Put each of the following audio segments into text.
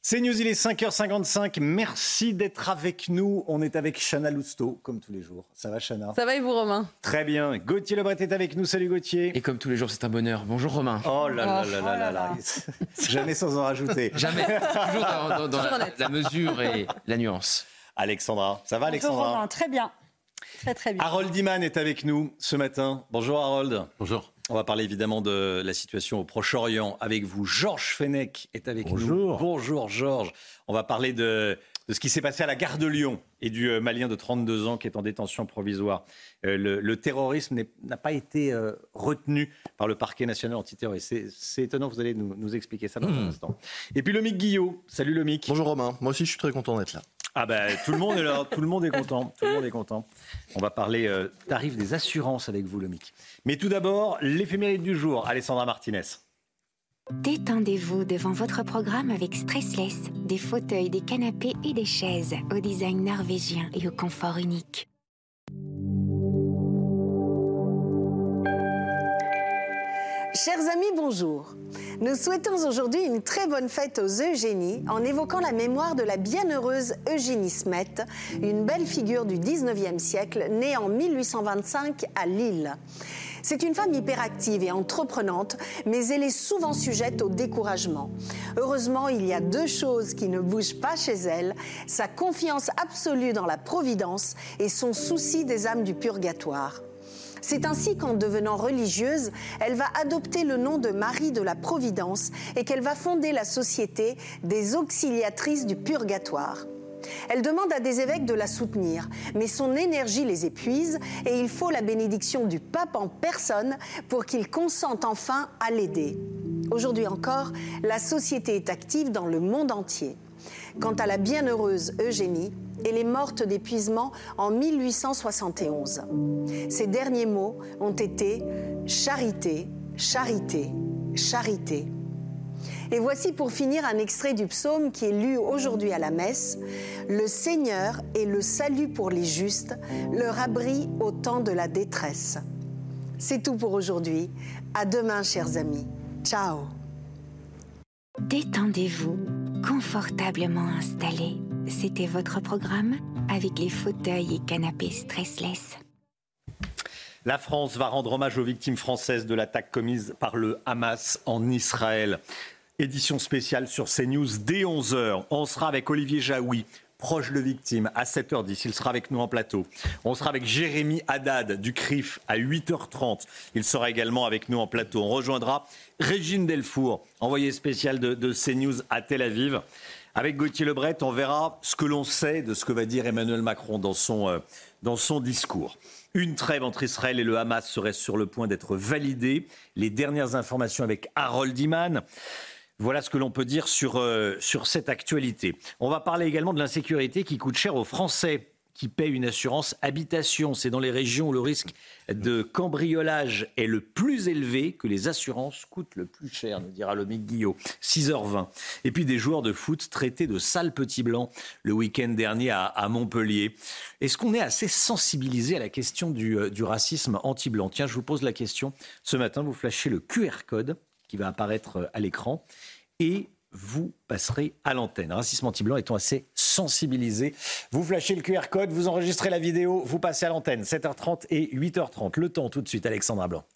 C'est News, il est 5h55. Merci d'être avec nous. On est avec Chana Lousteau, comme tous les jours. Ça va, Chana ? Ça va et vous, Romain ? Très bien. Gauthier Lebret est avec nous. Salut, Gauthier. Et comme tous les jours, c'est un bonheur. Bonjour, Romain. Oh là là. Jamais sans en rajouter. Jamais. Toujours dans la mesure et la nuance. Alexandra. Ça va, Alexandra ? Bonjour, Romain. Très bien. Très bien. Harold Iman est avec nous ce matin. Bonjour, Harold. Bonjour. On va parler évidemment de la situation au Proche-Orient avec vous. Georges Fenech est avec nous. Bonjour, Georges. On va parler de ce qui s'est passé à la gare de Lyon et du Malien de 32 ans qui est en détention provisoire. Le terrorisme n'a pas été retenu par le parquet national antiterroriste. C'est étonnant, vous allez nous expliquer ça dans un instant. Et puis Lomique Guillot. Salut Lomique. Bonjour Romain, moi aussi je suis très content d'être là. Ah ben, tout le monde est là, tout le monde est content. On va parler tarifs des assurances avec vous, Lomique. Mais tout d'abord, l'éphéméride du jour, Alessandra Martinez. Détendez-vous devant votre programme avec Stressless, des fauteuils, des canapés et des chaises au design norvégien et au confort unique. Chers amis, bonjour. Nous souhaitons aujourd'hui une très bonne fête aux Eugénies en évoquant la mémoire de la bienheureuse Eugénie Smet, une belle figure du 19e siècle, née en 1825 à Lille. C'est une femme hyperactive et entreprenante, mais elle est souvent sujette au découragement. Heureusement, il y a deux choses qui ne bougent pas chez elle, sa confiance absolue dans la providence et son souci des âmes du purgatoire. C'est ainsi qu'en devenant religieuse, elle va adopter le nom de Marie de la Providence et qu'elle va fonder la société des auxiliatrices du purgatoire. Elle demande à des évêques de la soutenir, mais son énergie les épuise et il faut la bénédiction du pape en personne pour qu'il consente enfin à l'aider. Aujourd'hui encore, la société est active dans le monde entier. Quant à la bienheureuse Eugénie, elle est morte d'épuisement en 1871. Ses derniers mots ont été « charité, charité, charité ». Et voici pour finir un extrait du psaume qui est lu aujourd'hui à la messe. « Le Seigneur est le salut pour les justes, leur abri au temps de la détresse ». C'est tout pour aujourd'hui. À demain, chers amis. Ciao. Détendez-vous, confortablement installés. C'était votre programme avec les fauteuils et canapés Stressless. La France va rendre hommage aux victimes françaises de l'attaque commise par le Hamas en Israël. Édition spéciale sur CNews dès 11h. On sera avec Olivier Jaoui, proche de victime, à 7h10. Il sera avec nous en plateau. On sera avec Jérémy Haddad du CRIF à 8h30. Il sera également avec nous en plateau. On rejoindra Régine Delfour, envoyée spéciale de CNews à Tel Aviv. Avec Gauthier Lebret, on verra ce que l'on sait de ce que va dire Emmanuel Macron dans son discours. Une trêve entre Israël et le Hamas serait sur le point d'être validée. Les dernières informations avec Harold Iman. Voilà ce que l'on peut dire sur cette actualité. On va parler également de l'insécurité qui coûte cher aux Français qui paient une assurance habitation. C'est dans les régions où le risque de cambriolage est le plus élevé que les assurances coûtent le plus cher, nous dira Lomique Guillot. 6h20. Et puis des joueurs de foot traités de sales petits blancs le week-end dernier à Montpellier. Est-ce qu'on est assez sensibilisé à la question du racisme anti-blanc ? Tiens, je vous pose la question. Ce matin, vous flashez le QR code qui va apparaître à l'écran et vous passerez à l'antenne. Racisme anti-blanc étant assez sensibilisé. Vous flashez le QR code, vous enregistrez la vidéo, vous passez à l'antenne. 7h30 et 8h30. Le temps tout de suite, Alexandra Blanc.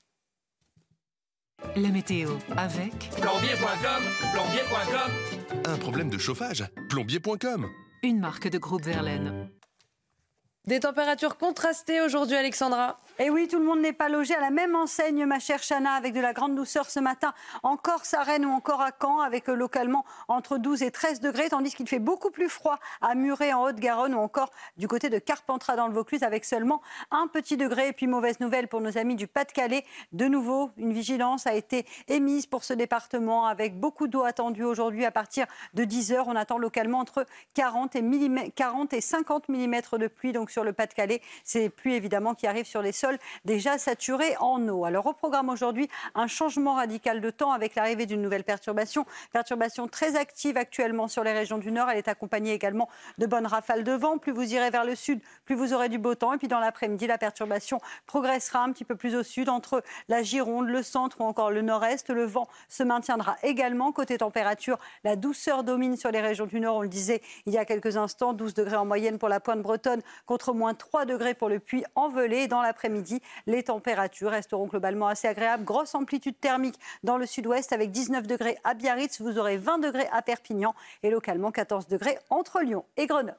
La météo avec Plombier.com, plombier.com. Un problème de chauffage? Plombier.com. une marque de groupe Verlaine. Des températures contrastées aujourd'hui, Alexandra. Et oui, tout le monde n'est pas logé à la même enseigne, ma chère Chana, avec de la grande douceur ce matin en Corse, à Rennes ou encore à Caen, avec localement entre 12 et 13 degrés, tandis qu'il fait beaucoup plus froid à Muret en Haute-Garonne ou encore du côté de Carpentras dans le Vaucluse, avec seulement 1 petit degré. Et puis mauvaise nouvelle pour nos amis du Pas-de-Calais. De nouveau, une vigilance a été émise pour ce département, avec beaucoup d'eau attendue aujourd'hui à partir de 10h. On attend localement entre 40 et 50 mm de pluie donc sur sur le Pas-de-Calais. Ces pluies évidemment qui arrivent sur les sols déjà saturés en eau. Alors au programme aujourd'hui, un changement radical de temps avec l'arrivée d'une nouvelle perturbation très active actuellement sur les régions du Nord. Elle est accompagnée également de bonnes rafales de vent. Plus vous irez vers le sud, plus vous aurez du beau temps. Et puis dans l'après-midi, la perturbation progressera un petit peu plus au sud entre la Gironde, le centre ou encore le nord-est. Le vent se maintiendra également. Côté température, la douceur domine sur les régions du Nord. On le disait il y a quelques instants, 12 degrés en moyenne pour la pointe bretonne contre moins 3 degrés pour le Puy-en-Velay. Dans l'après-midi, les températures resteront globalement assez agréables. Grosse amplitude thermique dans le sud-ouest avec 19 degrés à Biarritz. Vous aurez 20 degrés à Perpignan et localement 14 degrés entre Lyon et Grenoble.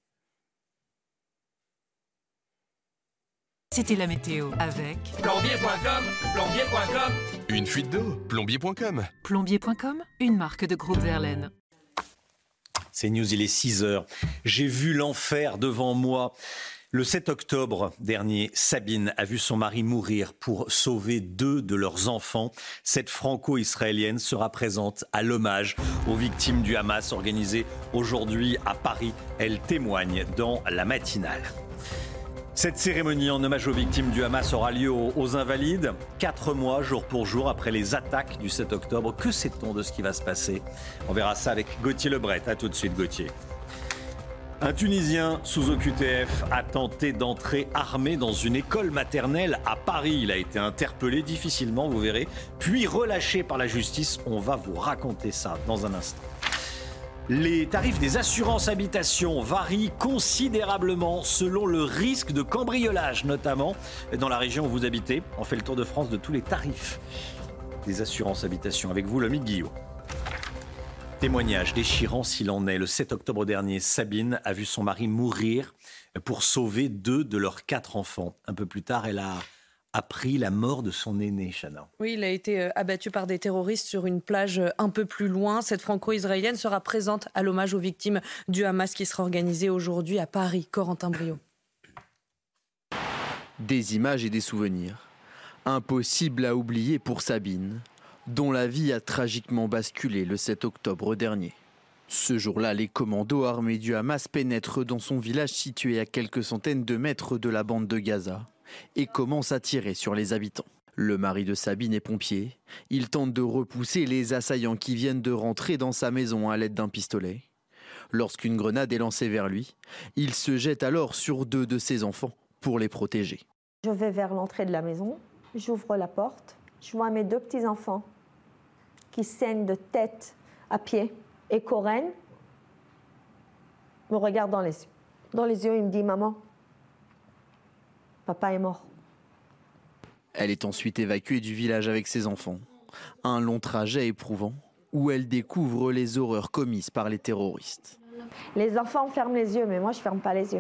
C'était la météo avec Plombier.com, plombier.com. Une fuite d'eau, plombier.com. Plombier.com, une marque de groupe Verlaine. C'est News, il est 6h. J'ai vu l'enfer devant moi. Le 7 octobre dernier, Sabine a vu son mari mourir pour sauver 2 de leurs enfants. Cette franco-israélienne sera présente à l'hommage aux victimes du Hamas organisé aujourd'hui à Paris. Elle témoigne dans la matinale. Cette cérémonie en hommage aux victimes du Hamas aura lieu aux Invalides, 4 mois, jour pour jour, après les attaques du 7 octobre. Que sait-on de ce qui va se passer ? On verra ça avec Gauthier Lebret. A tout de suite, Gauthier. Un Tunisien sous OQTF a tenté d'entrer armé dans une école maternelle à Paris. Il a été interpellé difficilement, vous verrez, puis relâché par la justice. On va vous raconter ça dans un instant. Les tarifs des assurances habitation varient considérablement selon le risque de cambriolage, notamment dans la région où vous habitez. On fait le tour de France de tous les tarifs des assurances habitation. Avec vous, Lomique Guillot. Témoignage déchirant s'il en est. Le 7 octobre dernier, Sabine a vu son mari mourir pour sauver 2 de leurs 4 enfants. Un peu plus tard, elle a appris la mort de son aîné, Chana. Oui, il a été abattu par des terroristes sur une plage un peu plus loin. Cette franco-israélienne sera présente à l'hommage aux victimes du Hamas qui sera organisé aujourd'hui à Paris. Corentin Brio. Des images et des souvenirs. Impossible à oublier pour Sabine, dont la vie a tragiquement basculé le 7 octobre dernier. Ce jour-là, les commandos armés du Hamas pénètrent dans son village situé à quelques centaines de mètres de la bande de Gaza et commencent à tirer sur les habitants. Le mari de Sabine est pompier. Il tente de repousser les assaillants qui viennent de rentrer dans sa maison à l'aide d'un pistolet. Lorsqu'une grenade est lancée vers lui, il se jette alors sur 2 de ses enfants pour les protéger. Je vais vers l'entrée de la maison, j'ouvre la porte, je vois mes 2 petits-enfants qui saignent de tête à pied. Et Corinne me regarde dans les yeux. Dans les yeux, il me dit « Maman, papa est mort ». Elle est ensuite évacuée du village avec ses enfants. Un long trajet éprouvant où elle découvre les horreurs commises par les terroristes. Les enfants ferment les yeux, mais moi, je ne ferme pas les yeux.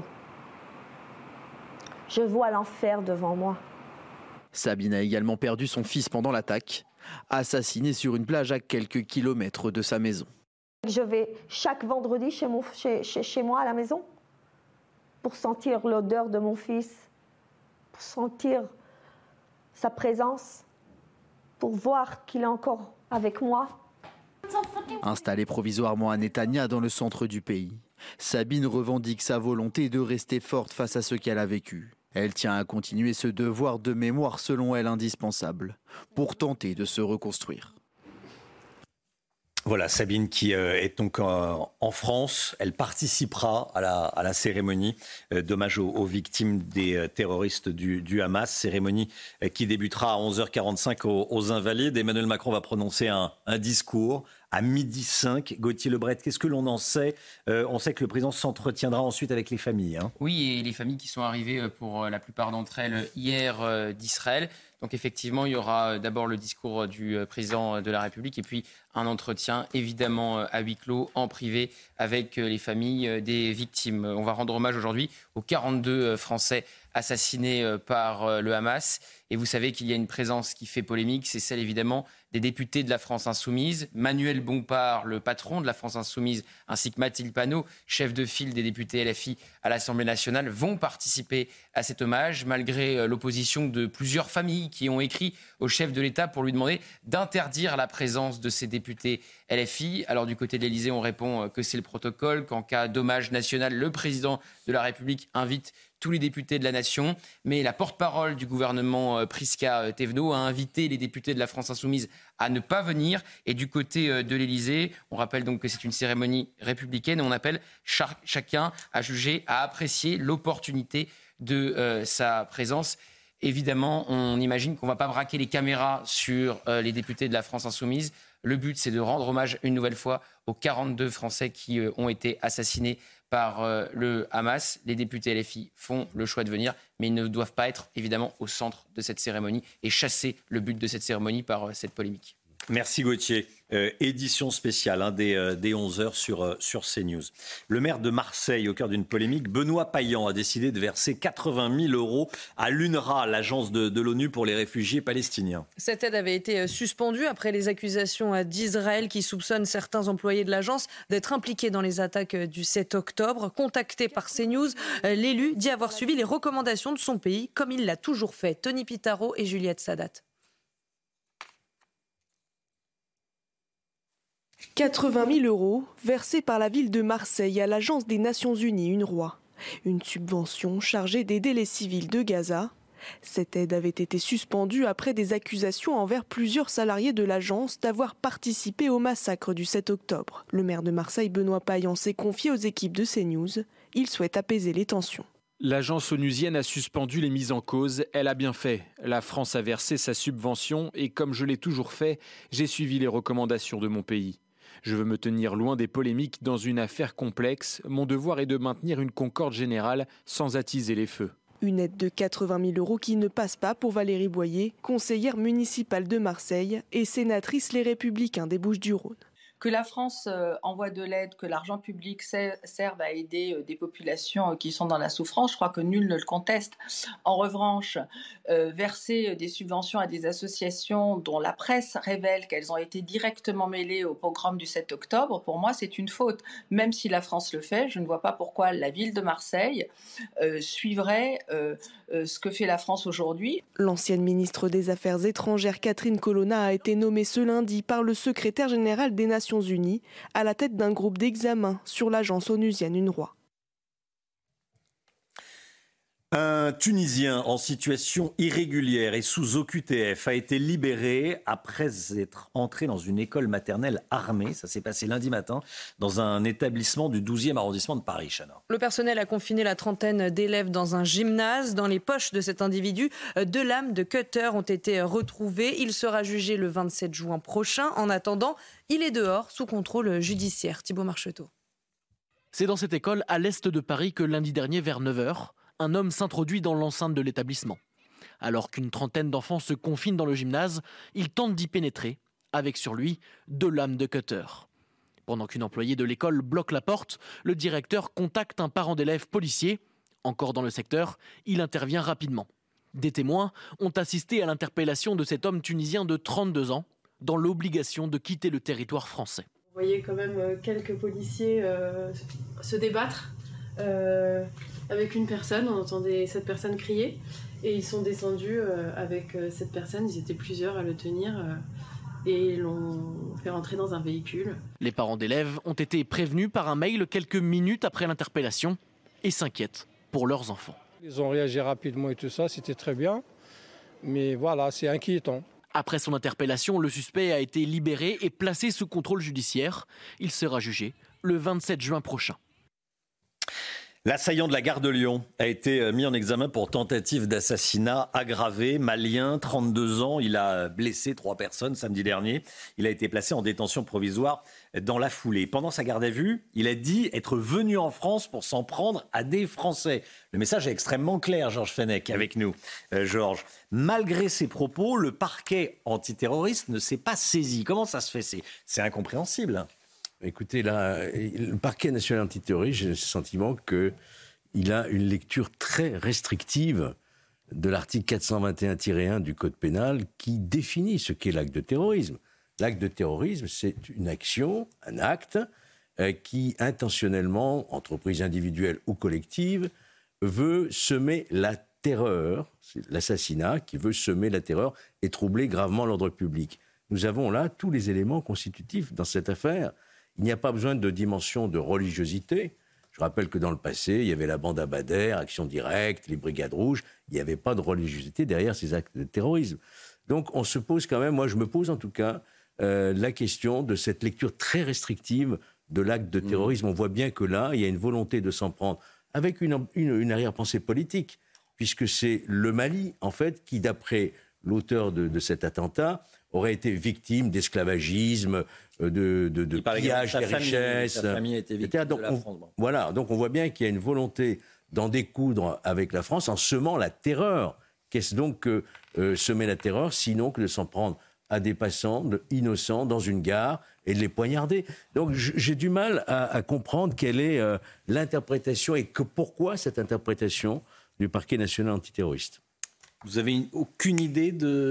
Je vois l'enfer devant moi. Sabine a également perdu son fils pendant l'attaque, assassiné sur une plage à quelques kilomètres de sa maison. Je vais chaque vendredi chez moi à la maison pour sentir l'odeur de mon fils, pour sentir sa présence, pour voir qu'il est encore avec moi. Installée provisoirement à Netanya dans le centre du pays, Sabine revendique sa volonté de rester forte face à ce qu'elle a vécu. Elle tient à continuer ce devoir de mémoire selon elle indispensable pour tenter de se reconstruire. Voilà, Sabine qui est donc en France. Elle participera à la cérémonie d'hommage aux victimes des terroristes du Hamas. Cérémonie qui débutera à 11h45 aux Invalides. Emmanuel Macron va prononcer un discours à 12h05. Gauthier Lebret, qu'est-ce que l'on en sait ? On sait que le président s'entretiendra ensuite avec les familles. Oui, et les familles qui sont arrivées pour la plupart d'entre elles hier d'Israël. Donc effectivement, il y aura d'abord le discours du président de la République et puis un entretien évidemment à huis clos, en privé, avec les familles des victimes. On va rendre hommage aujourd'hui aux 42 Français assassinés par le Hamas. Et vous savez qu'il y a une présence qui fait polémique, c'est celle évidemment des députés de la France Insoumise. Manuel Bompard, le patron de la France Insoumise, ainsi que Mathilde Panot, chef de file des députés LFI à l'Assemblée nationale, vont participer à cet hommage, malgré l'opposition de plusieurs familles qui ont écrit au chef de l'État pour lui demander d'interdire la présence de ces députés LFI. Alors du côté de l'Élysée, on répond que c'est le protocole, qu'en cas d'hommage national, le président de la République invite tous les députés de la nation. Mais la porte-parole du gouvernement, Prisca Thévenot, a invité les députés de la France Insoumise à ne pas venir. Et du côté de l'Élysée, on rappelle donc que c'est une cérémonie républicaine et on appelle chacun à juger, à apprécier l'opportunité de sa présence. Évidemment, on imagine qu'on ne va pas braquer les caméras sur les députés de la France Insoumise. Le but, c'est de rendre hommage une nouvelle fois aux 42 Français qui ont été assassinés par le Hamas. Les députés LFI font le choix de venir, mais ils ne doivent pas être évidemment au centre de cette cérémonie et chasser le but de cette cérémonie par cette polémique. Merci Gauthier. Édition spéciale dès 11h sur CNews. Le maire de Marseille, au cœur d'une polémique, Benoît Payan, a décidé de verser 80 000 € à l'UNRWA, l'agence de l'ONU pour les réfugiés palestiniens. Cette aide avait été suspendue après les accusations d'Israël qui soupçonnent certains employés de l'agence d'être impliqués dans les attaques du 7 octobre. Contacté par CNews, l'élu dit avoir suivi les recommandations de son pays, comme il l'a toujours fait. Tony Pitaro et Juliette Sadat. 80 000 € versés par la ville de Marseille à l'Agence des Nations Unies, UNRWA. Une subvention chargée d'aider les civils de Gaza. Cette aide avait été suspendue après des accusations envers plusieurs salariés de l'agence d'avoir participé au massacre du 7 octobre. Le maire de Marseille, Benoît Payan, s'est confié aux équipes de CNews. Il souhaite apaiser les tensions. L'agence onusienne a suspendu les mises en cause. Elle a bien fait. La France a versé sa subvention et comme je l'ai toujours fait, j'ai suivi les recommandations de mon pays. Je veux me tenir loin des polémiques dans une affaire complexe. Mon devoir est de maintenir une concorde générale sans attiser les feux. Une aide de 80 000 € qui ne passe pas pour Valérie Boyer, conseillère municipale de Marseille et sénatrice Les Républicains des Bouches-du-Rhône. Que la France envoie de l'aide, que l'argent public serve à aider des populations qui sont dans la souffrance, je crois que nul ne le conteste. En revanche, verser des subventions à des associations dont la presse révèle qu'elles ont été directement mêlées au pogrom du 7 octobre, pour moi c'est une faute. Même si la France le fait, je ne vois pas pourquoi la ville de Marseille suivrait ce que fait la France aujourd'hui. L'ancienne ministre des Affaires étrangères Catherine Colonna a été nommée ce lundi par le secrétaire général des Nations Unies à la tête d'un groupe d'examen sur l'agence onusienne UNRWA. Un Tunisien en situation irrégulière et sous OQTF a été libéré après être entré dans une école maternelle armée. Ça s'est passé lundi matin dans un établissement du 12e arrondissement de Paris, Chana. Le personnel a confiné la trentaine d'élèves dans un gymnase. Dans les poches de cet individu, 2 lames de cutter ont été retrouvées. Il sera jugé le 27 juin prochain. En attendant, il est dehors sous contrôle judiciaire. Thibaut Marcheteau. C'est dans cette école à l'est de Paris que lundi dernier vers 9h, un homme s'introduit dans l'enceinte de l'établissement. Alors qu'une trentaine d'enfants se confinent dans le gymnase, il tente d'y pénétrer, avec sur lui 2 lames de cutter. Pendant qu'une employée de l'école bloque la porte, le directeur contacte un parent d'élève policier. Encore dans le secteur, il intervient rapidement. Des témoins ont assisté à l'interpellation de cet homme tunisien de 32 ans, dans l'obligation de quitter le territoire français. Vous voyez quand même quelques policiers se débattre avec une personne, on entendait cette personne crier et ils sont descendus avec cette personne, ils étaient plusieurs à le tenir et l'ont fait rentrer dans un véhicule. Les parents d'élèves ont été prévenus par un mail quelques minutes après l'interpellation et s'inquiètent pour leurs enfants. Ils ont réagi rapidement et tout ça, c'était très bien, mais voilà, c'est inquiétant. Après son interpellation, le suspect a été libéré et placé sous contrôle judiciaire. Il sera jugé le 27 juin prochain. L'assaillant de la gare de Lyon a été mis en examen pour tentative d'assassinat aggravé. Malien, 32 ans, il a blessé 3 personnes samedi dernier. Il a été placé en détention provisoire dans la foulée. Pendant sa garde à vue, il a dit être venu en France pour s'en prendre à des Français. Le message est extrêmement clair, Georges Fenech, avec nous. Georges, malgré ses propos, le parquet antiterroriste ne s'est pas saisi. Comment ça se fait ? C'est incompréhensible. Écoutez, là, le parquet national antiterroriste, j'ai le sentiment qu'il a une lecture très restrictive de l'article 421-1 du Code pénal qui définit ce qu'est l'acte de terrorisme. L'acte de terrorisme, c'est une action, un acte qui intentionnellement, entreprise individuelle ou collective, veut semer la terreur, c'est l'assassinat qui veut semer la terreur et troubler gravement l'ordre public. nous avons là tous les éléments constitutifs dans cette affaire. Il n'y a pas besoin de dimension de religiosité. Je rappelle que dans le passé, il y avait la bande Abadher, Action Directe, les Brigades Rouges. Il n'y avait pas de religiosité derrière ces actes de terrorisme. Donc on se pose quand même, moi je me pose en tout cas, la question de cette lecture très restrictive de l'acte de terrorisme. On voit bien que là, il y a une volonté de s'en prendre avec une arrière-pensée politique, puisque c'est le Mali, en fait, qui, d'après l'auteur de cet attentat, aurait été victime d'esclavagisme, de pillage des richesses. Sa famille a été victime de l'affrontement. Voilà, donc on voit bien qu'il y a une volonté d'en découdre avec la France en semant la terreur. Qu'est-ce donc que semer la terreur, sinon que de s'en prendre à des passants innocents dans une gare et de les poignarder. Donc j'ai du mal à comprendre quelle est l'interprétation et pourquoi cette interprétation du parquet national antiterroriste. Vous avez aucune idée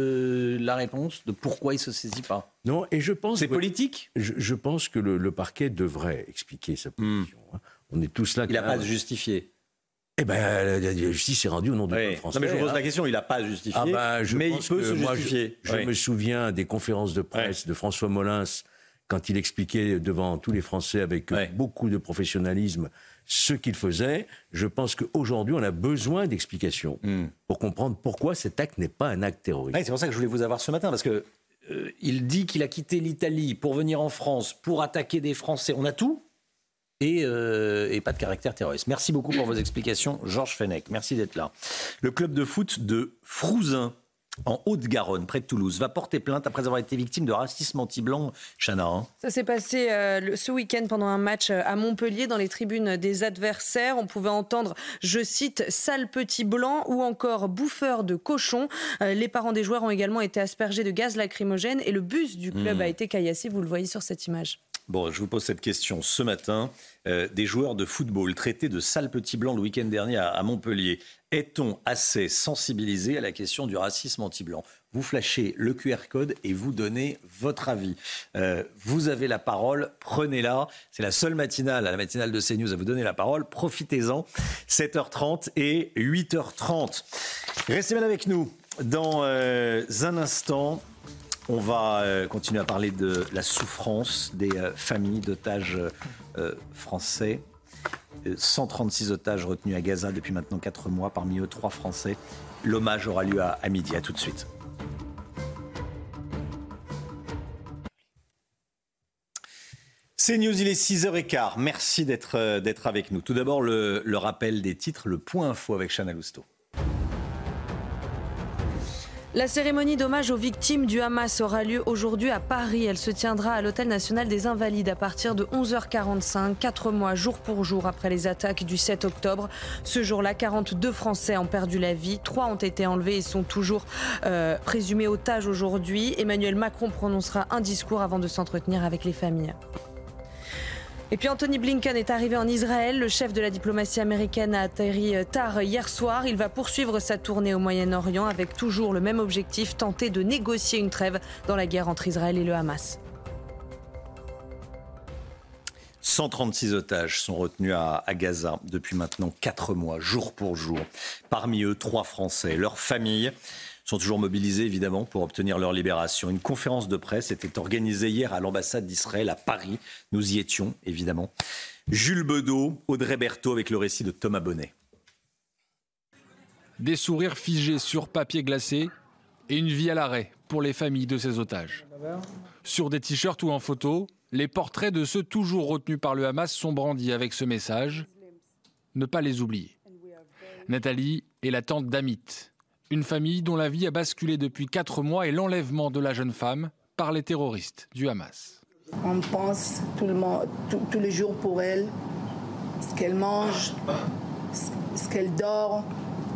de la réponse, de pourquoi il ne se saisit pas? Non, et je pense... C'est politique? Je pense que le parquet devrait expliquer sa position. On est tous là... Il n'a pas à se justifier. Eh bien, la justice est rendue au nom du peuple français. Non, mais je vous pose la question, il n'a pas à justifier, mais il peut se justifier. Je me souviens des conférences de presse de François Molins, quand il expliquait devant tous les Français avec beaucoup de professionnalisme ce qu'il faisait. Je pense qu'aujourd'hui, on a besoin d'explications pour comprendre pourquoi cet acte n'est pas un acte terroriste. C'est pour ça que je voulais vous avoir ce matin, parce que il dit qu'il a quitté l'Italie pour venir en France, pour attaquer des Français. On a tout et pas de caractère terroriste. Merci beaucoup pour vos explications, Georges Fenech. Merci d'être là. Le club de foot de Frouzin, en Haute-Garonne, près de Toulouse, va porter plainte après avoir été victime de racisme anti-blanc. Chana. Ça s'est passé ce week-end pendant un match à Montpellier, dans les tribunes des adversaires. On pouvait entendre, je cite, « sale petit blanc » ou encore « bouffeur de cochon ». Les parents des joueurs ont également été aspergés de gaz lacrymogène et le bus du club a été caillassé. Vous le voyez sur cette image. Bon, je vous pose cette question ce matin. Des joueurs de football traités de sale petit blanc le week-end dernier à Montpellier. Est-on assez sensibilisé à la question du racisme anti-blanc? Vous flashez le QR code et vous donnez votre avis. Vous avez la parole, prenez-la. C'est la seule matinale, la matinale de CNews à vous donner la parole. Profitez-en. 7h30 et 8h30. Restez bien avec nous. Dans un instant, on va continuer à parler de la souffrance des familles d'otages français. 136 otages retenus à Gaza depuis maintenant 4 mois, parmi eux 3 Français. L'hommage aura lieu à midi. À tout de suite. CNews, il est 6h15. Merci d'être avec nous. Tout d'abord, le rappel des titres, le point info avec Chana Lousteau. La cérémonie d'hommage aux victimes du Hamas aura lieu aujourd'hui à Paris. Elle se tiendra à l'Hôtel National des Invalides à partir de 11h45, 4 mois jour pour jour après les attaques du 7 octobre. Ce jour-là, 42 Français ont perdu la vie, 3 ont été enlevés et sont toujours présumés otages aujourd'hui. Emmanuel Macron prononcera un discours avant de s'entretenir avec les familles. Et puis Anthony Blinken est arrivé en Israël. Le chef de la diplomatie américaine a atterri tard hier soir. Il va poursuivre sa tournée au Moyen-Orient avec toujours le même objectif, tenter de négocier une trêve dans la guerre entre Israël et le Hamas. 136 otages sont retenus à Gaza depuis maintenant 4 mois, jour pour jour. Parmi eux, 3 Français. Leurs familles sont toujours mobilisés, évidemment, pour obtenir leur libération. Une conférence de presse était organisée hier à l'ambassade d'Israël à Paris. Nous y étions, évidemment. Jules Bedeau, Audrey Berthaud avec le récit de Thomas Bonnet. Des sourires figés sur papier glacé et une vie à l'arrêt pour les familles de ces otages. Sur des t-shirts ou en photo, les portraits de ceux toujours retenus par le Hamas sont brandis avec ce message « Ne pas les oublier ». Nathalie est la tante d'Amit. Une famille dont la vie a basculé depuis 4 mois et l'enlèvement de la jeune femme par les terroristes du Hamas. On pense tous les jours pour elle, ce qu'elle mange, ce qu'elle dort,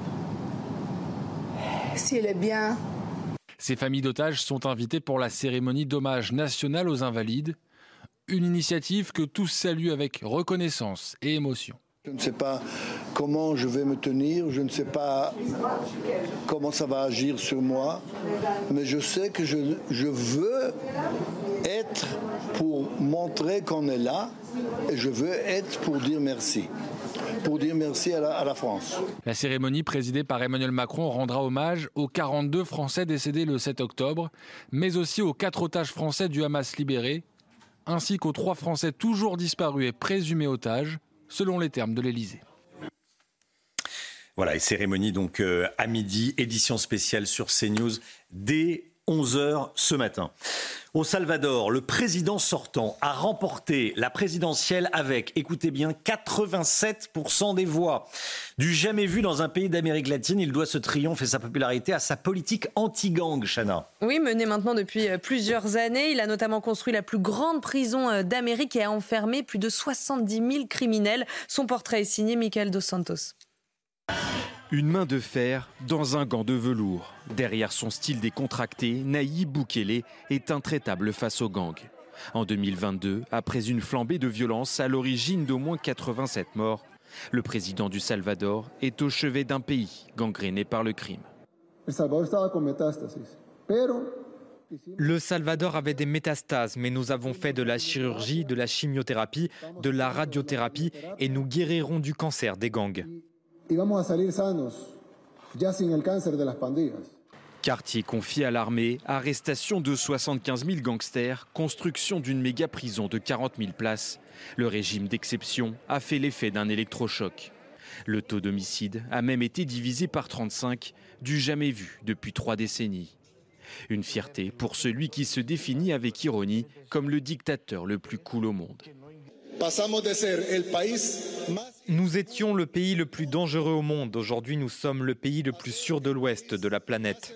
si elle est bien. Ces familles d'otages sont invitées pour la cérémonie d'hommage national aux Invalides, une initiative que tous saluent avec reconnaissance et émotion. Je ne sais pas comment je vais me tenir, je ne sais pas comment ça va agir sur moi, mais je sais que je veux être pour montrer qu'on est là et je veux être pour dire merci. Pour dire merci à la France. La cérémonie présidée par Emmanuel Macron rendra hommage aux 42 Français décédés le 7 octobre, mais aussi aux 4 otages français du Hamas libérés, ainsi qu'aux 3 Français toujours disparus et présumés otages, selon les termes de l'Élysée. Voilà, et cérémonie donc à midi, édition spéciale sur CNews dès 11h ce matin. Au Salvador, le président sortant a remporté la présidentielle avec, écoutez bien, 87% des voix. Du jamais vu dans un pays d'Amérique latine, il doit ce triomphe et sa popularité à sa politique anti-gang, Chana. Oui, menée maintenant depuis plusieurs années. Il a notamment construit la plus grande prison d'Amérique et a enfermé plus de 70 000 criminels. Son portrait est signé Michael Dos Santos. Une main de fer dans un gant de velours. Derrière son style décontracté, Nayib Bukele est intraitable face aux gangs. En 2022, après une flambée de violence à l'origine d'au moins 87 morts, le président du Salvador est au chevet d'un pays gangréné par le crime. Le Salvador avait des métastases, mais nous avons fait de la chirurgie, de la chimiothérapie, de la radiothérapie et nous guérirons du cancer des gangs. Quartier confié à l'armée, arrestation de 75 000 gangsters, construction d'une méga prison de 40 000 places. Le régime d'exception a fait l'effet d'un électrochoc. Le taux d'homicide a même été divisé par 35, du jamais vu depuis 3 décennies. Une fierté pour celui qui se définit avec ironie comme le dictateur le plus cool au monde. Nous étions le pays le plus dangereux au monde. Aujourd'hui, nous sommes le pays le plus sûr de l'Ouest de la planète.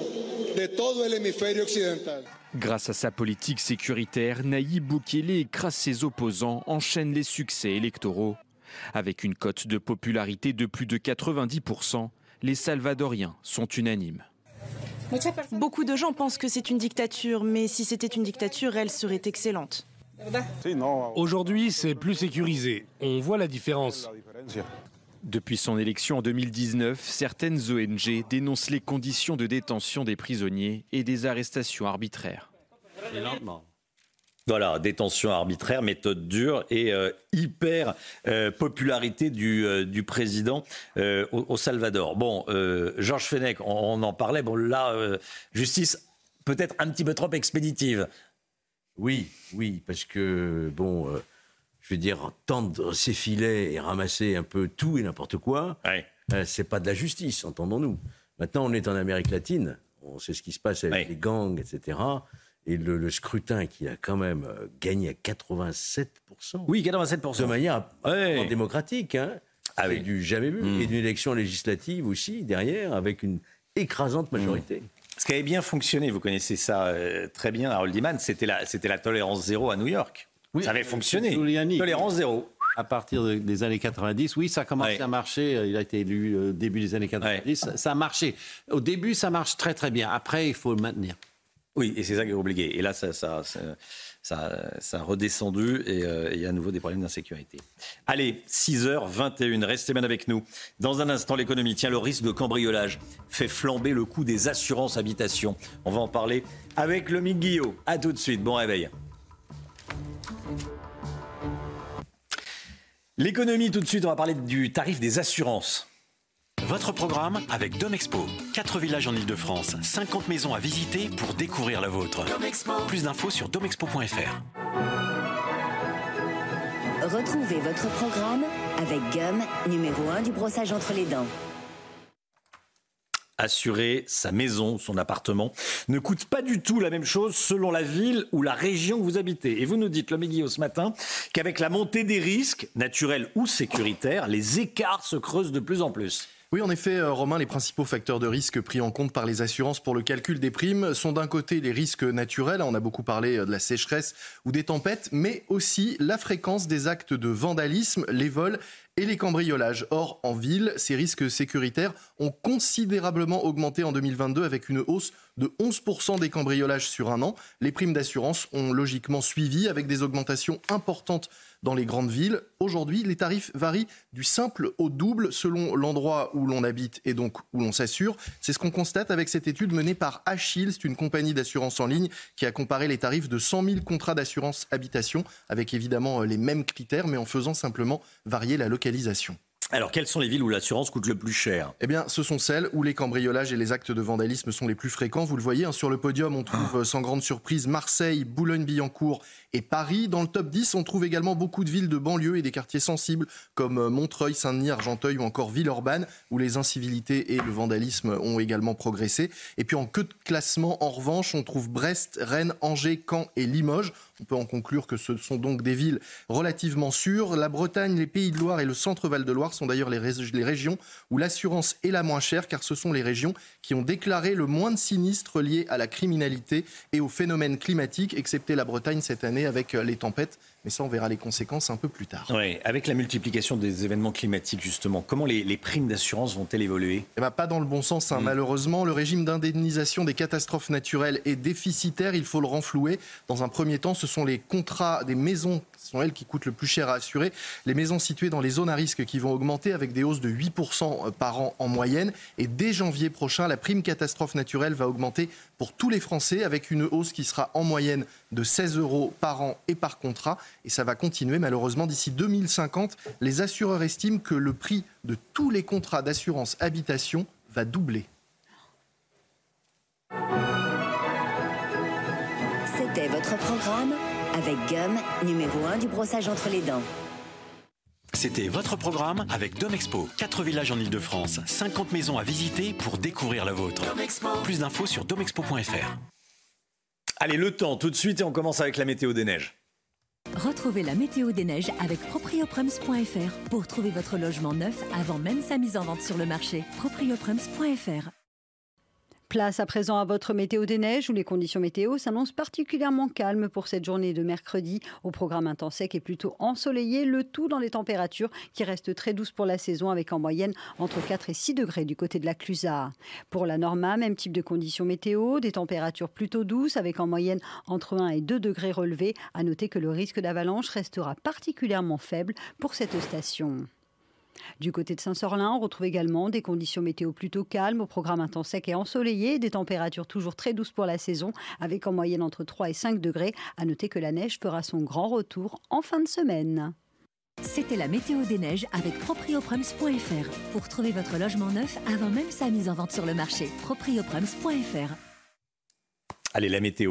Grâce à sa politique sécuritaire, Nayib Bukele écrase ses opposants, enchaîne les succès électoraux. Avec une cote de popularité de plus de 90%, les Salvadoriens sont unanimes. Beaucoup de gens pensent que c'est une dictature, mais si c'était une dictature, elle serait excellente. Aujourd'hui, c'est plus sécurisé. On voit la différence. Depuis son élection en 2019, certaines ONG dénoncent les conditions de détention des prisonniers et des arrestations arbitraires. Et lentement. Voilà, détention arbitraire, méthode dure et hyper popularité du président au Salvador. Bon, Georges Fenech, on en parlait. Bon, là, justice peut-être un petit peu trop expéditive. Oui, parce que, je veux dire, tendre ses filets et ramasser un peu tout et n'importe quoi, c'est pas de la justice, entendons-nous. Maintenant, on est en Amérique latine, on sait ce qui se passe avec les gangs, etc. Et le scrutin qui a quand même gagné à 87%. Oui, 87%. De manière démocratique, hein. C'est du jamais vu. Et d'une élection législative aussi, derrière, avec une écrasante majorité. Ce qui avait bien fonctionné, vous connaissez ça très bien, Harold Iman, c'était la tolérance zéro à New York. Oui, ça avait fonctionné. Tolérance zéro. À partir des années 90, oui, ça a commencé à marcher. Il a été élu au début des années 90. Ça a marché. Au début, ça marche très très bien. Après, il faut le maintenir. Oui, et c'est ça qui est compliqué. Et là, ça a redescendu et il y a à nouveau des problèmes d'insécurité. Allez, 6h21, restez bien avec nous. Dans un instant, l'économie. Tiens, le risque de cambriolage fait flamber le coût des assurances habitation. On va en parler avec Lomi Guillot. A tout de suite, bon réveil. L'économie, tout de suite, on va parler du tarif des assurances. Votre programme avec Domexpo. 4 villages en Ile-de-France, 50 maisons à visiter pour découvrir la vôtre. Plus d'infos sur domexpo.fr. Retrouvez votre programme avec Gum, numéro 1 du brossage entre les dents. Assurer sa maison, son appartement, ne coûte pas du tout la même chose selon la ville ou la région que vous habitez. Et vous nous dites, Lomi Guillot, ce matin, qu'avec la montée des risques, naturels ou sécuritaires, les écarts se creusent de plus en plus. Oui, en effet, Romain, les principaux facteurs de risque pris en compte par les assurances pour le calcul des primes sont d'un côté les risques naturels, on a beaucoup parlé de la sécheresse ou des tempêtes, mais aussi la fréquence des actes de vandalisme, les vols et les cambriolages. Or, en ville, ces risques sécuritaires ont considérablement augmenté en 2022 avec une hausse de 11% des cambriolages sur un an. Les primes d'assurance ont logiquement suivi avec des augmentations importantes dans les grandes villes. Aujourd'hui, les tarifs varient du simple au double selon l'endroit où l'on habite et donc où l'on s'assure. C'est ce qu'on constate avec cette étude menée par Achille. C'est une compagnie d'assurance en ligne qui a comparé les tarifs de 100 000 contrats d'assurance habitation avec évidemment les mêmes critères, mais en faisant simplement varier la localisation. Alors, quelles sont les villes où l'assurance coûte le plus cher ? Eh bien, ce sont celles où les cambriolages et les actes de vandalisme sont les plus fréquents. Vous le voyez, sur le podium, on trouve sans grande surprise Marseille, Boulogne-Billancourt et Paris. Dans le top 10, on trouve également beaucoup de villes de banlieue et des quartiers sensibles comme Montreuil, Saint-Denis, Argenteuil ou encore Villeurbanne, où les incivilités et le vandalisme ont également progressé. Et puis en queue de classement, en revanche, on trouve Brest, Rennes, Angers, Caen et Limoges. On peut en conclure que ce sont donc des villes relativement sûres. La Bretagne, les Pays de Loire et le centre Val-de-Loire sont d'ailleurs les régions où l'assurance est la moins chère, car ce sont les régions qui ont déclaré le moins de sinistres liés à la criminalité et aux phénomènes climatiques, excepté la Bretagne cette année avec les tempêtes. Mais ça, on verra les conséquences un peu plus tard. Oui, avec la multiplication des événements climatiques, justement, comment les primes d'assurance vont-elles évoluer ? Pas dans le bon sens, malheureusement. Le régime d'indemnisation des catastrophes naturelles est déficitaire, il faut le renflouer. Dans un premier temps, ce sont les contrats des maisons, ce sont elles qui coûtent le plus cher à assurer. Les maisons situées dans les zones à risque qui vont augmenter avec des hausses de 8% par an en moyenne. Et dès janvier prochain, la prime catastrophe naturelle va augmenter pour tous les Français avec une hausse qui sera en moyenne de 16 € par an et par contrat. Et ça va continuer malheureusement d'ici 2050. Les assureurs estiment que le prix de tous les contrats d'assurance habitation va doubler. C'était votre programme avec Gum, numéro 1 du brossage entre les dents. C'était votre programme avec Domexpo. 4 villages en Ile-de-France, 50 maisons à visiter pour découvrir la vôtre. Plus d'infos sur domexpo.fr. Allez, le temps tout de suite et on commence avec la météo des neiges. Retrouvez la météo des neiges avec proprioprems.fr pour trouver votre logement neuf avant même sa mise en vente sur le marché. proprioprems.fr. Place à présent à votre météo des neiges où les conditions météo s'annoncent particulièrement calmes pour cette journée de mercredi. Au programme un temps sec et plutôt ensoleillé, le tout dans des températures qui restent très douces pour la saison avec en moyenne entre 4 et 6 degrés du côté de la Clusaz. Pour la Norma, même type de conditions météo, des températures plutôt douces avec en moyenne entre 1 et 2 degrés relevés. À noter que le risque d'avalanche restera particulièrement faible pour cette station. Du côté de Saint-Sorlin, on retrouve également des conditions météo plutôt calmes, au programme un temps sec et ensoleillé, des températures toujours très douces pour la saison, avec en moyenne entre 3 et 5 degrés. À noter que la neige fera son grand retour en fin de semaine. C'était la météo des neiges avec proprioprems.fr pour trouver votre logement neuf avant même sa mise en vente sur le marché. proprioprems.fr. Allez, la météo.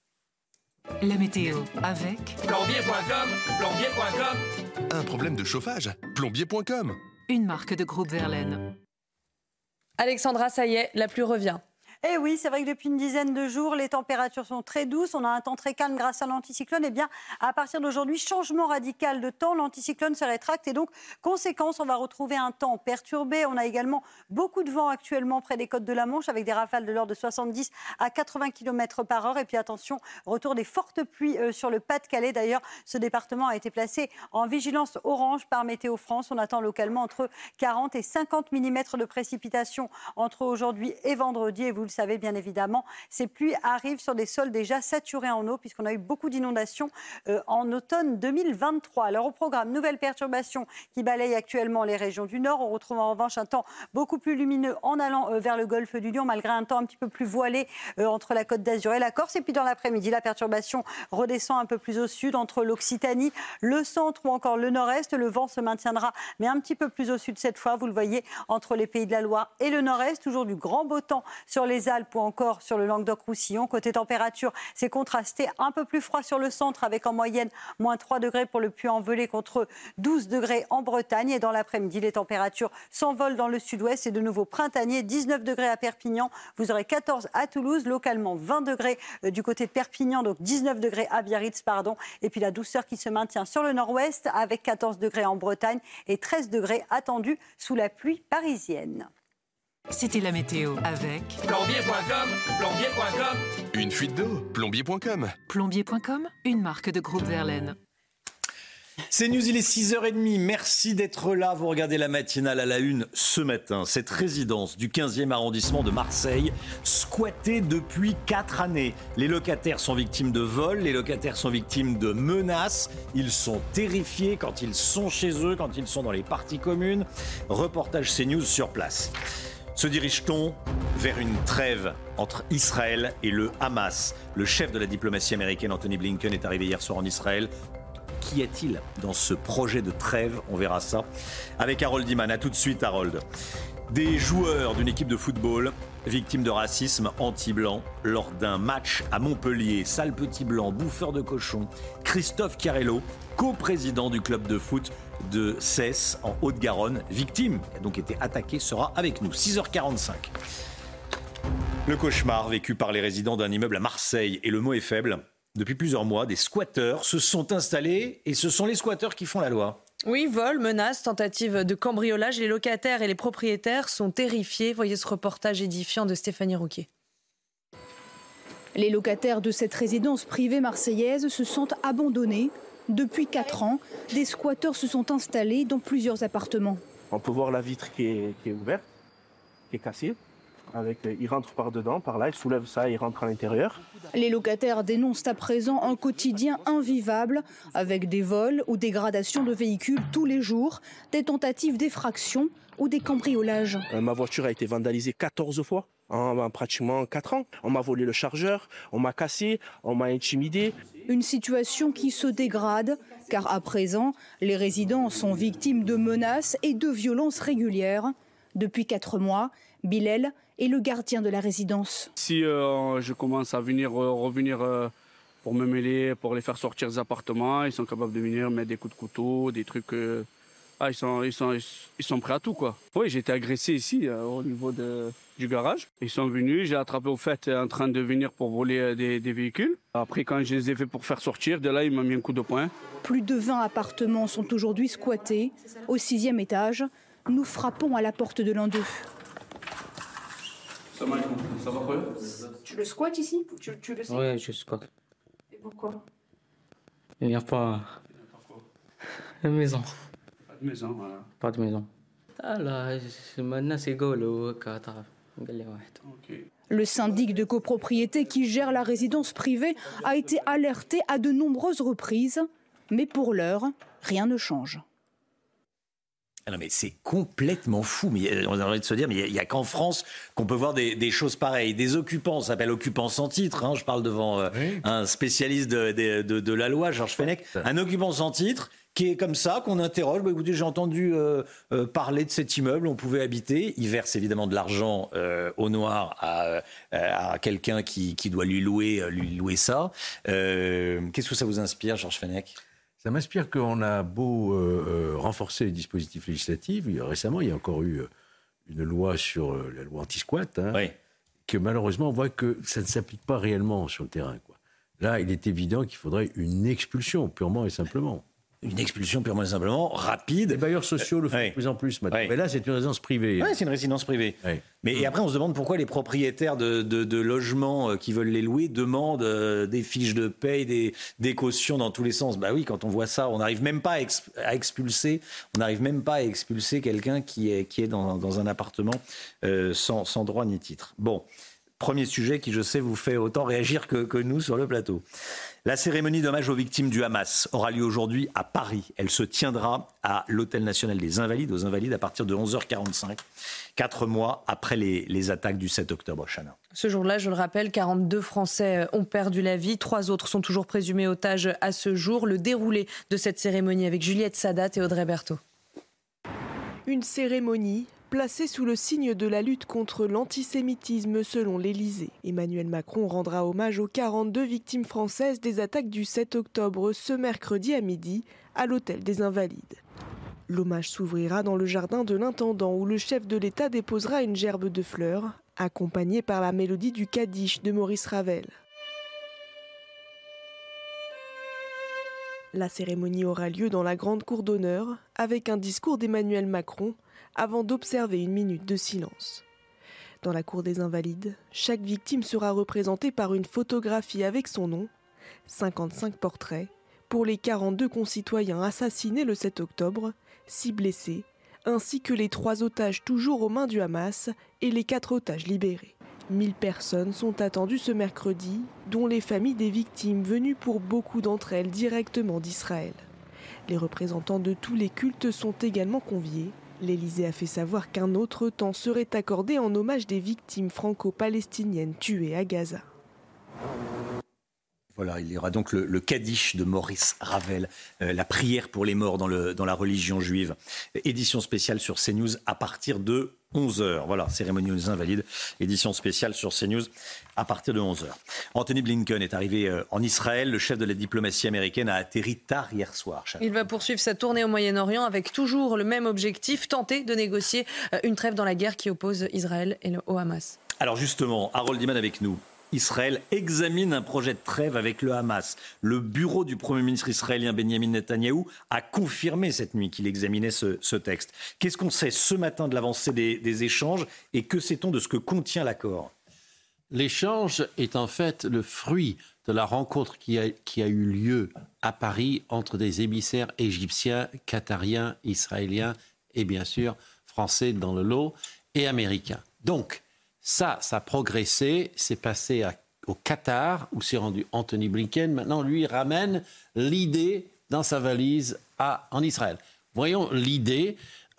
La météo avec plombier.com, plombier.com. Un problème de chauffage, plombier.com. Une marque de groupe Verlaine. Alexandra, ça y est, la pluie revient. Eh oui, c'est vrai que depuis une dizaine de jours, les températures sont très douces. On a un temps très calme grâce à l'anticyclone. Eh bien, à partir d'aujourd'hui, changement radical de temps. L'anticyclone se rétracte et donc, conséquence, on va retrouver un temps perturbé. On a également beaucoup de vent actuellement près des côtes de la Manche avec des rafales de l'ordre de 70 à 80 km par heure. Et puis attention, retour des fortes pluies sur le Pas-de-Calais. D'ailleurs, ce département a été placé en vigilance orange par Météo France. On attend localement entre 40 et 50 mm de précipitations entre aujourd'hui et vendredi. Et vous le savez bien évidemment, ces pluies arrivent sur des sols déjà saturés en eau puisqu'on a eu beaucoup d'inondations en automne 2023. Alors au programme, nouvelle perturbation qui balaye actuellement les régions du Nord. On retrouve en revanche un temps beaucoup plus lumineux en allant vers le golfe du Lion malgré un temps un petit peu plus voilé entre la Côte d'Azur et la Corse. Et puis dans l'après-midi, la perturbation redescend un peu plus au sud entre l'Occitanie, le centre ou encore le nord-est. Le vent se maintiendra mais un petit peu plus au sud cette fois. Vous le voyez entre les Pays de la Loire et le nord-est. Toujours du grand beau temps sur les Alpes ou encore sur le Languedoc-Roussillon. Côté température, c'est contrasté, un peu plus froid sur le centre avec en moyenne moins 3 degrés pour le Puy-en-Velay contre 12 degrés en Bretagne. Et dans l'après-midi, les températures s'envolent dans le sud-ouest. C'est de nouveau printanier, 19 degrés à Perpignan. Vous aurez 14 à Toulouse, localement 20 degrés du côté de Perpignan, donc 19 degrés à Biarritz, Et puis la douceur qui se maintient sur le nord-ouest avec 14 degrés en Bretagne et 13 degrés attendus sous la pluie parisienne. C'était la météo avec plombier.com, plombier.com. Une fuite d'eau, plombier.com. Plombier.com, une marque de groupe Verlaine. C'est News, il est 6h30. Merci d'être là. Vous regardez la matinale à la une ce matin. Cette résidence du 15e arrondissement de Marseille, squattée depuis 4 années. Les locataires sont victimes de vols, les locataires sont victimes de menaces. Ils sont terrifiés quand ils sont chez eux, quand ils sont dans les parties communes. Reportage CNews sur place. Se dirige-t-on vers une trêve entre Israël et le Hamas ? Le chef de la diplomatie américaine, Anthony Blinken, est arrivé hier soir en Israël. Qu'y a-t-il dans ce projet de trêve ? On verra ça avec Harold Iman. A tout de suite, Harold. Des joueurs d'une équipe de football victimes de racisme anti-blanc lors d'un match à Montpellier. Sale petit blanc, bouffeur de cochon. Christophe Chiarello, coprésident du club de foot de Cesse en Haute-Garonne, victime, qui a donc été attaqué, sera avec nous. 6h45. Le cauchemar vécu par les résidents d'un immeuble à Marseille, et le mot est faible. Depuis plusieurs mois, des squatteurs se sont installés et ce sont les squatteurs qui font la loi. Oui, vol, menaces, tentatives de cambriolage. Les locataires et les propriétaires sont terrifiés. Voyez ce reportage édifiant de Stéphanie Rouquier. Les locataires de cette résidence privée marseillaise se sentent abandonnés. Depuis 4 ans, des squatteurs se sont installés dans plusieurs appartements. On peut voir la vitre qui est ouverte, qui est cassée. Ils rentrent par dedans, par là, ils soulèvent ça et ils rentrent à l'intérieur. Les locataires dénoncent à présent un quotidien invivable, avec des vols ou dégradations de véhicules tous les jours, des tentatives d'effraction ou des cambriolages. Ma voiture a été vandalisée 14 fois en pratiquement 4 ans. On m'a volé le chargeur, on m'a cassé, on m'a intimidé. Une situation qui se dégrade, car à présent, les résidents sont victimes de menaces et de violences régulières. Depuis 4 mois, Bilal est le gardien de la résidence. Si je commence à revenir pour me mêler, pour les faire sortir des appartements, ils sont capables de venir mettre des coups de couteau, des trucs... ils sont prêts à tout, quoi. Oui, j'ai été agressé ici, au niveau du garage. Ils sont venus, j'ai attrapé au fait en train de venir pour voler des véhicules. Après, quand je les ai fait pour faire sortir, de là, ils m'ont mis un coup de poing. Plus de 20 appartements sont aujourd'hui squattés. Au 6e étage, nous frappons à la porte de l'un d'eux. Ça va quoi ? Tu le squattes ici ? Tu le sais ? Oui, je squatte. Et pourquoi ? Il n'y a pas de maison. Pas de maison, voilà. Pas de maison. Le syndic de copropriété qui gère la résidence privée a été alerté à de nombreuses reprises, mais pour l'heure, rien ne change. Ah non mais c'est complètement fou. Mais on a envie de se dire, mais il n'y a qu'en France qu'on peut voir des choses pareilles. Des occupants, ça s'appelle occupant sans titre. Je parle devant un spécialiste de la loi, Georges Fenech. Un occupant sans titre qui est comme ça, qu'on interroge. Écoutez, j'ai entendu parler de cet immeuble, on pouvait habiter. Il verse évidemment de l'argent au noir à quelqu'un qui doit lui louer ça. Qu'est-ce que ça vous inspire, Georges Fenech ? Ça m'inspire qu'on a beau renforcer les dispositifs législatifs. Récemment, il y a encore eu une loi sur la loi anti-squat, que malheureusement, on voit que ça ne s'applique pas réellement sur le terrain, quoi. Là, il est évident qu'il faudrait une expulsion, purement et simplement. Une expulsion purement et simplement, rapide. Les bailleurs sociaux le font de plus en plus maintenant. Mais là, c'est une résidence privée. Oui, c'est une résidence privée. Mais et après, on se demande pourquoi les propriétaires de logements qui veulent les louer demandent des fiches de paye, des cautions dans tous les sens. Bah oui, quand on voit ça, on n'arrive même pas à expulser. On n'arrive même pas à expulser quelqu'un qui est dans un appartement sans droit ni titre. Bon, premier sujet qui, je sais, vous fait autant réagir que nous sur le plateau. La cérémonie d'hommage aux victimes du Hamas aura lieu aujourd'hui à Paris. Elle se tiendra à l'Hôtel National des Invalides, aux Invalides, à partir de 11h45, 4 mois après les attaques du 7 octobre. Chana. Ce jour-là, je le rappelle, 42 Français ont perdu la vie. 3 autres sont toujours présumés otages à ce jour. Le déroulé de cette cérémonie avec Juliette Sadat et Audrey Berthaud. Une cérémonie placé sous le signe de la lutte contre l'antisémitisme selon l'Élysée. Emmanuel Macron rendra hommage aux 42 victimes françaises des attaques du 7 octobre ce mercredi à midi à l'Hôtel des Invalides. L'hommage s'ouvrira dans le jardin de l'intendant où le chef de l'État déposera une gerbe de fleurs, accompagnée par la mélodie du Kaddish de Maurice Ravel. La cérémonie aura lieu dans la grande cour d'honneur avec un discours d'Emmanuel Macron avant d'observer une minute de silence. Dans la cour des Invalides, chaque victime sera représentée par une photographie avec son nom, 55 portraits pour les 42 concitoyens assassinés le 7 octobre, 6 blessés, ainsi que les 3 otages toujours aux mains du Hamas et les 4 otages libérés. 1000 personnes sont attendues ce mercredi, dont les familles des victimes venues pour beaucoup d'entre elles directement d'Israël. Les représentants de tous les cultes sont également conviés. L'Élysée a fait savoir qu'un autre temps serait accordé en hommage des victimes franco-palestiniennes tuées à Gaza. Voilà, il y aura donc le Kaddish de Maurice Ravel, la prière pour les morts dans la religion juive. Édition spéciale sur CNews à partir de 11h. Voilà, cérémonie aux Invalides, édition spéciale sur CNews à partir de 11h. Anthony Blinken est arrivé en Israël. Le chef de la diplomatie américaine a atterri tard hier soir. Il va poursuivre sa tournée au Moyen-Orient avec toujours le même objectif, tenter de négocier une trêve dans la guerre qui oppose Israël au Hamas. Alors justement, Harold Iman avec nous. Israël examine un projet de trêve avec le Hamas. Le bureau du Premier ministre israélien Benjamin Netanyahou a confirmé cette nuit qu'il examinait ce texte. Qu'est-ce qu'on sait ce matin de l'avancée des échanges et que sait-on de ce que contient l'accord ? L'échange est en fait le fruit de la rencontre qui a eu lieu à Paris entre des émissaires égyptiens, qatariens, israéliens et bien sûr français dans le lot et américains. Donc, ça a progressé, c'est passé au Qatar, où s'est rendu Anthony Blinken. Maintenant, lui ramène l'idée dans sa valise en Israël. Voyons l'idée.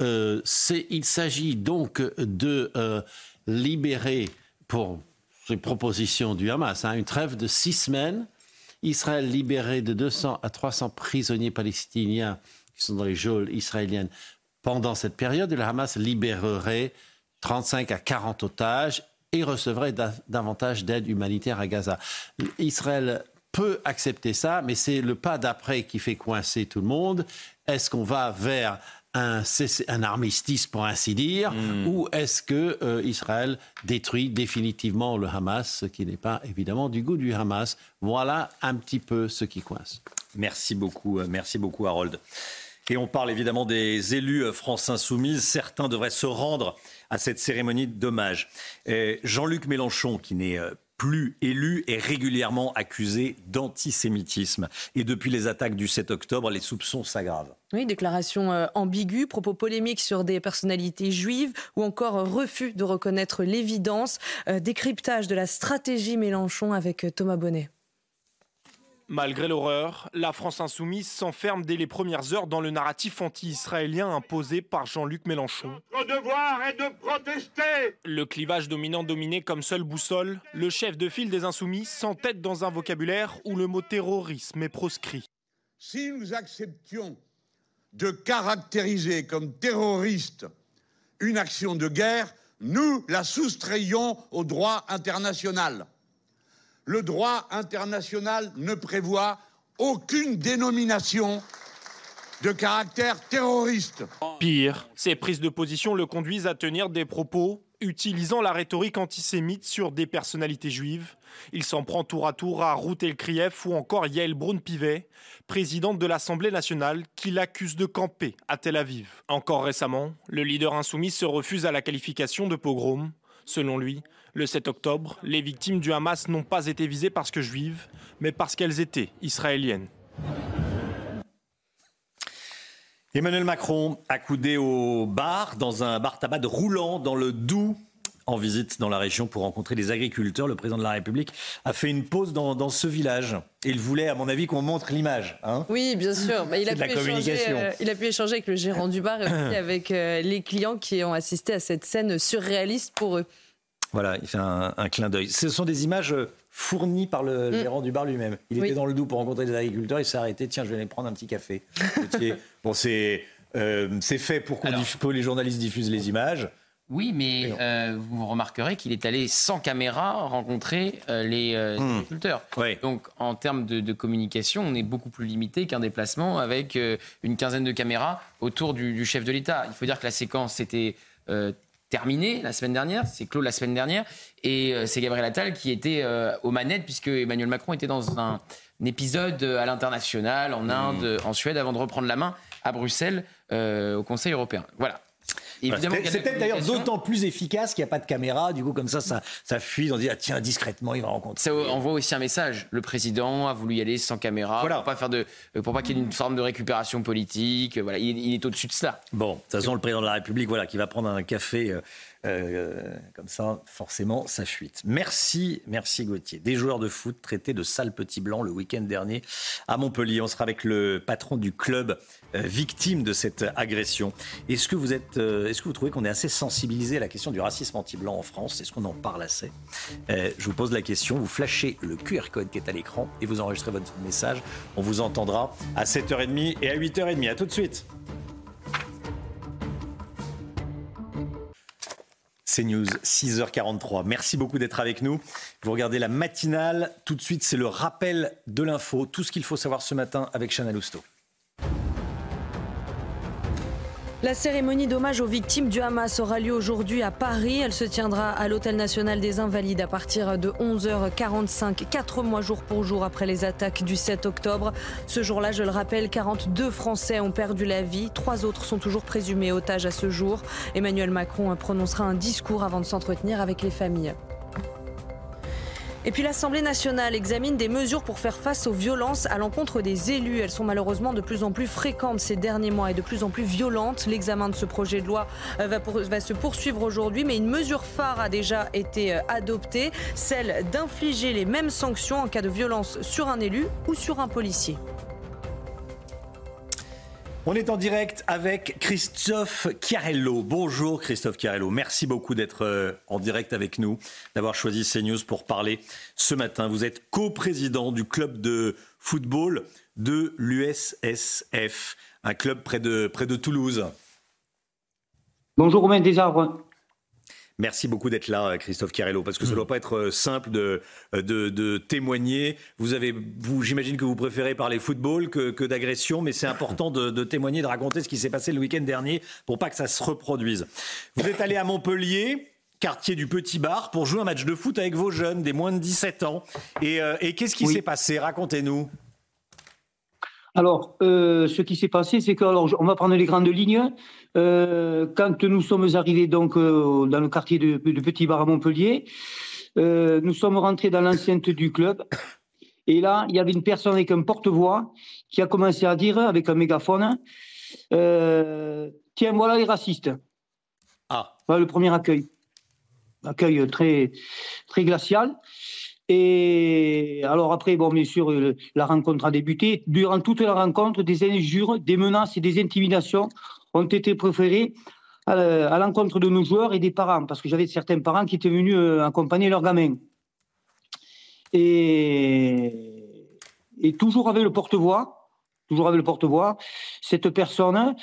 Il s'agit donc de libérer, pour ces propositions du Hamas, une trêve de 6 semaines. Israël libéré de 200 à 300 prisonniers palestiniens qui sont dans les geôles israéliennes pendant cette période. Et le Hamas libérerait 35 à 40 otages et recevrait davantage d'aide humanitaire à Gaza. Israël peut accepter ça, mais c'est le pas d'après qui fait coincer tout le monde. Est-ce qu'on va vers un armistice, pour ainsi dire, ou est-ce que Israël détruit définitivement le Hamas, ce qui n'est pas évidemment du goût du Hamas? Voilà un petit peu ce qui coince. Merci beaucoup Harold. Et on parle évidemment des élus France Insoumise. Certains devraient se rendre à cette cérémonie d'hommage. Jean-Luc Mélenchon, qui n'est plus élu, est régulièrement accusé d'antisémitisme. Et depuis les attaques du 7 octobre, les soupçons s'aggravent. Oui, déclarations ambiguës, propos polémiques sur des personnalités juives ou encore refus de reconnaître l'évidence. Décryptage de la stratégie Mélenchon avec Thomas Bonnet. Malgré l'horreur, la France Insoumise s'enferme dès les premières heures dans le narratif anti-israélien imposé par Jean-Luc Mélenchon. Notre devoir est de protester. Le clivage dominé comme seule boussole, le chef de file des Insoumis s'entête dans un vocabulaire où le mot terrorisme est proscrit. Si nous acceptions de caractériser comme terroriste une action de guerre, nous la soustrayons au droit international. Le droit international ne prévoit aucune dénomination de caractère terroriste. Pire, ces prises de position le conduisent à tenir des propos utilisant la rhétorique antisémite sur des personnalités juives. Il s'en prend tour à tour à Ruth Elkrief ou encore Yael Braun-Pivet, présidente de l'Assemblée nationale, qui l'accuse de camper à Tel Aviv. Encore récemment, le leader insoumis se refuse à la qualification de pogrom. Selon lui, le 7 octobre, les victimes du Hamas n'ont pas été visées parce que juives, mais parce qu'elles étaient israéliennes. Emmanuel Macron accoudé au bar, dans un bar-tabac roulant dans le Doubs, en visite dans la région pour rencontrer les agriculteurs. Le président de la République a fait une pause dans ce village. Et il voulait, à mon avis, qu'on montre l'image. Oui, bien sûr. Il a pu échanger avec le gérant du bar et aussi avec les clients qui ont assisté à cette scène surréaliste pour eux. Voilà, il fait un clin d'œil. Ce sont des images fournies par le gérant du bar lui-même. Il était dans le Doubs pour rencontrer les agriculteurs. Il s'est arrêté. Tiens, je vais aller prendre un petit café. Bon, c'est fait pour que les journalistes diffusent les images. Oui, mais vous remarquerez qu'il est allé sans caméra rencontrer les agriculteurs. Oui. Donc, en termes de communication, on est beaucoup plus limité qu'un déplacement avec une quinzaine de caméras autour du chef de l'État. Il faut dire que la séquence était terminée la semaine dernière, c'est clos la semaine dernière, et c'est Gabriel Attal qui était aux manettes, puisque Emmanuel Macron était dans un épisode à l'international, en Inde, en Suède, avant de reprendre la main à Bruxelles au Conseil européen. Voilà. Évidemment, c'est peut-être d'ailleurs d'autant plus efficace qu'il n'y a pas de caméra. Du coup, comme ça fuit. On dit tiens, discrètement, il va rencontrer. Ça envoie aussi un message. Le président a voulu y aller sans caméra pour pas qu'il y ait une forme de récupération politique. Voilà, il est au-dessus de cela. Bon, de toute façon, le président de la République, qui va prendre un café comme ça, forcément, ça fuite. Merci Gauthier. Des joueurs de foot traités de sales petits blancs le week-end dernier à Montpellier. On sera avec le patron du club victime de cette agression. Est-ce que vous trouvez qu'on est assez sensibilisé à la question du racisme anti-blanc en France ? Est-ce qu'on en parle assez ? Je vous pose la question. Vous flashez le QR code qui est à l'écran et vous enregistrez votre message. On vous entendra à 7h30 et à 8h30. À tout de suite. CNews, 6h43. Merci beaucoup d'être avec nous. Vous regardez la matinale. Tout de suite, c'est le rappel de l'info. Tout ce qu'il faut savoir ce matin avec Chana Lousteau. La cérémonie d'hommage aux victimes du Hamas aura lieu aujourd'hui à Paris. Elle se tiendra à l'Hôtel National des Invalides à partir de 11h45, 4 mois jour pour jour après les attaques du 7 octobre. Ce jour-là, je le rappelle, 42 Français ont perdu la vie. 3 autres sont toujours présumés otages à ce jour. Emmanuel Macron prononcera un discours avant de s'entretenir avec les familles. Et puis l'Assemblée nationale examine des mesures pour faire face aux violences à l'encontre des élus. Elles sont malheureusement de plus en plus fréquentes ces derniers mois et de plus en plus violentes. L'examen de ce projet de loi va se poursuivre aujourd'hui, mais une mesure phare a déjà été adoptée, celle d'infliger les mêmes sanctions en cas de violence sur un élu ou sur un policier. On est en direct avec Christophe Chiarello. Bonjour Christophe Chiarello, merci beaucoup d'être en direct avec nous, d'avoir choisi CNews pour parler ce matin. Vous êtes coprésident du club de football de l'USSF, un club près de Toulouse. Bonjour Romain Desarbres. Merci beaucoup d'être là, Christophe Chiarello, parce que ça ne doit pas être simple de témoigner. J'imagine que vous préférez parler football que d'agression, mais c'est important de témoigner, de raconter ce qui s'est passé le week-end dernier pour pas que ça se reproduise. Vous êtes allé à Montpellier, quartier du Petit Bar, pour jouer un match de foot avec vos jeunes, des moins de 17 ans. Et qu'est-ce qui s'est passé ? Racontez-nous. Alors, ce qui s'est passé, c'est on va prendre les grandes lignes. Quand nous sommes arrivés donc dans le quartier de Petit Bar à Montpellier, nous sommes rentrés dans l'enceinte du club. Et là, il y avait une personne avec un porte-voix qui a commencé à dire avec un mégaphone tiens, voilà les racistes. Voilà le premier accueil. Accueil très, très glacial. Et alors après, bien sûr, la rencontre a débuté. Durant toute la rencontre, des injures, des menaces et des intimidations ont été proférées à l'encontre de nos joueurs et des parents, parce que j'avais certains parents qui étaient venus accompagner leurs gamins. Et toujours avec le porte-voix, cette personne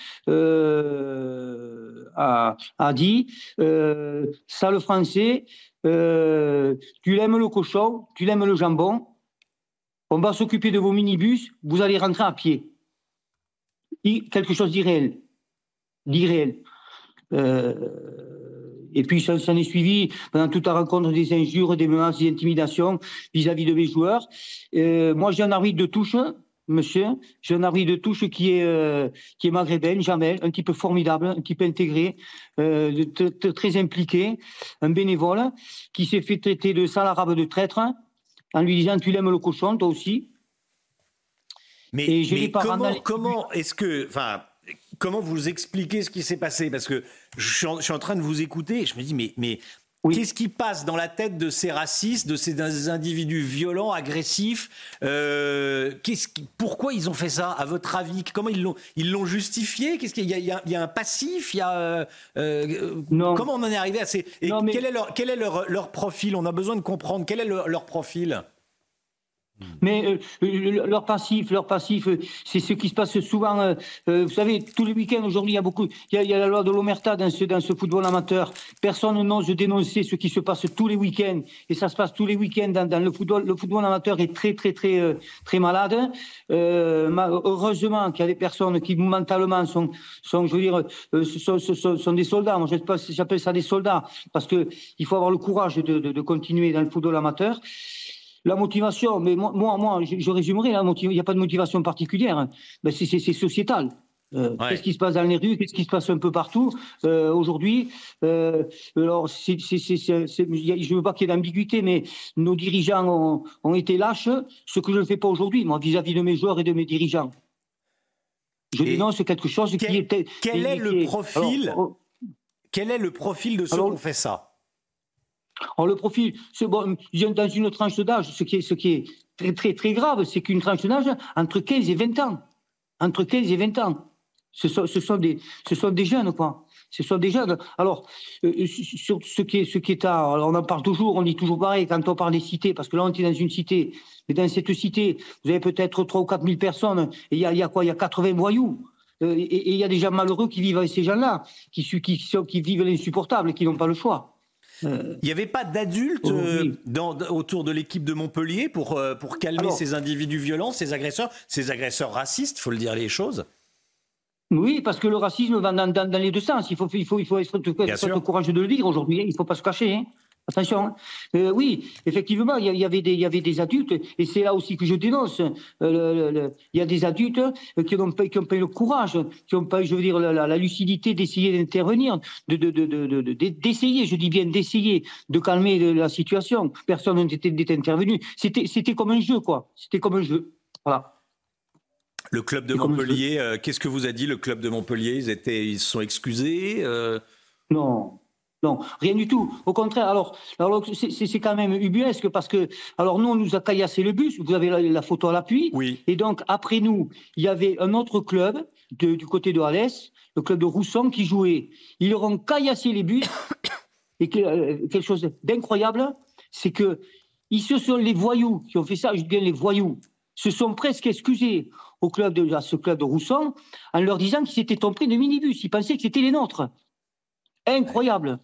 a dit sale français, tu l'aimes le cochon, tu l'aimes le jambon, on va s'occuper de vos minibus, vous allez rentrer à pied. Quelque chose d'irréel. Et puis ça s'en est suivi pendant toute la rencontre des injures, des menaces, des intimidations vis-à-vis de mes joueurs. Moi j'ai un arbitre de touche, monsieur, j'ai un arbitre de touche qui est maghrébin, Jamel, un type formidable, un type intégré, très impliqué, un bénévole, qui s'est fait traiter de sale arabe, de traître, en lui disant tu l'aimes le cochon, toi aussi. Mais comment vous expliquez ce qui s'est passé ? Parce que je suis en train de vous écouter et je me dis mais qu'est-ce qui passe dans la tête de ces racistes, de ces individus violents, agressifs ? Pourquoi ils ont fait ça, à votre avis ? Comment ils l'ont justifié ? Qu'est-ce qu'il y a un passif ? Non. Comment on en est arrivé à ces... Quel est leur profil ? On a besoin de comprendre quel est leur profil. Mais leur passif, c'est ce qui se passe souvent. Vous savez, tous les week-ends aujourd'hui, il y a la loi de l'omerta dans ce football amateur. Personne n'ose dénoncer ce qui se passe tous les week-ends, et ça se passe tous les week-ends dans le football. Le football amateur est très, très, très, très malade. Heureusement qu'il y a des personnes qui mentalement sont des soldats. Moi, j'appelle ça des soldats, parce que il faut avoir le courage de continuer dans le football amateur. La motivation, mais moi, je résumerai, il n'y a pas de motivation particulière. C'est sociétal. Qu'est-ce qui se passe dans les rues, qu'est-ce qui se passe un peu partout aujourd'hui. Alors, je ne veux pas qu'il y ait d'ambiguïté, mais nos dirigeants ont été lâches, ce que je ne fais pas aujourd'hui, moi, vis-à-vis de mes joueurs et de mes dirigeants. Je dénonce quelque chose qui était... Quel est le profil de ceux qui ont fait ça? Alors, le profil, dans une tranche d'âge, ce qui est très, très, très grave, c'est qu'une tranche d'âge entre 15 et 20 ans. Entre 15 et 20 ans. Ce sont des jeunes, quoi. Ce sont des jeunes. Alors, sur ce qui est alors on en parle toujours, on dit toujours pareil quand on parle des cités, parce que là, on est dans une cité. Mais dans cette cité, vous avez peut-être 3 ou 4 000 personnes, et il y a quoi? Il y a 80 voyous. Et il y a des gens malheureux qui vivent avec ces gens-là, qui vivent l'insupportable et qui n'ont pas le choix. Il n'y avait pas d'adultes autour de l'équipe de Montpellier pour calmer ces individus violents, ces agresseurs racistes, il faut le dire les choses. Oui, parce que le racisme va dans les deux sens. Il faut être courageux de le dire aujourd'hui. Il ne faut pas se cacher. Hein. Attention. Oui, effectivement, il y avait des adultes, et c'est là aussi que je dénonce. Il y a des adultes qui n'ont pas eu le courage, qui n'ont pas eu, je veux dire, la lucidité d'essayer d'intervenir, d'essayer, je dis bien d'essayer de calmer la situation. Personne n'était intervenu. C'était comme un jeu, quoi. C'était comme un jeu. Voilà. Le club de Montpellier, qu'est-ce que vous a dit le club de Montpellier? Ils se sont excusés Non, rien du tout. Au contraire, alors c'est quand même ubuesque parce que, alors nous, on nous a caillassé le bus, vous avez la photo à l'appui, oui. Et donc après nous, il y avait un autre club du côté de Alès, le club de Rousson qui jouait. Ils leur ont caillassé les bus, et quelque chose d'incroyable, c'est que ce sont les voyous qui ont fait ça, je dis bien les voyous, se sont presque excusés à ce club de Rousson en leur disant qu'ils s'étaient trompés de minibus. Ils pensaient que c'était les nôtres. Incroyable.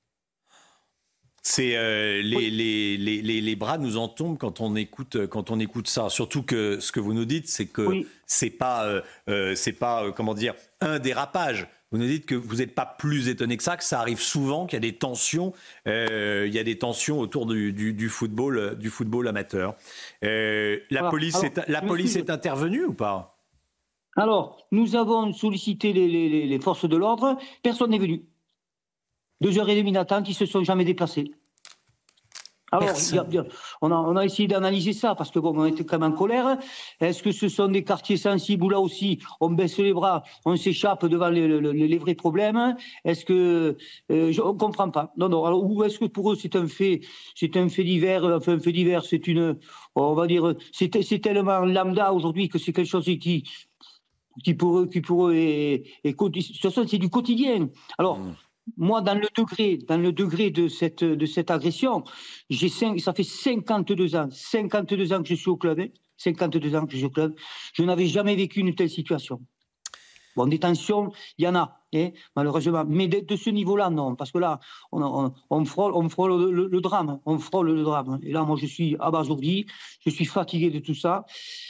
C'est les bras nous en tombent quand on écoute ça. Surtout que ce que vous nous dites, c'est que c'est pas comment dire, un dérapage. Vous nous dites que vous n'êtes pas plus étonné que ça arrive souvent, qu'il y a des tensions, autour du football amateur. La police est intervenue ou pas? Alors, nous avons sollicité les forces de l'ordre, personne n'est venu. 2h30 d'attente, ils ne se sont jamais déplacés. Alors, on a essayé d'analyser ça, parce que on était quand même en colère. Est-ce que ce sont des quartiers sensibles où là aussi, on baisse les bras, on s'échappe devant les vrais problèmes? Est-ce que... on ne comprend pas. Non. Alors, ou est-ce que pour eux, c'est un fait divers, enfin, un fait divers, on va dire, c'est tellement lambda aujourd'hui que c'est quelque chose qui pour eux est... De toute façon, c'est du quotidien. Alors... Moi, dans le degré de cette agression, ça fait 52 ans que je suis au club. 52 ans que je suis au club. Je n'avais jamais vécu une telle situation. Bon, des tensions, il y en a, malheureusement. Mais de ce niveau-là, non. Parce que là, on frôle le drame. On frôle le drame. Et là, moi, je suis abasourdi. Je suis fatigué de tout ça.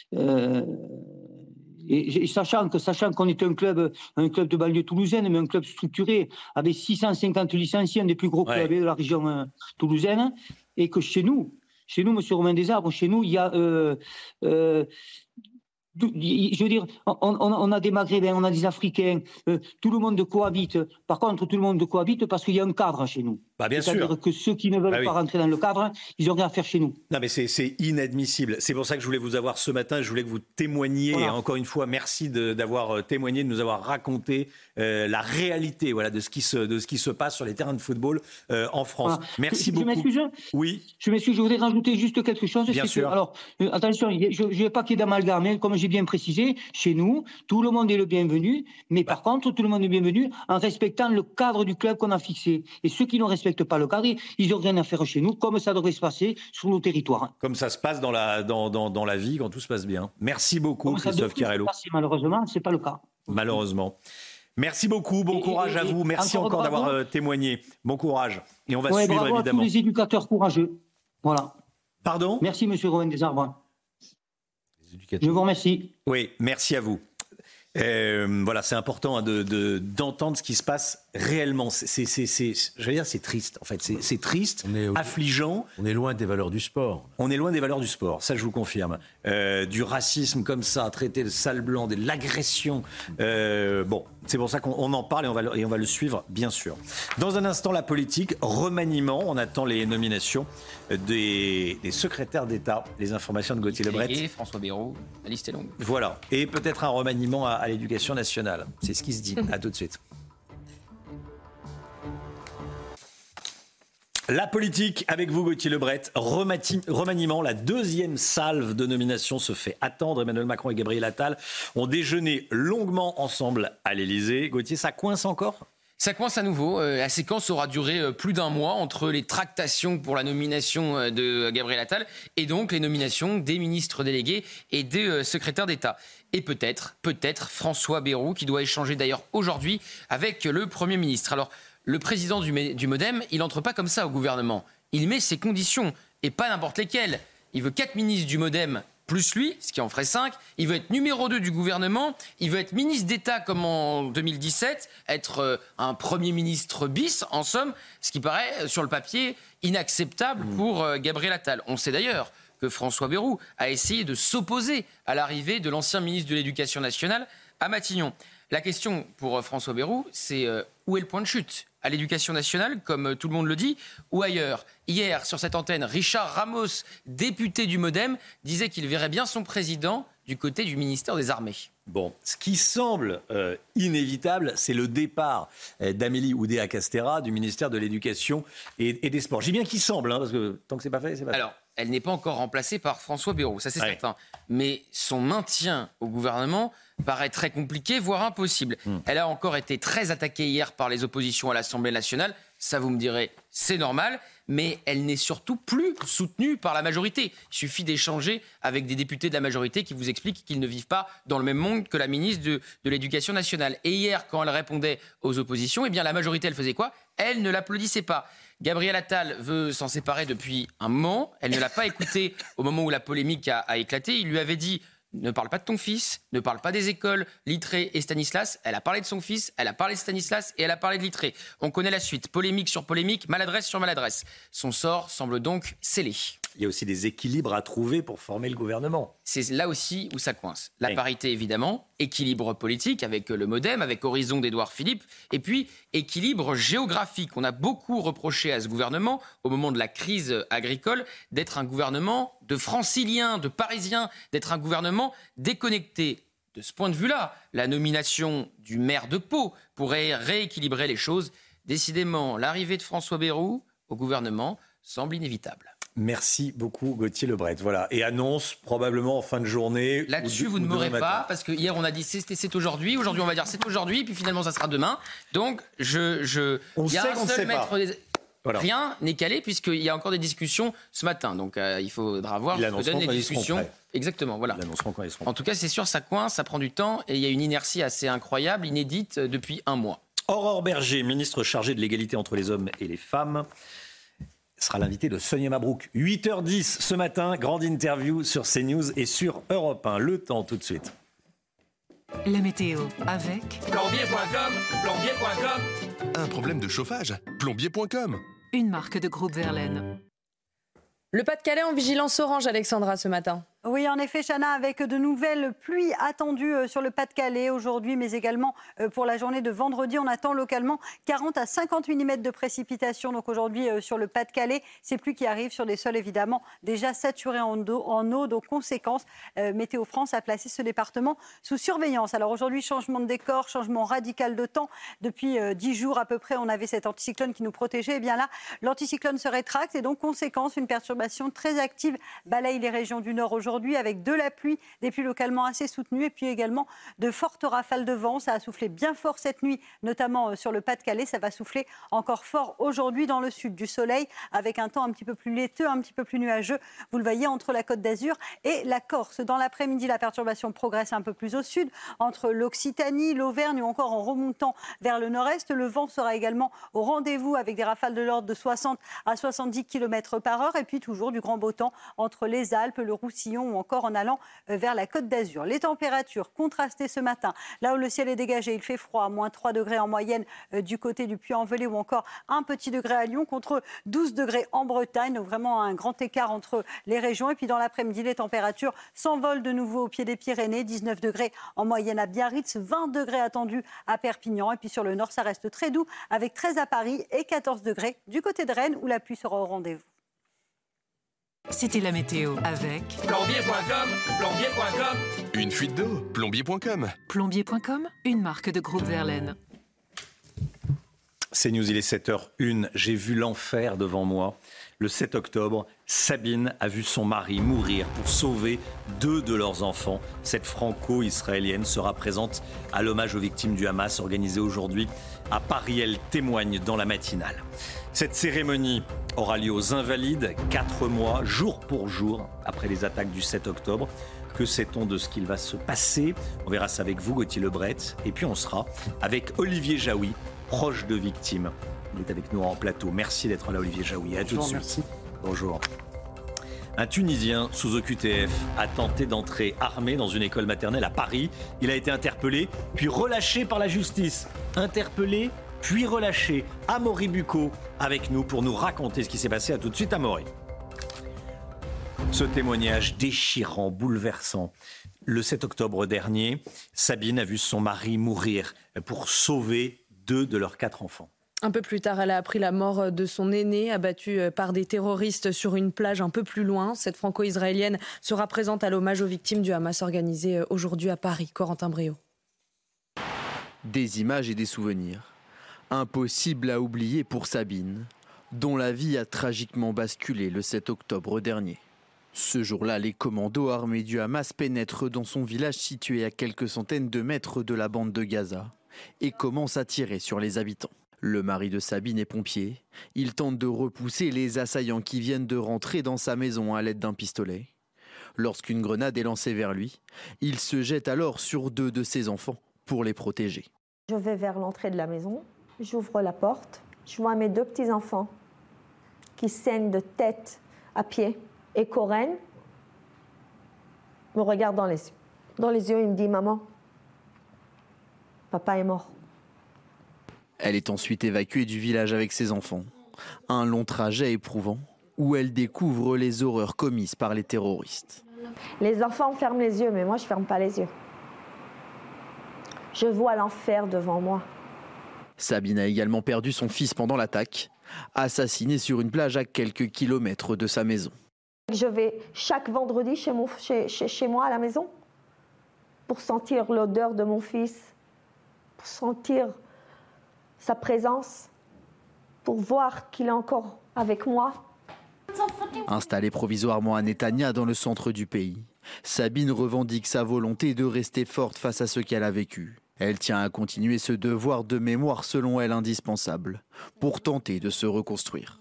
Et sachant qu'on est un club de banlieue toulousaine, mais un club structuré, avec 650 licenciés, un des plus gros clubs de la région toulousaine, et que chez nous, monsieur Romain Desarbres, chez nous, il y a... je veux dire, on a des Maghrébins, on a des Africains, tout le monde cohabite. Par contre, tout le monde cohabite parce qu'il y a un cadre chez nous. Bien sûr. C'est-à-dire que ceux qui ne veulent pas rentrer dans le cadre, ils n'ont rien à faire chez nous. Non, mais c'est inadmissible. C'est pour ça que je voulais vous avoir ce matin. Je voulais que vous témoigniez. Voilà. Et encore une fois, merci d'avoir témoigné, de nous avoir raconté la réalité, de ce qui se passe sur les terrains de football en France. Voilà. Merci beaucoup. Je m'excuse. Oui. Je m'excuse. Je voudrais rajouter juste quelque chose. Bien sûr. Alors, attention, je ne veux pas qu'il y ait d'amalgame. Comme j'ai bien précisé, chez nous, tout le monde est le bienvenu. Mais par contre, tout le monde est bienvenu en respectant le cadre du club qu'on a fixé. Et ceux qui ne respectent pas le cadre, ils n'ont rien à faire chez nous, comme ça devrait se passer sur nos territoires. Comme ça se passe dans la vie, quand tout se passe bien. Merci beaucoup, Christophe Chiarello. Malheureusement, ce n'est pas le cas. Malheureusement. Merci beaucoup, bon courage à vous. Merci encore d'avoir témoigné. Bon courage. Et on va suivre, bravo évidemment. À tous les éducateurs courageux. Voilà. Pardon ? Merci, monsieur Romain Desarbres. Je vous remercie. Oui, merci à vous. Voilà, c'est important d'entendre ce qui se passe réellement. Je veux dire, c'est triste. En fait, c'est triste, affligeant. On est loin des valeurs du sport. On est loin des valeurs du sport, ça je vous confirme. Du racisme comme ça, traiter de sale blanc, de l'agression. Bon, c'est pour ça qu'on en parle et on va le suivre, bien sûr. Dans un instant, la politique, remaniement. On attend les nominations des secrétaires d'État. Les informations de Gauthier Lebret. François Bayrou, la liste est longue. Voilà. Et peut-être un remaniement à l'éducation nationale. C'est ce qui se dit. À tout de suite. La politique, avec vous Gauthier Lebret, remaniement, la deuxième salve de nomination se fait attendre. Emmanuel Macron et Gabriel Attal ont déjeuné longuement ensemble à l'Élysée. Gauthier, ça coince encore ? Ça coince à nouveau. La séquence aura duré plus d'un mois entre les tractations pour la nomination de Gabriel Attal et donc les nominations des ministres délégués et des secrétaires d'État. Et peut-être François Bayrou qui doit échanger d'ailleurs aujourd'hui avec le Premier ministre. Alors, le président du MoDem, il n'entre pas comme ça au gouvernement. Il met ses conditions, et pas n'importe lesquelles. Il veut 4 ministres du MoDem plus lui, ce qui en ferait 5. Il veut être numéro 2 du gouvernement. Il veut être ministre d'État comme en 2017, être un Premier ministre bis, en somme, ce qui paraît, sur le papier, inacceptable pour Gabriel Attal. On sait d'ailleurs que François Bayrou a essayé de s'opposer à l'arrivée de l'ancien ministre de l'Éducation nationale à Matignon. La question pour François Bayrou, c'est où est le point de chute ? À l'Éducation nationale, comme tout le monde le dit, ou ailleurs. Hier, sur cette antenne, Richard Ramos, député du MoDem, disait qu'il verrait bien son président du côté du ministère des Armées. Bon, ce qui semble inévitable, c'est le départ d'Amélie Oudéa-Castéra du ministère de l'Éducation et des Sports. J'ai bien qu'il semble, parce que tant que c'est pas fait, c'est pas fait. Alors, elle n'est pas encore remplacée par François Bayrou, ça c'est certain. Mais son maintien au gouvernement paraît très compliqué, voire impossible. Elle a encore été très attaquée hier par les oppositions à l'Assemblée nationale. Ça, vous me direz, c'est normal. Mais elle n'est surtout plus soutenue par la majorité. Il suffit d'échanger avec des députés de la majorité qui vous expliquent qu'ils ne vivent pas dans le même monde que la ministre de l'Éducation nationale. Et hier, quand elle répondait aux oppositions, eh bien la majorité, elle faisait quoi ? Elle ne l'applaudissait pas. Gabriel Attal veut s'en séparer depuis un moment. Elle ne l'a pas écouté au moment où la polémique a éclaté. Il lui avait dit « Ne parle pas de ton fils, ne parle pas des écoles, Littré et Stanislas ». Elle a parlé de son fils, elle a parlé de Stanislas et elle a parlé de Littré. On connaît la suite. Polémique sur polémique, maladresse sur maladresse. Son sort semble donc scellé. Il y a aussi des équilibres à trouver pour former le gouvernement. C'est là aussi où ça coince. La parité, évidemment, équilibre politique avec le MoDem, avec Horizon d'Édouard Philippe, et puis équilibre géographique. On a beaucoup reproché à ce gouvernement, au moment de la crise agricole, d'être un gouvernement de franciliens, de parisiens, d'être un gouvernement déconnecté. De ce point de vue-là, la nomination du maire de Pau pourrait rééquilibrer les choses. Décidément, l'arrivée de François Bayrou au gouvernement semble inévitable. Merci beaucoup Gauthier Lebret. Voilà. Et annonce probablement en fin de journée. Là-dessus, vous ne m'aurez pas, parce que hier on a dit c'est aujourd'hui. Aujourd'hui, on va dire c'est aujourd'hui, puis finalement ça sera demain. Donc, on sait qu'on ne sait pas. Voilà. Rien n'est calé, puisqu'il y a encore des discussions ce matin. Donc, il faudra voir ce que donnent les discussions. Exactement, voilà. En tout cas, c'est sûr, ça coince, ça prend du temps, et il y a une inertie assez incroyable, inédite depuis un mois. Aurore Berger, ministre chargée de l'égalité entre les hommes et les femmes, sera l'invité de Sonia Mabrouk. 8h10 ce matin, grande interview sur CNews et sur Europe 1. Le temps tout de suite. La météo avec Plombier.com, plombier.com. Un problème de chauffage ? Plombier.com. Une marque de groupe Verlaine. Le Pas-de-Calais en vigilance orange, Alexandra, ce matin. Oui, en effet, Chana, avec de nouvelles pluies attendues sur le Pas-de-Calais aujourd'hui, mais également pour la journée de vendredi. On attend localement 40 à 50 mm de précipitations. Donc aujourd'hui, sur le Pas-de-Calais, ces pluies qui arrivent sur des sols évidemment déjà saturés en eau. Donc conséquence, Météo France a placé ce département sous surveillance. Alors aujourd'hui, changement de décor, changement radical de temps. Depuis 10 jours à peu près, on avait cet anticyclone qui nous protégeait. Et bien là, l'anticyclone se rétracte et donc conséquence, une perturbation très active balaye les régions du nord aujourd'hui, avec de la pluie, des pluies localement assez soutenues et puis également de fortes rafales de vent. Ça a soufflé bien fort cette nuit, notamment sur le Pas-de-Calais. Ça va souffler encore fort aujourd'hui dans le sud. Du soleil avec un temps un petit peu plus laiteux, un petit peu plus nuageux. Vous le voyez entre la Côte d'Azur et la Corse. Dans l'après-midi, la perturbation progresse un peu plus au sud, entre l'Occitanie, l'Auvergne ou encore en remontant vers le nord-est. Le vent sera également au rendez-vous avec des rafales de l'ordre de 60 à 70 km/h et puis toujours du grand beau temps entre les Alpes, le Roussillon région ou encore en allant vers la Côte d'Azur. Les températures contrastées ce matin, là où le ciel est dégagé, il fait froid, moins 3 degrés en moyenne du côté du Puy-en-Velay ou encore un petit degré à Lyon contre 12 degrés en Bretagne. Donc vraiment un grand écart entre les régions. Et puis dans l'après-midi, les températures s'envolent de nouveau au pied des Pyrénées. 19 degrés en moyenne à Biarritz, 20 degrés attendus à Perpignan. Et puis sur le nord, ça reste très doux avec 13 à Paris et 14 degrés du côté de Rennes où la pluie sera au rendez-vous. C'était la météo avec Plombier.com, plombier.com. Une fuite d'eau, plombier.com. Plombier.com, une marque de groupe Verlaine. CNews, il est 7h01. J'ai vu l'enfer devant moi. Le 7 octobre, Sabine a vu son mari mourir pour sauver 2 de leurs enfants. Cette franco-israélienne sera présente à l'hommage aux victimes du Hamas organisé aujourd'hui à Paris. Elle témoigne dans la matinale. Cette cérémonie aura lieu aux Invalides, 4 mois, jour pour jour, après les attaques du 7 octobre. Que sait-on de ce qu'il va se passer? On verra ça avec vous, Gauthier Lebret. Et puis on sera avec Olivier Jaoui, proche de victimes. Il est avec nous en plateau. Merci d'être là, Olivier Jaoui. À tout de suite. Merci. Bonjour. Un Tunisien sous OQTF a tenté d'entrer armé dans une école maternelle à Paris. Il a été interpellé, puis relâché par la justice. Interpellé, puis relâché. Amaury Bucco avec nous pour nous raconter ce qui s'est passé. À tout de suite, Amaury. Ce témoignage déchirant, bouleversant. Le 7 octobre dernier, Sabine a vu son mari mourir pour sauver 2 de leurs 4 enfants. Un peu plus tard, elle a appris la mort de son aîné, abattu par des terroristes sur une plage un peu plus loin. Cette franco-israélienne sera présente à l'hommage aux victimes du Hamas organisé aujourd'hui à Paris. Corentin Brio. Des images et des souvenirs. Impossible à oublier pour Sabine, dont la vie a tragiquement basculé le 7 octobre dernier. Ce jour-là, les commandos armés du Hamas pénètrent dans son village situé à quelques centaines de mètres de la bande de Gaza et commencent à tirer sur les habitants. Le mari de Sabine est pompier. Il tente de repousser les assaillants qui viennent de rentrer dans sa maison à l'aide d'un pistolet. Lorsqu'une grenade est lancée vers lui, il se jette alors sur 2 de ses enfants pour les protéger. Je vais vers l'entrée de la maison, j'ouvre la porte, je vois mes 2 petits-enfants qui saignent de tête à pied. Et Corinne me regarde dans les yeux, il me dit « Maman, papa est mort ». Elle est ensuite évacuée du village avec ses enfants. Un long trajet éprouvant où elle découvre les horreurs commises par les terroristes. Les enfants ferment les yeux, mais moi je ne ferme pas les yeux. Je vois l'enfer devant moi. Sabine a également perdu son fils pendant l'attaque, assassiné sur une plage à quelques kilomètres de sa maison. Je vais chaque vendredi chez moi à la maison pour sentir l'odeur de mon fils, pour sentir sa présence, pour voir qu'il est encore avec moi. Installée provisoirement à Netanya dans le centre du pays, Sabine revendique sa volonté de rester forte face à ce qu'elle a vécu. Elle tient à continuer ce devoir de mémoire selon elle indispensable pour tenter de se reconstruire.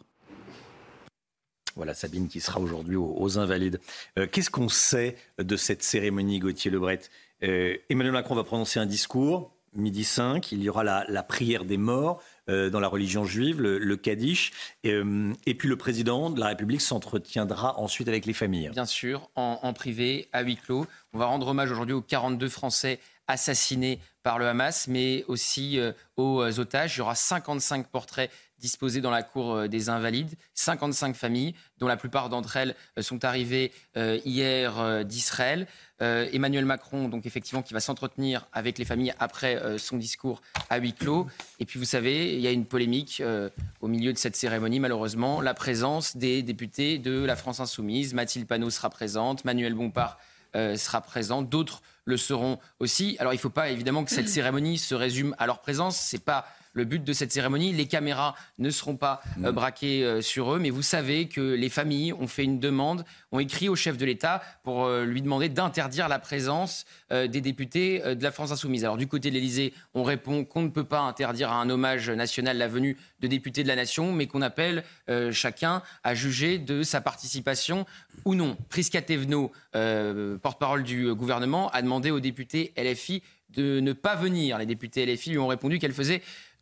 Voilà Sabine qui sera aujourd'hui aux Invalides. Qu'est-ce qu'on sait de cette cérémonie, Gauthier Lebret? Emmanuel Macron va prononcer un discours, 12h05. Il y aura la prière des morts dans la religion juive, le Kaddish. Et puis le président de la République s'entretiendra ensuite avec les familles. Bien sûr, en privé, à huis clos. On va rendre hommage aujourd'hui aux 42 Français assassinés par le Hamas, mais aussi aux otages. Il y aura 55 portraits disposés dans la cour des Invalides, 55 familles, dont la plupart d'entre elles sont arrivées hier d'Israël. Emmanuel Macron, donc effectivement, qui va s'entretenir avec les familles après son discours à huis clos. Et puis, vous savez, il y a une polémique au milieu de cette cérémonie, malheureusement. La présence des députés de la France Insoumise. Mathilde Panot sera présente, Manuel Bompard sera présent, d'autres le seront aussi. Alors, il ne faut pas, évidemment, que cette cérémonie se résume à leur présence. Ce n'est pas le but de cette cérémonie. Les caméras ne seront pas braquées sur eux, mais vous savez que les familles ont fait une demande, ont écrit au chef de l'État pour lui demander d'interdire la présence des députés de la France Insoumise. Alors du côté de l'Élysée, on répond qu'on ne peut pas interdire à un hommage national la venue de députés de la nation, mais qu'on appelle chacun à juger de sa participation ou non. Prisca Thévenot, porte-parole du gouvernement, a demandé aux députés LFI de ne pas venir. Les députés LFI lui ont répondu qu'elle faisait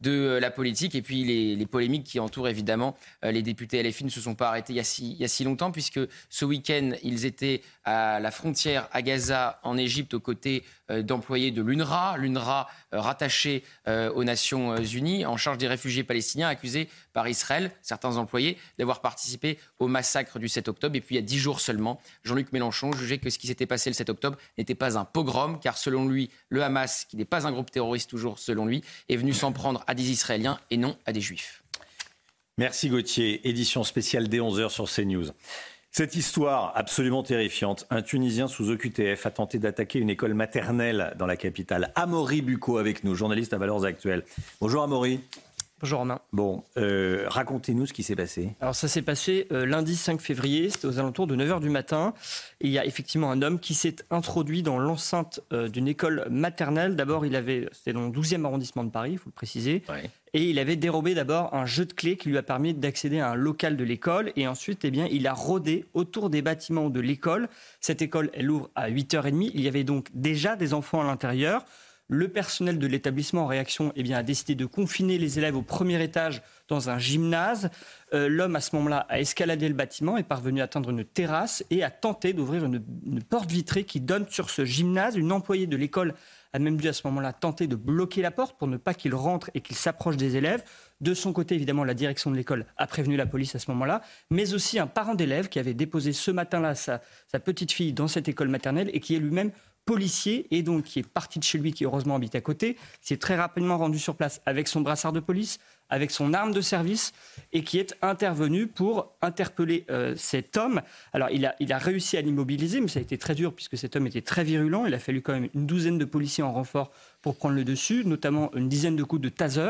de la politique. Et puis les polémiques qui entourent évidemment les députés LFI ne se sont pas arrêtés il y a si longtemps, puisque ce week-end, ils étaient à la frontière à Gaza, en Égypte, aux côtés d'employés de l'UNRWA, rattaché aux Nations Unies, en charge des réfugiés palestiniens, accusés par Israël, certains employés, d'avoir participé au massacre du 7 octobre. Et puis il y a 10 jours seulement, Jean-Luc Mélenchon jugeait que ce qui s'était passé le 7 octobre n'était pas un pogrom, car selon lui, le Hamas, qui n'est pas un groupe terroriste toujours selon lui, est venu s'en prendre à des Israéliens et non à des Juifs. Merci Gauthier, édition spéciale dès 11h sur CNews. Cette histoire absolument terrifiante, un Tunisien sous OQTF a tenté d'attaquer une école maternelle dans la capitale. Amaury Bucco avec nous, journaliste à Valeurs Actuelles. Bonjour Amaury. Bonjour Romain. Bon, racontez-nous ce qui s'est passé. Alors ça s'est passé lundi 5 février, c'était aux alentours de 9h du matin. Et il y a effectivement un homme qui s'est introduit dans l'enceinte d'une école maternelle. D'abord, c'était dans le 12e arrondissement de Paris, il faut le préciser. Ouais. Et il avait dérobé d'abord un jeu de clés qui lui a permis d'accéder à un local de l'école. Et ensuite, il a rôdé autour des bâtiments de l'école. Cette école, elle ouvre à 8h30. Il y avait donc déjà des enfants à l'intérieur. Le personnel de l'établissement en réaction a décidé de confiner les élèves au premier étage dans un gymnase. L'homme, à ce moment-là, a escaladé le bâtiment, est parvenu à atteindre une terrasse et a tenté d'ouvrir une porte vitrée qui donne sur ce gymnase. Une employée de l'école a même dû à ce moment-là tenter de bloquer la porte pour ne pas qu'il rentre et qu'il s'approche des élèves. De son côté, évidemment, la direction de l'école a prévenu la police à ce moment-là, mais aussi un parent d'élève qui avait déposé ce matin-là sa petite fille dans cette école maternelle et qui est lui-même policier et donc qui est parti de chez lui, qui heureusement habite à côté, qui s'est très rapidement rendu sur place avec son brassard de police, avec son arme de service et qui est intervenu pour interpeller cet homme. Alors il a réussi à l'immobiliser, mais ça a été très dur puisque cet homme était très virulent. Il a fallu quand même une douzaine de policiers en renfort pour prendre le dessus, notamment une dizaine de coups de taser.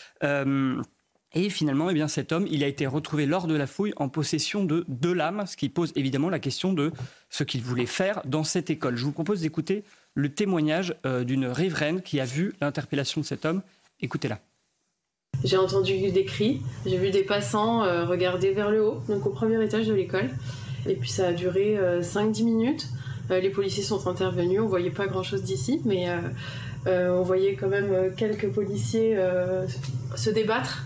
Et finalement, cet homme, il a été retrouvé lors de la fouille en possession de 2 lames, ce qui pose évidemment la question de ce qu'il voulait faire dans cette école. Je vous propose d'écouter le témoignage d'une riveraine qui a vu l'interpellation de cet homme. Écoutez-la. J'ai entendu des cris, j'ai vu des passants regarder vers le haut, donc au premier étage de l'école. Et puis ça a duré 5-10 minutes. Les policiers sont intervenus, on ne voyait pas grand-chose d'ici, mais on voyait quand même quelques policiers se débattre.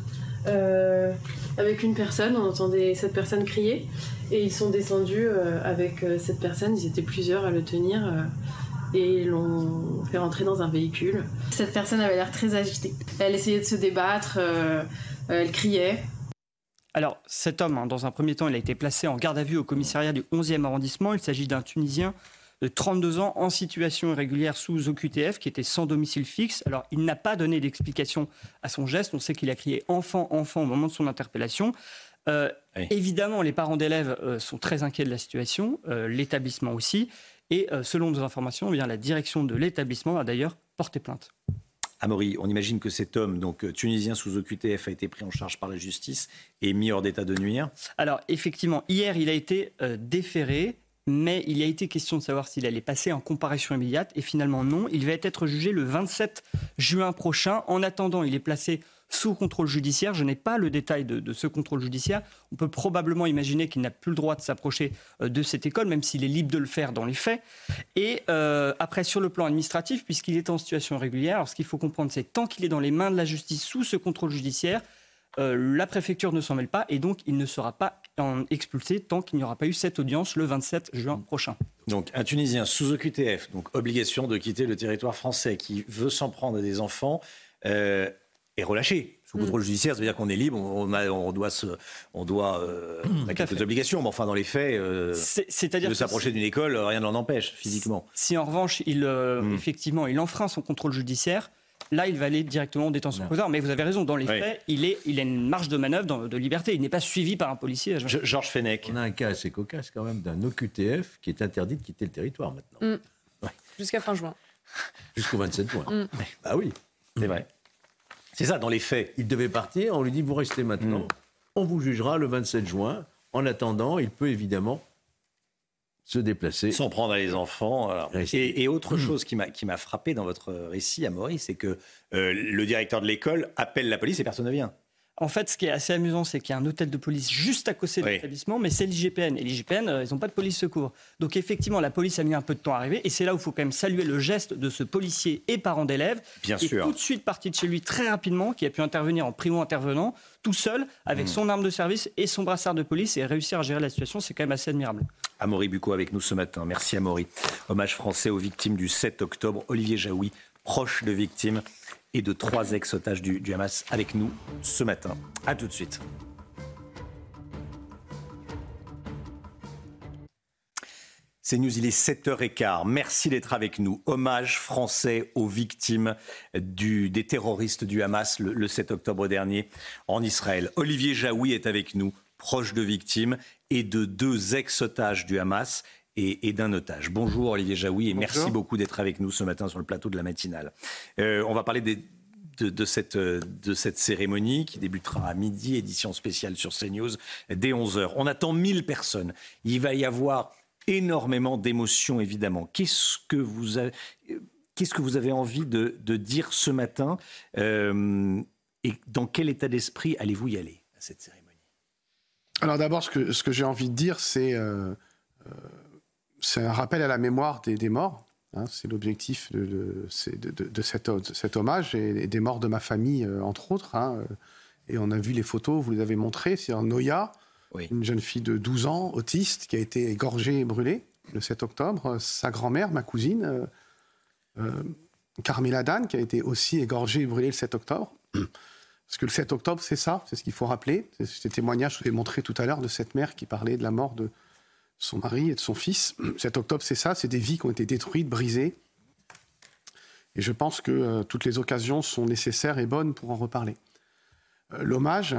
Avec une personne, on entendait cette personne crier et ils sont descendus avec cette personne, ils étaient plusieurs à le tenir et l'ont fait rentrer dans un véhicule. Cette personne avait l'air très agitée, elle essayait de se débattre, elle criait. Alors cet homme, dans un premier temps, il a été placé en garde à vue au commissariat du 11e arrondissement. Il s'agit d'un Tunisien de 32 ans en situation irrégulière sous OQTF qui était sans domicile fixe. Alors, il n'a pas donné d'explication à son geste. On sait qu'il a crié « enfant, enfant » au moment de son interpellation. Oui. Évidemment, les parents d'élèves sont très inquiets de la situation, l'établissement aussi. Et selon nos informations, la direction de l'établissement a d'ailleurs porté plainte. Amaury, on imagine que cet homme, donc tunisien sous OQTF, a été pris en charge par la justice et mis hors d'état de nuire. Alors, effectivement, hier, il a été déféré. Mais il a été question de savoir s'il allait passer en comparution immédiate. Et finalement, non. Il va être jugé le 27 juin prochain. En attendant, il est placé sous contrôle judiciaire. Je n'ai pas le détail de ce contrôle judiciaire. On peut probablement imaginer qu'il n'a plus le droit de s'approcher de cette école, même s'il est libre de le faire dans les faits. Et après, sur le plan administratif, puisqu'il est en situation irrégulière, alors ce qu'il faut comprendre, c'est tant qu'il est dans les mains de la justice sous ce contrôle judiciaire, la préfecture ne s'en mêle pas et donc il ne sera pas expulsé tant qu'il n'y aura pas eu cette audience le 27 juin prochain. Donc un Tunisien sous OQTF, donc obligation de quitter le territoire français, qui veut s'en prendre à des enfants, est relâché. Sous contrôle judiciaire, ça veut dire qu'on est libre, on a quelques obligations, mais enfin dans les faits, c'est-à-dire de s'approcher d'une école, rien ne l'en empêche physiquement. Si en revanche, effectivement, il enfreint son contrôle judiciaire, là, il va aller directement en détention provisoire. Mais vous avez raison, dans les faits, il a une marge de manœuvre de liberté. Il n'est pas suivi par un policier. Georges Fenech. On a un cas assez cocasse quand même d'un OQTF qui est interdit de quitter le territoire maintenant. Jusqu'à fin juin. Jusqu'au 27 juin. Bah oui. C'est vrai. C'est ça, dans les faits. Il devait partir, on lui dit, vous restez maintenant. On vous jugera le 27 juin. En attendant, il peut évidemment se déplacer. S'en prendre à les enfants. Alors. Et autre chose qui m'a frappé dans votre récit, Amaury, c'est que le directeur de l'école appelle la police et personne ne vient. En fait, ce qui est assez amusant, c'est qu'il y a un hôtel de police juste à côté de l'établissement, mais c'est l'IGPN. Et l'IGPN, ils n'ont pas de police secours. Donc effectivement, la police a mis un peu de temps à arriver. Et c'est là où il faut quand même saluer le geste de ce policier et parent d'élève, qui est tout de suite parti de chez lui très rapidement, qui a pu intervenir en primo-intervenant, tout seul, avec son arme de service et son brassard de police, et réussir à gérer la situation. C'est quand même assez admirable. Amaury Bucco avec nous ce matin. Merci Amaury. Hommage français aux victimes du 7 octobre. Olivier Jaoui, proche de victimes et de 3 ex-otages du Hamas avec nous ce matin. A tout de suite. C'est News, il est 7h15. Merci d'être avec nous. Hommage français aux victimes des terroristes du Hamas le 7 octobre dernier en Israël. Olivier Jaoui est avec nous, proche de victimes et de 2 ex-otages du Hamas et d'un otage. Bonjour Olivier Jaoui et merci beaucoup d'être avec nous ce matin sur le plateau de la matinale. On va parler de cette cérémonie qui débutera à midi, édition spéciale sur CNews dès 11h. On attend 1000 personnes. Il va y avoir énormément d'émotions évidemment. Qu'est-ce que vous avez envie de dire ce matin et dans quel état d'esprit allez-vous y aller à cette cérémonie? Alors d'abord, ce que j'ai envie de dire, c'est un rappel à la mémoire des morts. Hein, c'est l'objectif de cet hommage et des morts de ma famille, entre autres. Hein, et on a vu les photos, vous les avez montrées. C'est Noya, une jeune fille de 12 ans, autiste, qui a été égorgée et brûlée le 7 octobre. Sa grand-mère, ma cousine, Carmela Dan, qui a été aussi égorgée et brûlée le 7 octobre. Parce que le 7 octobre, c'est ça, c'est ce qu'il faut rappeler. C'est ce témoignage que je vous ai montré tout à l'heure de cette mère qui parlait de la mort de son mari et de son fils. 7 octobre, c'est ça, c'est des vies qui ont été détruites, brisées. Et je pense que toutes les occasions sont nécessaires et bonnes pour en reparler. L'hommage,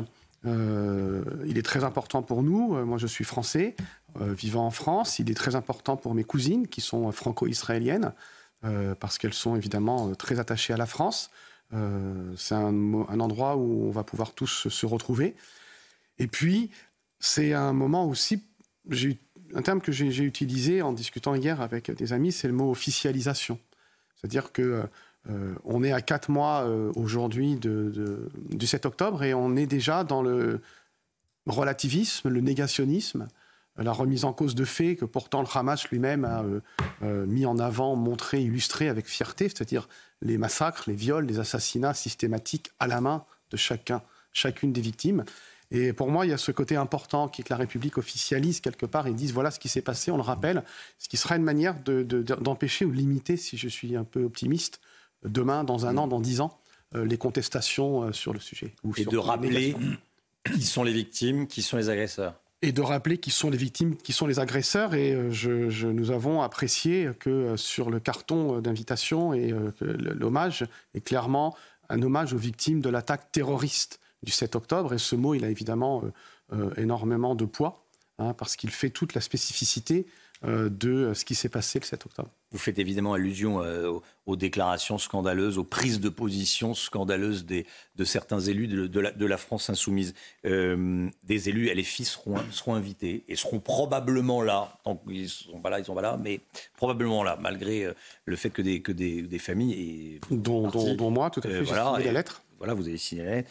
il est très important pour nous. Moi, je suis français, vivant en France. Il est très important pour mes cousines, qui sont franco-israéliennes, parce qu'elles sont évidemment très attachées à la France. C'est un endroit où on va pouvoir tous se retrouver. Et puis, c'est un moment aussi... Un terme que j'ai utilisé en discutant hier avec des amis, c'est le mot officialisation. C'est-à-dire qu'on est à 4 mois aujourd'hui du 7 octobre et on est déjà dans le relativisme, le négationnisme, la remise en cause de faits que pourtant le Hamas lui-même a mis en avant, montré, illustré avec fierté, c'est-à-dire les massacres, les viols, les assassinats systématiques à la main de chacune des victimes. Et pour moi, il y a ce côté important qui est que la République officialise quelque part et dise voilà ce qui s'est passé, on le rappelle, ce qui sera une manière d'empêcher ou de limiter, si je suis un peu optimiste, demain, dans 1 an, dans 10 ans, les contestations sur le sujet. Et de rappeler qui sont les victimes, qui sont les agresseurs. Et de rappeler qui sont les victimes, qui sont les agresseurs. Et nous avons apprécié que sur le carton d'invitation, et l'hommage est clairement un hommage aux victimes de l'attaque terroriste du 7 octobre. Et ce mot, il a évidemment énormément de poids, hein, parce qu'il fait toute la spécificité de ce qui s'est passé le 7 octobre. Vous faites évidemment allusion aux déclarations scandaleuses, aux prises de position scandaleuses de certains élus de la France insoumise. Des élus LFI seront invités et seront probablement là. Donc, ils sont pas là, mais probablement là, malgré le fait que des familles... Dont moi, tout à fait, j'ai signé la lettre. Voilà, vous avez signé la lettre.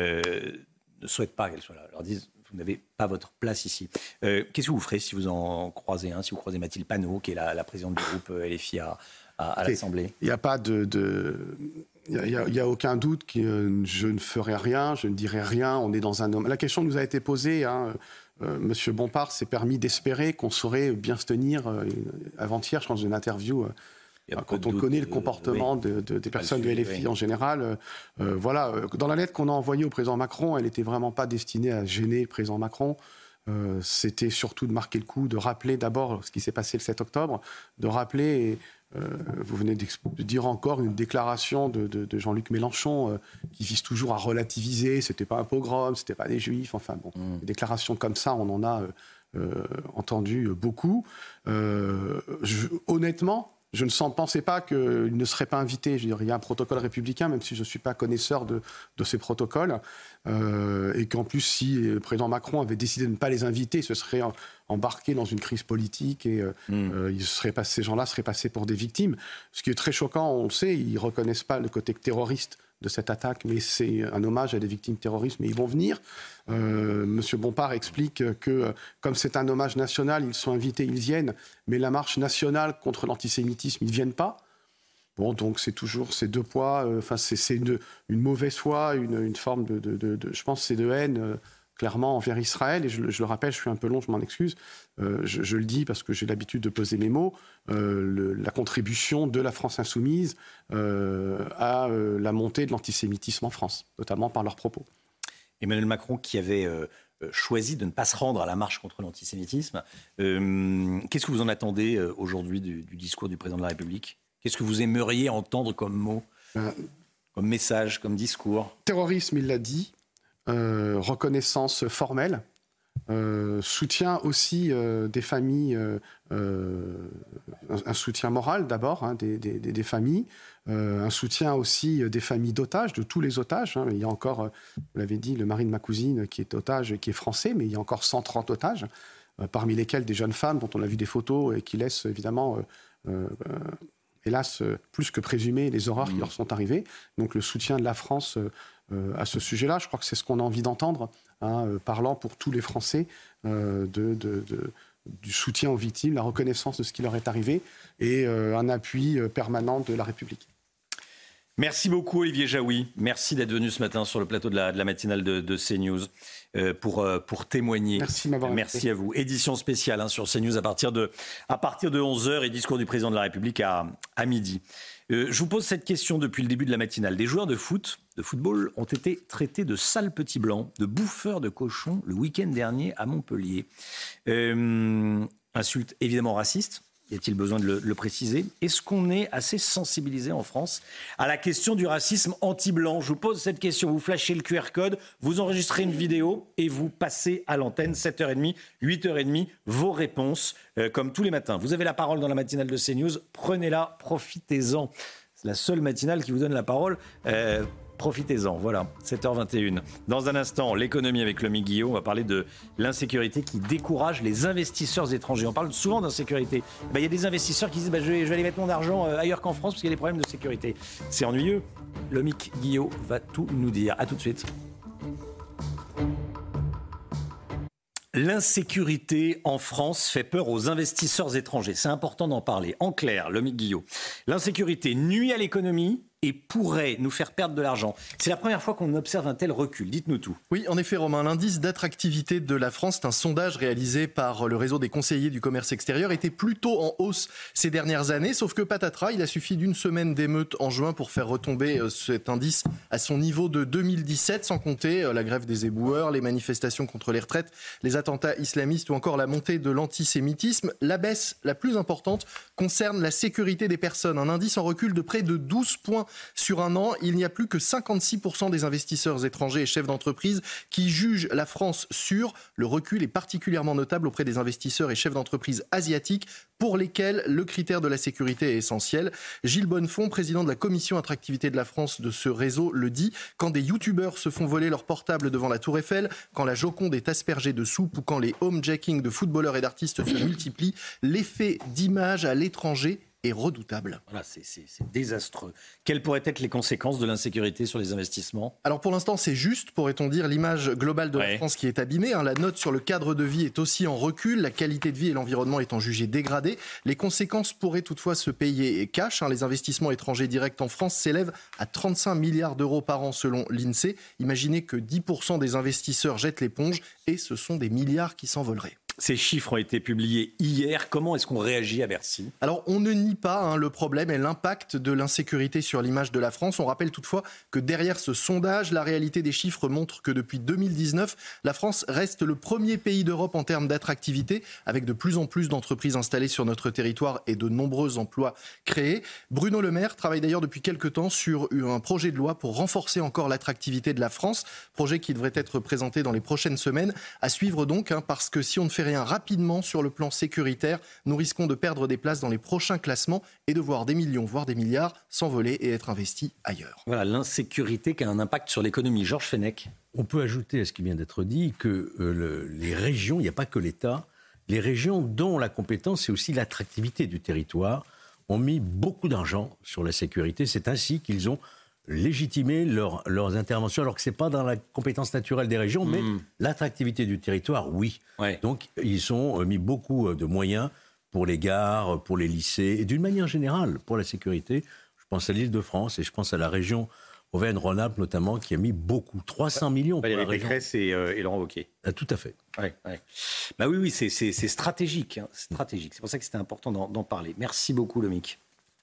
Ne souhaitent pas qu'elle soit là. Leur disent... Vous n'avez pas votre place ici. Qu'est-ce que vous ferez si vous en croisez un, si vous croisez Mathilde Panot, qui est la présidente du groupe LFI à l'Assemblée? Il n'y a pas il y a aucun doute que je ne ferai rien, je ne dirai rien. On est dans un homme. La question nous a été posée. Monsieur Bompard s'est permis d'espérer qu'on saurait bien se tenir. Avant-hier, je pense, d'une interview. Quand on connaît le comportement des personnes de LFI en général, voilà. Dans la lettre qu'on a envoyée au président Macron, elle n'était vraiment pas destinée à gêner le président Macron. C'était surtout de marquer le coup, de rappeler d'abord ce qui s'est passé le 7 octobre, de rappeler, vous venez de dire encore une déclaration de Jean-Luc Mélenchon qui vise toujours à relativiser, c'était pas un pogrom, c'était pas des juifs, enfin bon, des déclarations comme ça, on en a entendu beaucoup. Honnêtement, je ne pensais pas qu'il ne serait pas invité. Je veux dire, il y a un protocole républicain, même si je ne suis pas connaisseur de ces protocoles. Et qu'en plus, si le président Macron avait décidé de ne pas les inviter, il se serait embarqué dans une crise politique et ces gens-là seraient passés pour des victimes. Ce qui est très choquant, on le sait, ils ne reconnaissent pas le côté terroriste de cette attaque, mais c'est un hommage à des victimes terroristes, mais ils vont venir. Monsieur Bompard explique que, comme c'est un hommage national, ils sont invités, ils viennent, mais la marche nationale contre l'antisémitisme, ils ne viennent pas. Bon, donc c'est toujours ces deux poids, c'est une mauvaise foi, une forme je pense, c'est de haine, clairement, envers Israël. Et je le rappelle, je suis un peu long, je m'en excuse. Je le dis parce que j'ai l'habitude de peser mes mots. La contribution de la France insoumise à la montée de l'antisémitisme en France, notamment par leurs propos. Emmanuel Macron qui avait choisi de ne pas se rendre à la marche contre l'antisémitisme. Qu'est-ce que vous en attendez aujourd'hui du discours du président de la République ? Qu'est-ce que vous aimeriez entendre comme mot, comme message, comme discours ? Terrorisme, il l'a dit. Reconnaissance formelle. Soutien aussi des familles, un soutien moral d'abord des familles, un soutien aussi des familles d'otages, de tous les otages. Il y a encore, vous l'avez dit, le mari de ma cousine qui est otage, qui est français, mais il y a encore 130 otages, parmi lesquels des jeunes femmes dont on a vu des photos et qui laissent évidemment... hélas, plus que présumé, les horreurs qui leur sont arrivées. Donc le soutien de la France à ce sujet-là, je crois que c'est ce qu'on a envie d'entendre, parlant pour tous les Français du soutien aux victimes, la reconnaissance de ce qui leur est arrivé et un appui permanent de la République. Merci beaucoup Olivier Jaoui. Merci d'être venu ce matin sur le plateau de la matinale de CNews pour témoigner. Merci de m'avoir invité. Merci à vous. Édition spéciale sur CNews à partir de 11h et discours du président de la République à midi. Je vous pose cette question depuis le début de la matinale. Des joueurs de football ont été traités de sales petits blancs, de bouffeurs de cochons le week-end dernier à Montpellier. Insulte évidemment raciste. Y a-t-il besoin de le préciser ? Est-ce qu'on est assez sensibilisé en France à la question du racisme anti-blanc ? Je vous pose cette question. Vous flashez le QR code, vous enregistrez une vidéo et vous passez à l'antenne, 7h30, 8h30, vos réponses, comme tous les matins. Vous avez la parole dans la matinale de CNews. Prenez-la, profitez-en. C'est la seule matinale qui vous donne la parole. Profitez-en, voilà, 7h21. Dans un instant, l'économie avec Lomi Guillot. On va parler de l'insécurité qui décourage les investisseurs étrangers. On parle souvent d'insécurité. Il y a des investisseurs qui disent je vais aller mettre mon argent ailleurs qu'en France parce qu'il y a des problèmes de sécurité. C'est ennuyeux. Lomi Guillot va tout nous dire. À tout de suite. L'insécurité en France fait peur aux investisseurs étrangers. C'est important d'en parler. En clair, Lomi Guillot, l'insécurité nuit à l'économie et pourrait nous faire perdre de l'argent. C'est la première fois qu'on observe un tel recul. Dites-nous tout. Oui, en effet, Romain, l'indice d'attractivité de la France, c'est un sondage réalisé par le réseau des conseillers du commerce extérieur, était plutôt en hausse ces dernières années, sauf que patatras, il a suffi d'une semaine d'émeutes en juin pour faire retomber cet indice à son niveau de 2017, sans compter la grève des éboueurs, les manifestations contre les retraites, les attentats islamistes ou encore la montée de l'antisémitisme. La baisse la plus importante concerne la sécurité des personnes, un indice en recul de près de 12 points sur un an. Il n'y a plus que 56% des investisseurs étrangers et chefs d'entreprise qui jugent la France sûre. Le recul est particulièrement notable auprès des investisseurs et chefs d'entreprise asiatiques pour lesquels le critère de la sécurité est essentiel. Gilles Bonnefond, président de la commission attractivité de la France de ce réseau, le dit. Quand des youtubeurs se font voler leur portable devant la Tour Eiffel, quand la Joconde est aspergée de soupe ou quand les homejacking de footballeurs et d'artistes se multiplient, l'effet d'image à l'étranger est redoutable. Voilà, c'est désastreux. Quelles pourraient être les conséquences de l'insécurité sur les investissements ? Alors pour l'instant, c'est juste, pourrait-on dire, l'image globale de la France qui est abîmée. La note sur le cadre de vie est aussi en recul, la qualité de vie et l'environnement étant jugés dégradés. Les conséquences pourraient toutefois se payer cash. Les investissements étrangers directs en France s'élèvent à 35 milliards d'euros par an selon l'INSEE. Imaginez que 10% des investisseurs jettent l'éponge et ce sont des milliards qui s'envoleraient. Ces chiffres ont été publiés hier. Comment est-ce qu'on réagit à Bercy ? Alors, on ne nie pas le problème et l'impact de l'insécurité sur l'image de la France. On rappelle toutefois que derrière ce sondage, la réalité des chiffres montre que depuis 2019, la France reste le premier pays d'Europe en termes d'attractivité, avec de plus en plus d'entreprises installées sur notre territoire et de nombreux emplois créés. Bruno Le Maire travaille d'ailleurs depuis quelques temps sur un projet de loi pour renforcer encore l'attractivité de la France, projet qui devrait être présenté dans les prochaines semaines. À suivre donc, parce que si on ne fait rien rapidement sur le plan sécuritaire, nous risquons de perdre des places dans les prochains classements et de voir des millions, voire des milliards s'envoler et être investis ailleurs. Voilà, l'insécurité qui a un impact sur l'économie. Georges Fenech. On peut ajouter à ce qui vient d'être dit que les régions, il n'y a pas que l'État, les régions dont la compétence et aussi l'attractivité du territoire ont mis beaucoup d'argent sur la sécurité. C'est ainsi qu'ils ont légitimer leurs interventions, alors que ce n'est pas dans la compétence naturelle des régions, mais l'attractivité du territoire, oui. Ouais. Donc, ils ont mis beaucoup de moyens pour les gares, pour les lycées, et d'une manière générale, pour la sécurité. Je pense à l'Île-de-France et je pense à la région Auvergne-Rhône-Alpes notamment, qui a mis beaucoup, 300 millions pour la région. Pécresse et Laurent Wauquiez. Ah, tout à fait. Ouais. Bah oui, c'est stratégique. Hein, stratégique. C'est pour ça que c'était important d'en parler. Merci beaucoup, Lomic.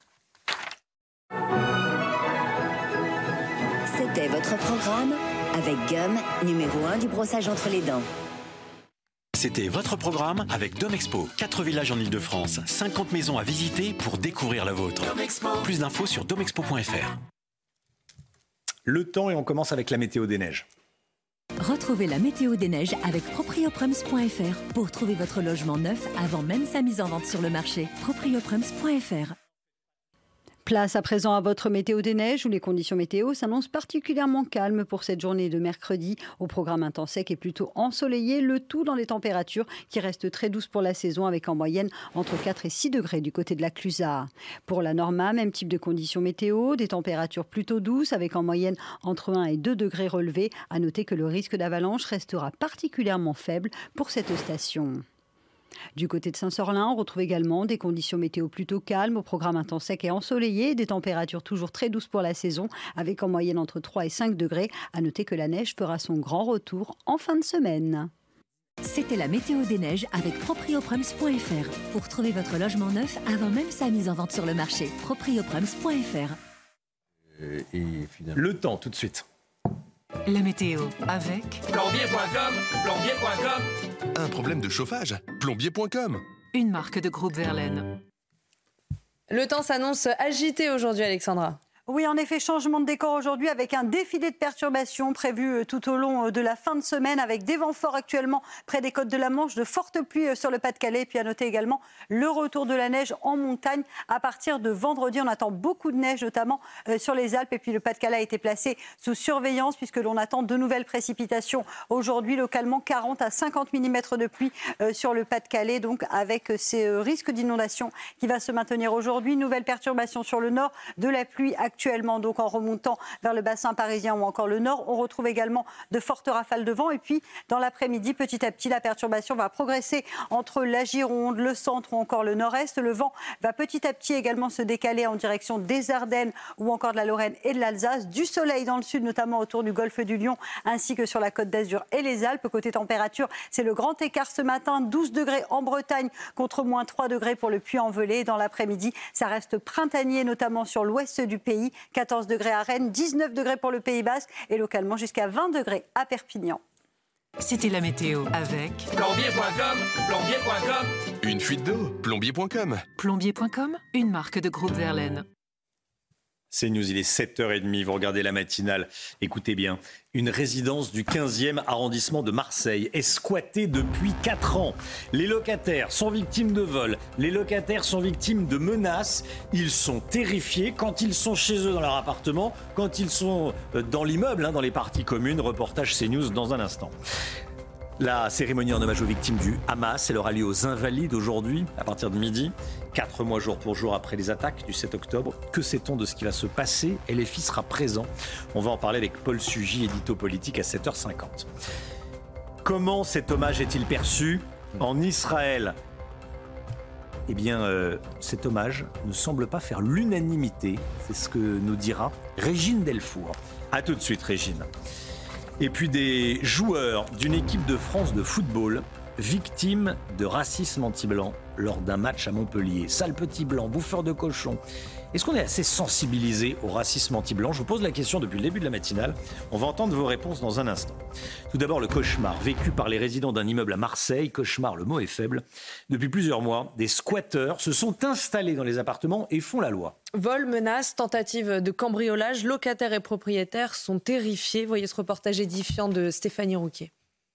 C'était votre programme avec Gum, numéro 1 du brossage entre les dents. C'était votre programme avec Domexpo. 4 villages en Ile-de-France, 50 maisons à visiter pour découvrir la vôtre. Plus d'infos sur domexpo.fr. Le temps et on commence avec la météo des neiges. Retrouvez la météo des neiges avec proprioprems.fr pour trouver votre logement neuf avant même sa mise en vente sur le marché. proprioprems.fr. Place à présent à votre météo des neiges où les conditions météo s'annoncent particulièrement calmes pour cette journée de mercredi. Au programme un temps sec et plutôt ensoleillé, le tout dans les températures qui restent très douces pour la saison avec en moyenne entre 4 et 6 degrés du côté de la Clusaz. Pour la Norma, même type de conditions météo, des températures plutôt douces avec en moyenne entre 1 et 2 degrés relevés. À noter que le risque d'avalanche restera particulièrement faible pour cette station. Du côté de Saint-Sorlin, on retrouve également des conditions météo plutôt calmes, au programme un temps sec et ensoleillé, des températures toujours très douces pour la saison, avec en moyenne entre 3 et 5 degrés. À noter que la neige fera son grand retour en fin de semaine. C'était la météo des neiges avec proprioprems.fr pour trouver votre logement neuf avant même sa mise en vente sur le marché. proprioprems.fr. Le temps tout de suite. La météo avec Plombier.com, plombier.com. Un problème de chauffage? Plombier.com. Une marque de groupe Verlaine. Le temps s'annonce agité aujourd'hui, Alexandra. Oui, en effet, changement de décor aujourd'hui avec un défilé de perturbations prévu tout au long de la fin de semaine avec des vents forts actuellement près des côtes de la Manche, de fortes pluies sur le Pas-de-Calais. Et puis à noter également le retour de la neige en montagne à partir de vendredi. On attend beaucoup de neige, notamment sur les Alpes. Et puis le Pas-de-Calais a été placé sous surveillance puisque l'on attend de nouvelles précipitations aujourd'hui, localement 40 à 50 mm de pluie sur le Pas-de-Calais. Donc avec ces risques d'inondation qui va se maintenir aujourd'hui. Nouvelle perturbation sur le nord, de la pluie actuellement, donc en remontant vers le bassin parisien ou encore le nord. On retrouve également de fortes rafales de vent. Et puis, dans l'après-midi, petit à petit, la perturbation va progresser entre la Gironde, le centre ou encore le nord-est. Le vent va petit à petit également se décaler en direction des Ardennes ou encore de la Lorraine et de l'Alsace. Du soleil dans le sud, notamment autour du golfe du Lion, ainsi que sur la Côte d'Azur et les Alpes. Côté température, c'est le grand écart ce matin. 12 degrés en Bretagne contre moins 3 degrés pour le Puy-en-Velay. Dans l'après-midi, ça reste printanier, notamment sur l'ouest du pays. 14 degrés à Rennes, 19 degrés pour le Pays Basque et localement jusqu'à 20 degrés à Perpignan. C'était la météo avec Plombier.com, plombier.com. Une fuite d'eau? Plombier.com. Plombier.com, une marque de groupe Verlaine. C'est News, il est 7h30, vous regardez la matinale. Écoutez bien, une résidence du 15e arrondissement de Marseille est squattée depuis 4 ans. Les locataires sont victimes de vols, les locataires sont victimes de menaces. Ils sont terrifiés quand ils sont chez eux dans leur appartement, quand ils sont dans l'immeuble, dans les parties communes. Reportage CNews dans un instant. La cérémonie en hommage aux victimes du Hamas, elle aura lieu aux Invalides aujourd'hui, à partir de midi. 4 mois jour pour jour après les attaques du 7 octobre. Que sait-on de ce qui va se passer? LFI sera présent. On va en parler avec Paul Sugy, édito politique à 7h50. Comment cet hommage est-il perçu en Israël? Eh bien, cet hommage ne semble pas faire l'unanimité. C'est ce que nous dira Régine Delfour. A tout de suite, Régine. Et puis des joueurs d'une équipe de France de football victimes de racisme anti-blanc lors d'un match à Montpellier. Sale petit blanc, bouffeur de cochon. Est-ce qu'on est assez sensibilisé au racisme anti-blanc? Je vous pose la question depuis le début de la matinale. On va entendre vos réponses dans un instant. Tout d'abord, le cauchemar vécu par les résidents d'un immeuble à Marseille. Cauchemar, le mot est faible. Depuis plusieurs mois, des squatteurs se sont installés dans les appartements et font la loi. Vol, menaces, tentatives de cambriolage, locataires et propriétaires sont terrifiés. Voyez ce reportage édifiant de Stéphanie Rouquier.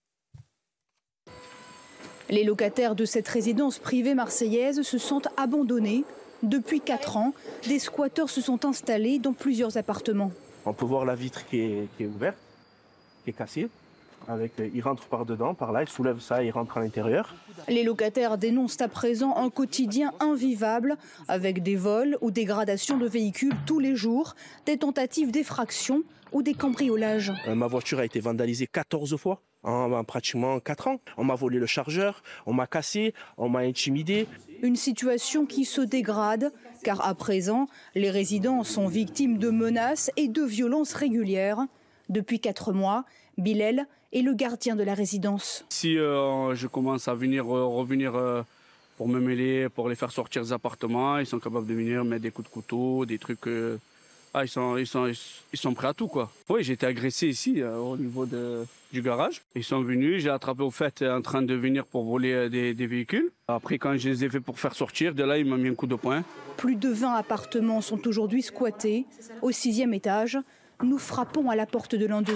Les locataires de cette résidence privée marseillaise se sentent abandonnés. Depuis 4 ans, des squatteurs se sont installés dans plusieurs appartements. On peut voir la vitre qui est ouverte, qui est cassée. Il rentre par dedans, par là, il soulève ça, il rentre à l'intérieur. Les locataires dénoncent à présent un quotidien invivable, avec des vols ou dégradations de véhicules tous les jours, des tentatives d'effraction ou des cambriolages. Ma voiture a été vandalisée 14 fois en pratiquement 4 ans. On m'a volé le chargeur, on m'a cassé, on m'a intimidé. Une situation qui se dégrade, car à présent, les résidents sont victimes de menaces et de violences régulières. Depuis 4 mois, Bilal est le gardien de la résidence. Si je commence à revenir pour me mêler, pour les faire sortir des appartements, ils sont capables de venir mettre des coups de couteau, des trucs... ils sont prêts à tout, quoi. Oui, j'ai été agressé ici, au niveau du garage. Ils sont venus, j'ai attrapé au fait en train de venir pour voler des véhicules. Après, quand je les ai fait pour faire sortir, de là, ils m'ont mis un coup de poing. Plus de 20 appartements sont aujourd'hui squattés. Au 6e étage, nous frappons à la porte de l'un d'eux.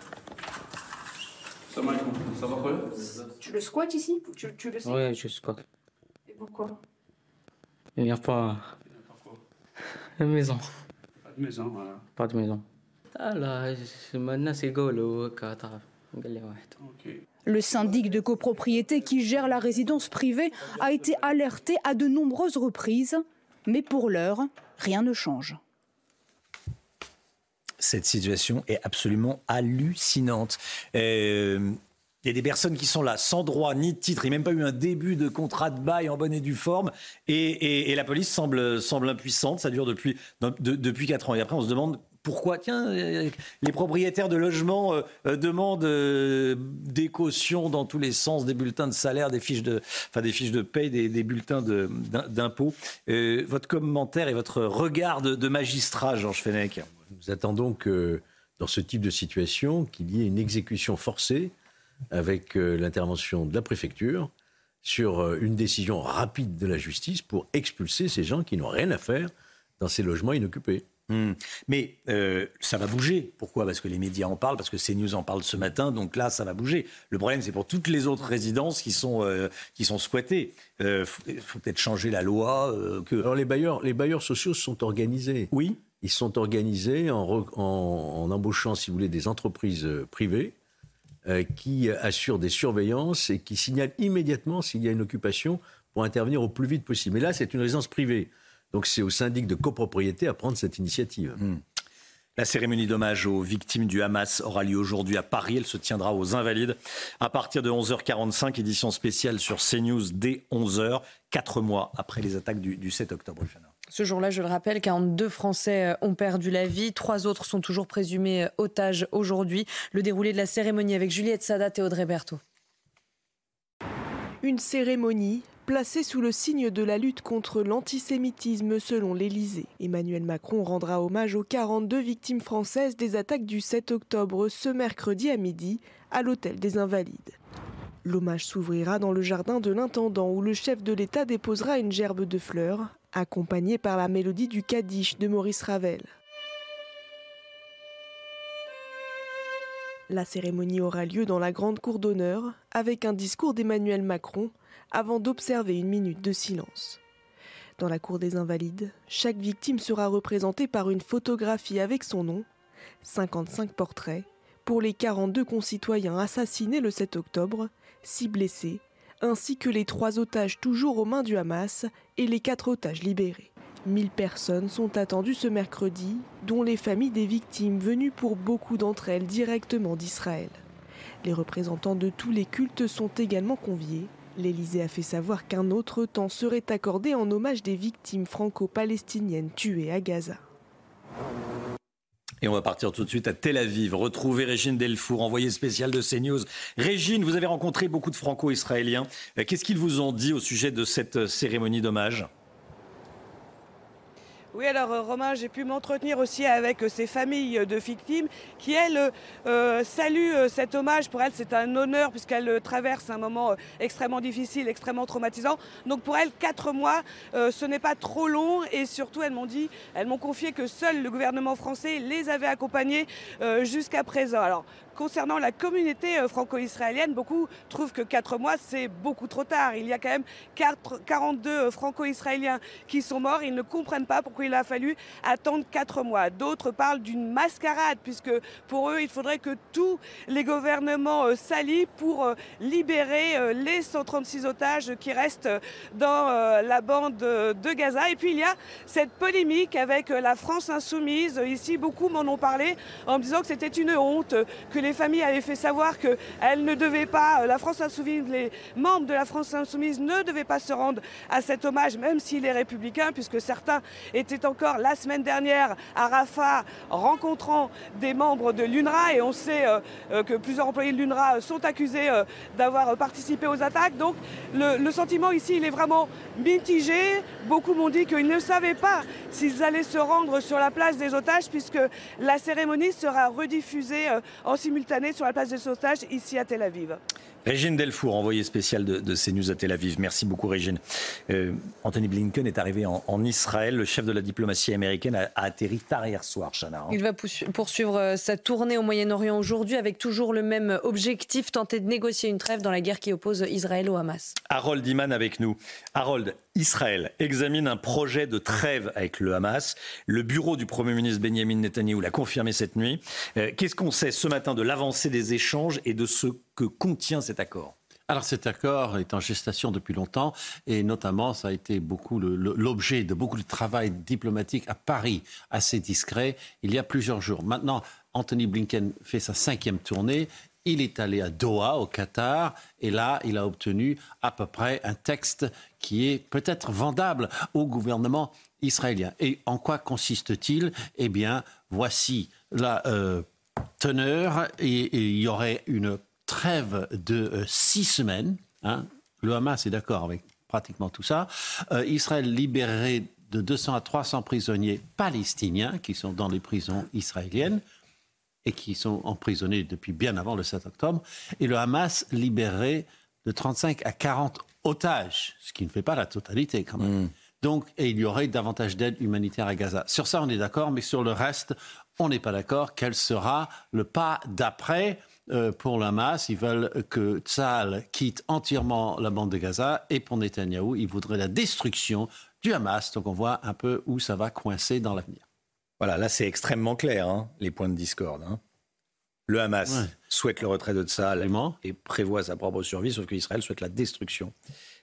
Ça va quoi? Tu le squattes ici? Tu le sais? Oui, je squatte. Et pourquoi? Il n'y a pas de maison. Pas de maison, voilà. Pas de maison. Le syndic de copropriété qui gère la résidence privée a été alerté à de nombreuses reprises, mais pour l'heure, rien ne change. Cette situation est absolument hallucinante. Il y a des personnes qui sont là sans droit ni titre, il n'y a même pas eu un début de contrat de bail en bonne et due forme, et la police semble impuissante. Ça dure depuis 4 ans. Et après, on se demande pourquoi. Tiens, les propriétaires de logements demandent des cautions dans tous les sens, des bulletins de salaire, des fiches de paye, des bulletins d'impôts. Votre commentaire et votre regard de magistrat, Georges Fenech. Nous attendons que, dans ce type de situation, qu'il y ait une exécution forcée avec l'intervention de la préfecture sur une décision rapide de la justice pour expulser ces gens qui n'ont rien à faire dans ces logements inoccupés. Mais ça va bouger. Pourquoi ? Parce que les médias en parlent, parce que CNews en parle ce matin, donc là, ça va bouger. Le problème, c'est pour toutes les autres résidences qui sont squattées. Il faut peut-être changer la loi. Alors les bailleurs sociaux sont organisés. Oui. Ils sont organisés en embauchant, si vous voulez, des entreprises privées qui assurent des surveillances et qui signalent immédiatement s'il y a une occupation pour intervenir au plus vite possible. Mais là, c'est une résidence privée. Donc c'est au syndic de copropriété à prendre cette initiative. La cérémonie d'hommage aux victimes du Hamas aura lieu aujourd'hui à Paris. Elle se tiendra aux Invalides à partir de 11h45, édition spéciale sur CNews dès 11h, 4 mois après les attaques du 7 octobre. Ce jour-là, je le rappelle, 42 Français ont perdu la vie. 3 autres sont toujours présumés otages aujourd'hui. Le déroulé de la cérémonie avec Juliette Sadat et Audrey Berthaud. Une cérémonie placée sous le signe de la lutte contre l'antisémitisme selon l'Élysée. Emmanuel Macron rendra hommage aux 42 victimes françaises des attaques du 7 octobre ce mercredi à midi à l'hôtel des Invalides. L'hommage s'ouvrira dans le jardin de l'intendant où le chef de l'État déposera une gerbe de fleurs, accompagnée par la mélodie du Kaddish de Maurice Ravel. La cérémonie aura lieu dans la grande cour d'honneur avec un discours d'Emmanuel Macron avant d'observer une minute de silence. Dans la cour des Invalides, chaque victime sera représentée par une photographie avec son nom, 55 portraits pour les 42 concitoyens assassinés le 7 octobre, 6 blessés, ainsi que les 3 otages toujours aux mains du Hamas et les 4 otages libérés. 1000 personnes sont attendues ce mercredi, dont les familles des victimes venues pour beaucoup d'entre elles directement d'Israël. Les représentants de tous les cultes sont également conviés. L'Élysée a fait savoir qu'un autre temps serait accordé en hommage des victimes franco-palestiniennes tuées à Gaza. Et on va partir tout de suite à Tel Aviv, retrouver Régine Delfour, envoyée spéciale de CNews. Régine, vous avez rencontré beaucoup de franco-israéliens. Qu'est-ce qu'ils vous ont dit au sujet de cette cérémonie d'hommage ? Oui, alors Romain, j'ai pu m'entretenir aussi avec ces familles de victimes qui, elles, saluent cet hommage. Pour elles, c'est un honneur puisqu'elles traversent un moment extrêmement difficile, extrêmement traumatisant. Donc pour elles, 4 mois, ce n'est pas trop long. Et surtout, elles m'ont confié que seul le gouvernement français les avait accompagnés jusqu'à présent. Alors, concernant la communauté franco-israélienne, beaucoup trouvent que 4 mois, c'est beaucoup trop tard. Il y a quand même 42 franco-israéliens qui sont morts. Ils ne comprennent pas pourquoi il a fallu attendre 4 mois. D'autres parlent d'une mascarade, puisque pour eux, il faudrait que tous les gouvernements s'allient pour libérer les 136 otages qui restent dans la bande de Gaza. Et puis il y a cette polémique avec la France insoumise. Ici, beaucoup m'en ont parlé en me disant que c'était une honte, que les familles avaient fait savoir qu'elles ne devaient pas, la France insoumise, les membres de la France insoumise ne devaient pas se rendre à cet hommage, même s'il est républicain, puisque certains étaient encore la semaine dernière à Rafah rencontrant des membres de l'UNRWA, et on sait que plusieurs employés de l'UNRWA sont accusés d'avoir participé aux attaques. Donc le sentiment ici, il est vraiment mitigé. Beaucoup m'ont dit qu'ils ne savaient pas s'ils allaient se rendre sur la place des otages, puisque la cérémonie sera rediffusée en simultané sur la place des otages ici à Tel Aviv. Régine Delfour, envoyée spéciale de CNews à Tel Aviv. Merci beaucoup, Régine. Anthony Blinken est arrivé en Israël. Le chef de la diplomatie américaine a atterri tard hier soir, Chana. Il va poursuivre sa tournée au Moyen-Orient aujourd'hui avec toujours le même objectif, tenter de négocier une trêve dans la guerre qui oppose Israël au Hamas. Harold Iman avec nous. Harold, Israël examine un projet de trêve avec le Hamas. Le bureau du Premier ministre Benjamin Netanyahou l'a confirmé cette nuit. Qu'est-ce qu'on sait ce matin de l'avancée des échanges et de ce que contient cet accord ? Alors cet accord est en gestation depuis longtemps et notamment ça a été beaucoup l'objet de beaucoup de travail diplomatique à Paris, assez discret, il y a plusieurs jours. Maintenant, Anthony Blinken fait sa 5e tournée. Il est allé à Doha, au Qatar, et là, il a obtenu à peu près un texte qui est peut-être vendable au gouvernement israélien. Et en quoi consiste-t-il ? Eh bien, voici la teneur, et il y aurait une trêve de 6 semaines. Le Hamas est d'accord avec pratiquement tout ça. Israël libérerait de 200 à 300 prisonniers palestiniens qui sont dans les prisons israéliennes et qui sont emprisonnés depuis bien avant le 7 octobre. Et le Hamas libérerait de 35 à 40 otages, ce qui ne fait pas la totalité quand même. Donc, et il y aurait davantage d'aide humanitaire à Gaza. Sur ça, on est d'accord, mais sur le reste, on n'est pas d'accord. Quel sera le pas d'après pour le Hamas? Ils veulent que Tsahal quitte entièrement la bande de Gaza, et pour Netanyahou, ils voudraient la destruction du Hamas. Donc on voit un peu où ça va coincer dans l'avenir. Voilà, là c'est extrêmement clair, les points de discorde. Le Hamas souhaite le retrait de Tsahal et prévoit sa propre survie, sauf qu'Israël souhaite la destruction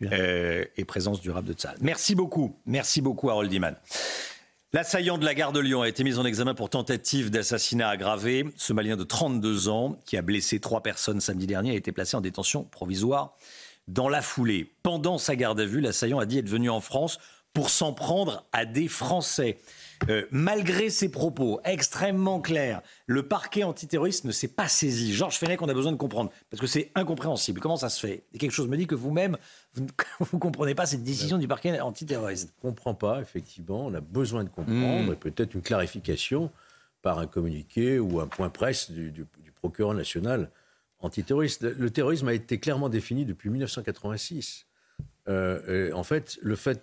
et présence durable de Tsahal. Merci beaucoup Harold Iman. L'assaillant de la gare de Lyon a été mis en examen pour tentative d'assassinat aggravé. Ce Malien de 32 ans, qui a blessé 3 personnes samedi dernier, a été placé en détention provisoire dans la foulée. Pendant sa garde à vue, l'assaillant a dit être venu en France pour s'en prendre à des Français. Malgré ses propos extrêmement clairs, le parquet antiterroriste ne s'est pas saisi. Georges Fenech, on a besoin de comprendre, parce que c'est incompréhensible. Comment ça se fait ? Et quelque chose me dit que vous-même, vous ne comprenez pas cette décision du parquet antiterroriste. On ne comprend pas, effectivement. On a besoin de comprendre, et peut-être une clarification par un communiqué ou un point presse du procureur national antiterroriste. Le terrorisme a été clairement défini depuis 1986. En fait, le fait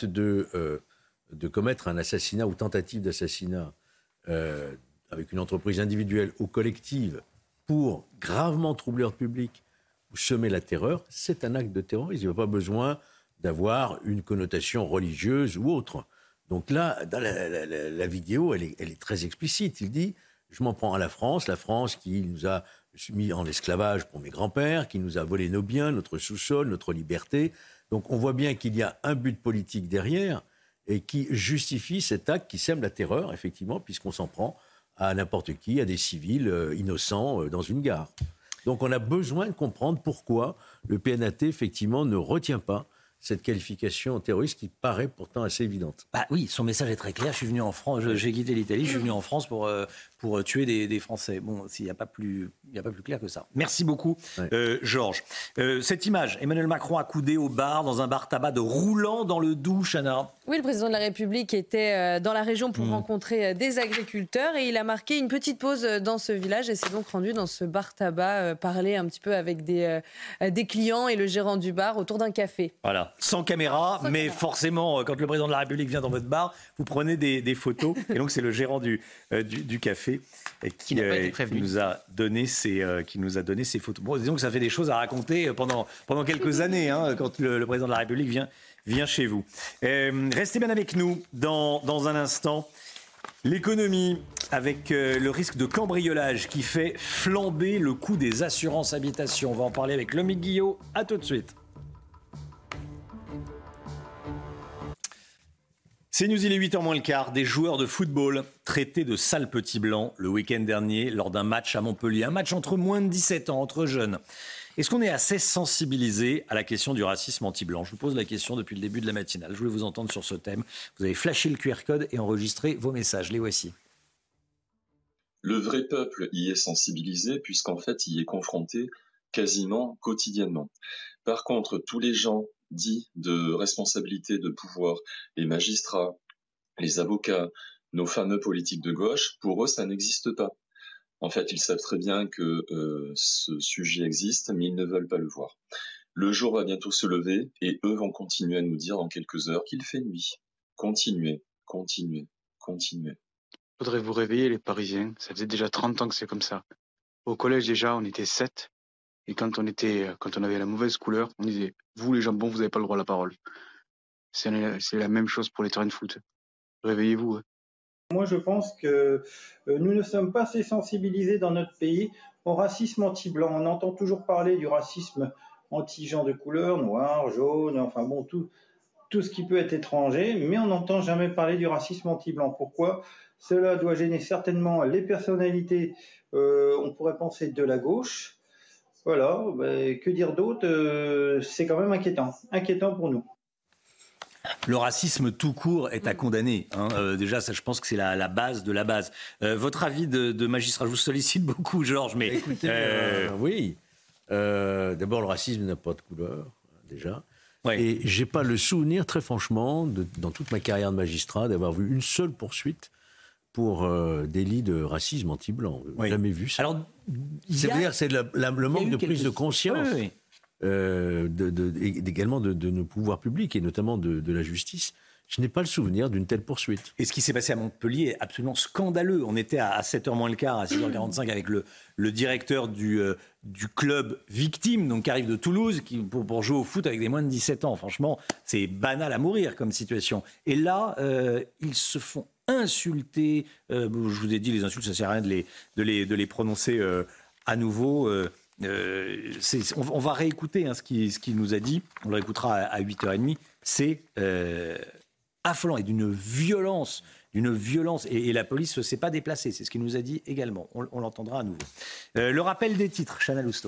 de commettre un assassinat ou tentative d'assassinat avec une entreprise individuelle ou collective pour gravement troubler l'ordre public ou semer la terreur, c'est un acte de terrorisme. Il n'y a pas besoin d'avoir une connotation religieuse ou autre. Donc là, dans la vidéo, elle est très explicite. Il dit « Je m'en prends à la France qui nous a mis en esclavage pour mes grands-pères, qui nous a volé nos biens, notre sous-sol, notre liberté. » Donc on voit bien qu'il y a un but politique derrière et qui justifie cet acte qui sème la terreur, effectivement, puisqu'on s'en prend à n'importe qui, à des civils innocents dans une gare. Donc on a besoin de comprendre pourquoi le PNAT, effectivement, ne retient pas cette qualification terroriste qui paraît pourtant assez évidente. Bah oui, son message est très clair. Je suis venu en France, j'ai quitté l'Italie, je suis venu en France pour tuer des Français. Bon, il n'y a pas plus clair que ça. Merci beaucoup, Georges. Cette image, Emmanuel Macron accoudé au bar, dans un bar tabac de Roulant dans le Doubs, Chana. Oui, le président de la République était dans la région pour rencontrer des agriculteurs et il a marqué une petite pause dans ce village et s'est donc rendu dans ce bar tabac parler un petit peu avec des clients et le gérant du bar autour d'un café. Voilà. Sans caméra, mais forcément, quand le président de la République vient dans votre bar, vous prenez des photos. Et donc, c'est le gérant du café qui nous a donné ces photos. Bon, disons que ça fait des choses à raconter pendant quelques années, quand le président de la République vient chez vous. Restez bien avec nous dans un instant. L'économie, avec le risque de cambriolage qui fait flamber le coût des assurances habitation. On va en parler avec Lomique Guillot. À tout de suite. C'est News, il est 8h moins le quart. Des joueurs de football traités de sales petits blancs le week-end dernier lors d'un match à Montpellier. Un match entre moins de 17 ans, entre jeunes. Est-ce qu'on est assez sensibilisé à la question du racisme anti-blanc ? Je vous pose la question depuis le début de la matinale. Je voulais vous entendre sur ce thème. Vous avez flashé le QR code et enregistré vos messages. Les voici. Le vrai peuple y est sensibilisé puisqu'en fait, il y est confronté quasiment quotidiennement. Par contre, tous les gens dits de responsabilité, de pouvoir, les magistrats, les avocats, nos fameux politiques de gauche, pour eux, ça n'existe pas. En fait, ils savent très bien que ce sujet existe, mais ils ne veulent pas le voir. Le jour va bientôt se lever et eux vont continuer à nous dire dans quelques heures qu'il fait nuit. Continuez, continuez, continuez. Il faudrait vous réveiller les Parisiens, ça faisait déjà 30 ans que c'est comme ça. Au collège déjà, on était 7. Et quand on avait la mauvaise couleur, on disait « Vous les jambons, vous n'avez pas le droit à la parole ». C'est la même chose pour les terrains de foot. Réveillez-vous. Moi, je pense que nous ne sommes pas assez sensibilisés dans notre pays au racisme anti-blanc. On entend toujours parler du racisme anti-gens de couleur, noir, jaune, enfin bon, tout ce qui peut être étranger, mais on n'entend jamais parler du racisme anti-blanc. Pourquoi ? Cela doit gêner certainement les personnalités, on pourrait penser de la gauche. Voilà, que dire d'autre ? C'est quand même inquiétant pour nous. Le racisme tout court est à condamner. Déjà, ça, je pense que c'est la base de la base. Votre avis de magistrat, je vous sollicite beaucoup, Georges. Mais écoutez, oui. D'abord, le racisme n'a pas de couleur, déjà. Ouais. Et j'ai pas le souvenir, très franchement, dans toute ma carrière de magistrat, d'avoir vu une seule poursuite pour délit de racisme anti-blanc. Oui. Jamais vu ça. Alors, c'est-à-dire c'est le manque de prise de conscience. Oui. Également de nos pouvoirs publics et notamment de la justice. Je n'ai pas le souvenir d'une telle poursuite. Et ce qui s'est passé à Montpellier est absolument scandaleux. On était à 7h moins le quart, à 6h45, avec le directeur du club victime, donc qui arrive de Toulouse, pour jouer au foot avec des moins de 17 ans. Franchement, c'est banal à mourir comme situation. Et là, ils se font insulter. Je vous ai dit, les insultes, ça ne sert à rien de les prononcer à nouveau. On va réécouter ce qu'il nous a dit. On le réécoutera à 8h30. C'est affolant et d'une violence. Et la police ne s'est pas déplacée. C'est ce qu'il nous a dit également. On l'entendra à nouveau. Le rappel des titres, Chana Lousteau.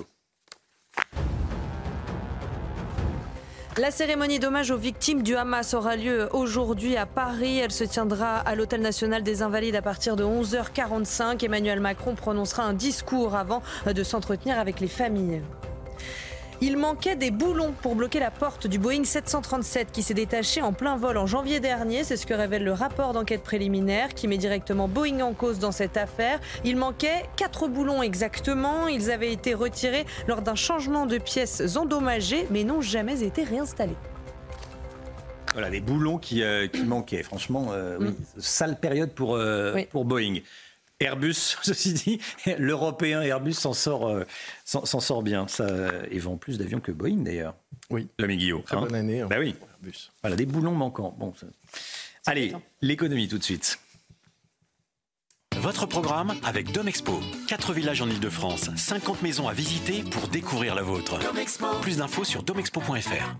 La cérémonie d'hommage aux victimes du Hamas aura lieu aujourd'hui à Paris. Elle se tiendra à l'Hôtel National des Invalides à partir de 11h45. Emmanuel Macron prononcera un discours avant de s'entretenir avec les familles. Il manquait des boulons pour bloquer la porte du Boeing 737 qui s'est détaché en plein vol en janvier dernier. C'est ce que révèle le rapport d'enquête préliminaire qui met directement Boeing en cause dans cette affaire. Il manquait 4 boulons exactement. Ils avaient été retirés lors d'un changement de pièces endommagées mais n'ont jamais été réinstallés. Voilà, des boulons qui manquaient. Franchement, oui, sale période pour Boeing. Airbus, ceci dit, l'européen Airbus s'en sort bien. Il vend plus d'avions que Boeing d'ailleurs. Oui. L'ami Guillaume. Très bonne année. Bah oui. Airbus. Voilà, des boulons manquants. Bon, allez, l'économie tout de suite. Votre programme avec Domexpo. 4 villages en Ile-de-France, 50 maisons à visiter pour découvrir la vôtre. Plus d'infos sur domexpo.fr.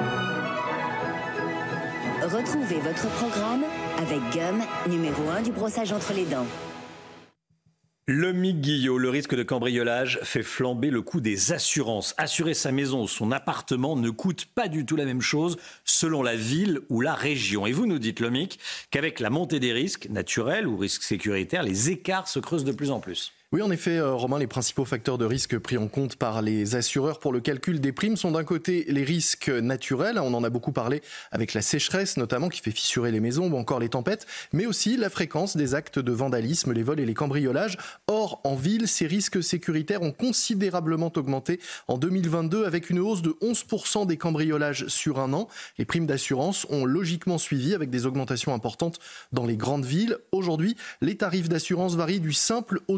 Retrouvez votre programme avec Gum, numéro 1 du brossage entre les dents. Lomique Guillot, le risque de cambriolage fait flamber le coût des assurances. Assurer sa maison ou son appartement ne coûte pas du tout la même chose selon la ville ou la région. Et vous nous dites, Lomique, qu'avec la montée des risques naturels ou risques sécuritaires, les écarts se creusent de plus en plus. Oui, en effet, Romain, les principaux facteurs de risque pris en compte par les assureurs pour le calcul des primes sont d'un côté les risques naturels, on en a beaucoup parlé avec la sécheresse notamment qui fait fissurer les maisons ou encore les tempêtes, mais aussi la fréquence des actes de vandalisme, les vols et les cambriolages. Or, en ville, ces risques sécuritaires ont considérablement augmenté en 2022 avec une hausse de 11% des cambriolages sur un an. Les primes d'assurance ont logiquement suivi avec des augmentations importantes dans les grandes villes. Aujourd'hui, les tarifs d'assurance varient du simple au double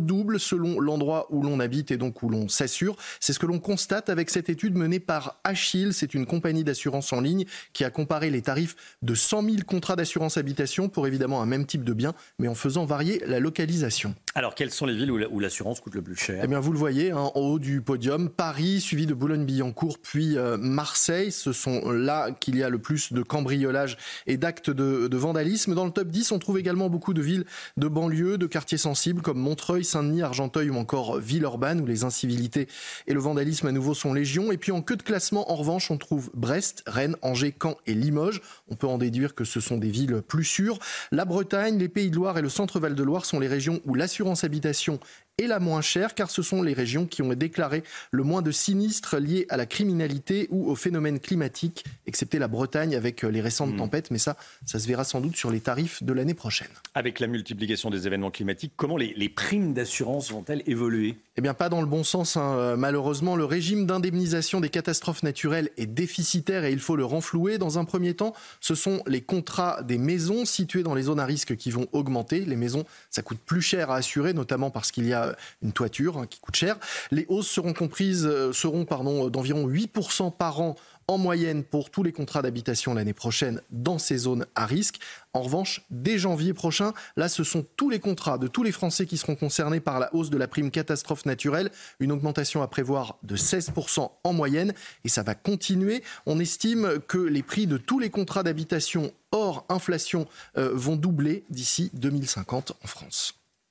selon l'endroit où l'on habite et donc où l'on s'assure. C'est ce que l'on constate avec cette étude menée par Achille. C'est une compagnie d'assurance en ligne qui a comparé les tarifs de 100 000 contrats d'assurance habitation pour évidemment un même type de bien, mais en faisant varier la localisation. Alors, quelles sont les villes où l'assurance coûte le plus cher ? Eh bien, vous le voyez, en haut du podium, Paris, suivi de Boulogne-Billancourt, puis Marseille. Ce sont là qu'il y a le plus de cambriolages et d'actes de vandalisme. Dans le top 10, on trouve également beaucoup de villes de banlieue, de quartiers sensibles comme Montreuil, Saint-Denis, Argenteuil ou encore Villeurbanne, où les incivilités et le vandalisme à nouveau sont légion. Et puis en queue de classement, en revanche, on trouve Brest, Rennes, Angers, Caen et Limoges. On peut en déduire que ce sont des villes plus sûres. La Bretagne, les Pays de Loire et le centre Val-de-Loire sont les régions où l'assurance habitation est la moins chère, car ce sont les régions qui ont déclaré le moins de sinistres liés à la criminalité ou aux phénomènes climatiques, excepté la Bretagne avec les récentes tempêtes, mais ça se verra sans doute sur les tarifs de l'année prochaine. Avec la multiplication des événements climatiques, comment les primes d'assurance vont-elles évoluer ? Eh bien, pas dans le bon sens, hein. Malheureusement, le régime d'indemnisation des catastrophes naturelles est déficitaire et il faut le renflouer. Dans un premier temps, ce sont les contrats des maisons situées dans les zones à risque qui vont augmenter. Les maisons, ça coûte plus cher à assurer, notamment parce qu'il y a une toiture qui coûte cher. Les hausses seront d'environ 8% par an en moyenne pour tous les contrats d'habitation l'année prochaine dans ces zones à risque. En revanche, dès janvier prochain, là, ce sont tous les contrats de tous les Français qui seront concernés par la hausse de la prime catastrophe naturelle. Une augmentation à prévoir de 16% en moyenne et ça va continuer. On estime que les prix de tous les contrats d'habitation hors inflation vont doubler d'ici 2050 en France.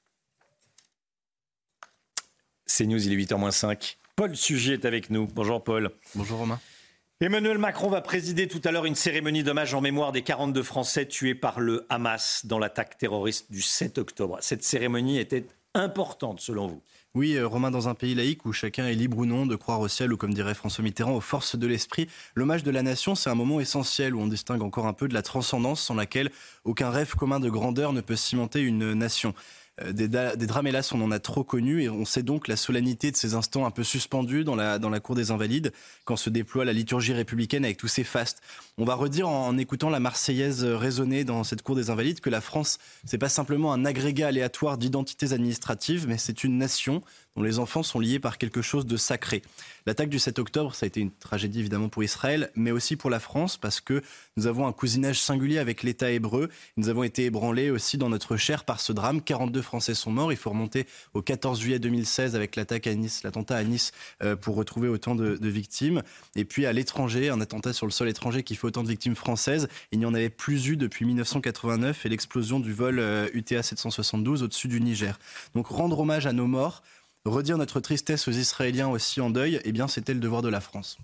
CNews, il est 8h-5. Paul Sugy est avec nous. Bonjour Paul. Bonjour Romain. Emmanuel Macron va présider tout à l'heure une cérémonie d'hommage en mémoire des 42 Français tués par le Hamas dans l'attaque terroriste du 7 octobre. Cette cérémonie était importante selon vous ? Oui, Romain, dans un pays laïque où chacun est libre ou non de croire au ciel ou, comme dirait François Mitterrand, aux forces de l'esprit, l'hommage de la nation, c'est un moment essentiel où on distingue encore un peu de la transcendance sans laquelle aucun rêve commun de grandeur ne peut cimenter une nation. Des drames, hélas, on en a trop connu et on sait donc la solennité de ces instants un peu suspendus dans la cour des Invalides quand se déploie la liturgie républicaine avec tous ses fastes. On va redire en écoutant la Marseillaise résonner dans cette cour des Invalides que la France, c'est pas simplement un agrégat aléatoire d'identités administratives, mais c'est une nation dont les enfants sont liés par quelque chose de sacré. L'attaque du 7 octobre, ça a été une tragédie évidemment pour Israël, mais aussi pour la France, parce que nous avons un cousinage singulier avec l'État hébreu. Nous avons été ébranlés aussi dans notre chair par ce drame. 42 Français sont morts. Il faut remonter au 14 juillet 2016 avec l'attaque à Nice, l'attentat à Nice, pour retrouver autant de victimes. Et puis à l'étranger, un attentat sur le sol étranger qui fait autant de victimes françaises. Il n'y en avait plus eu depuis 1989 et l'explosion du vol UTA 772 au-dessus du Niger. Donc rendre hommage à nos morts, redire notre tristesse aux Israéliens aussi en deuil, eh bien c'était le devoir de la France.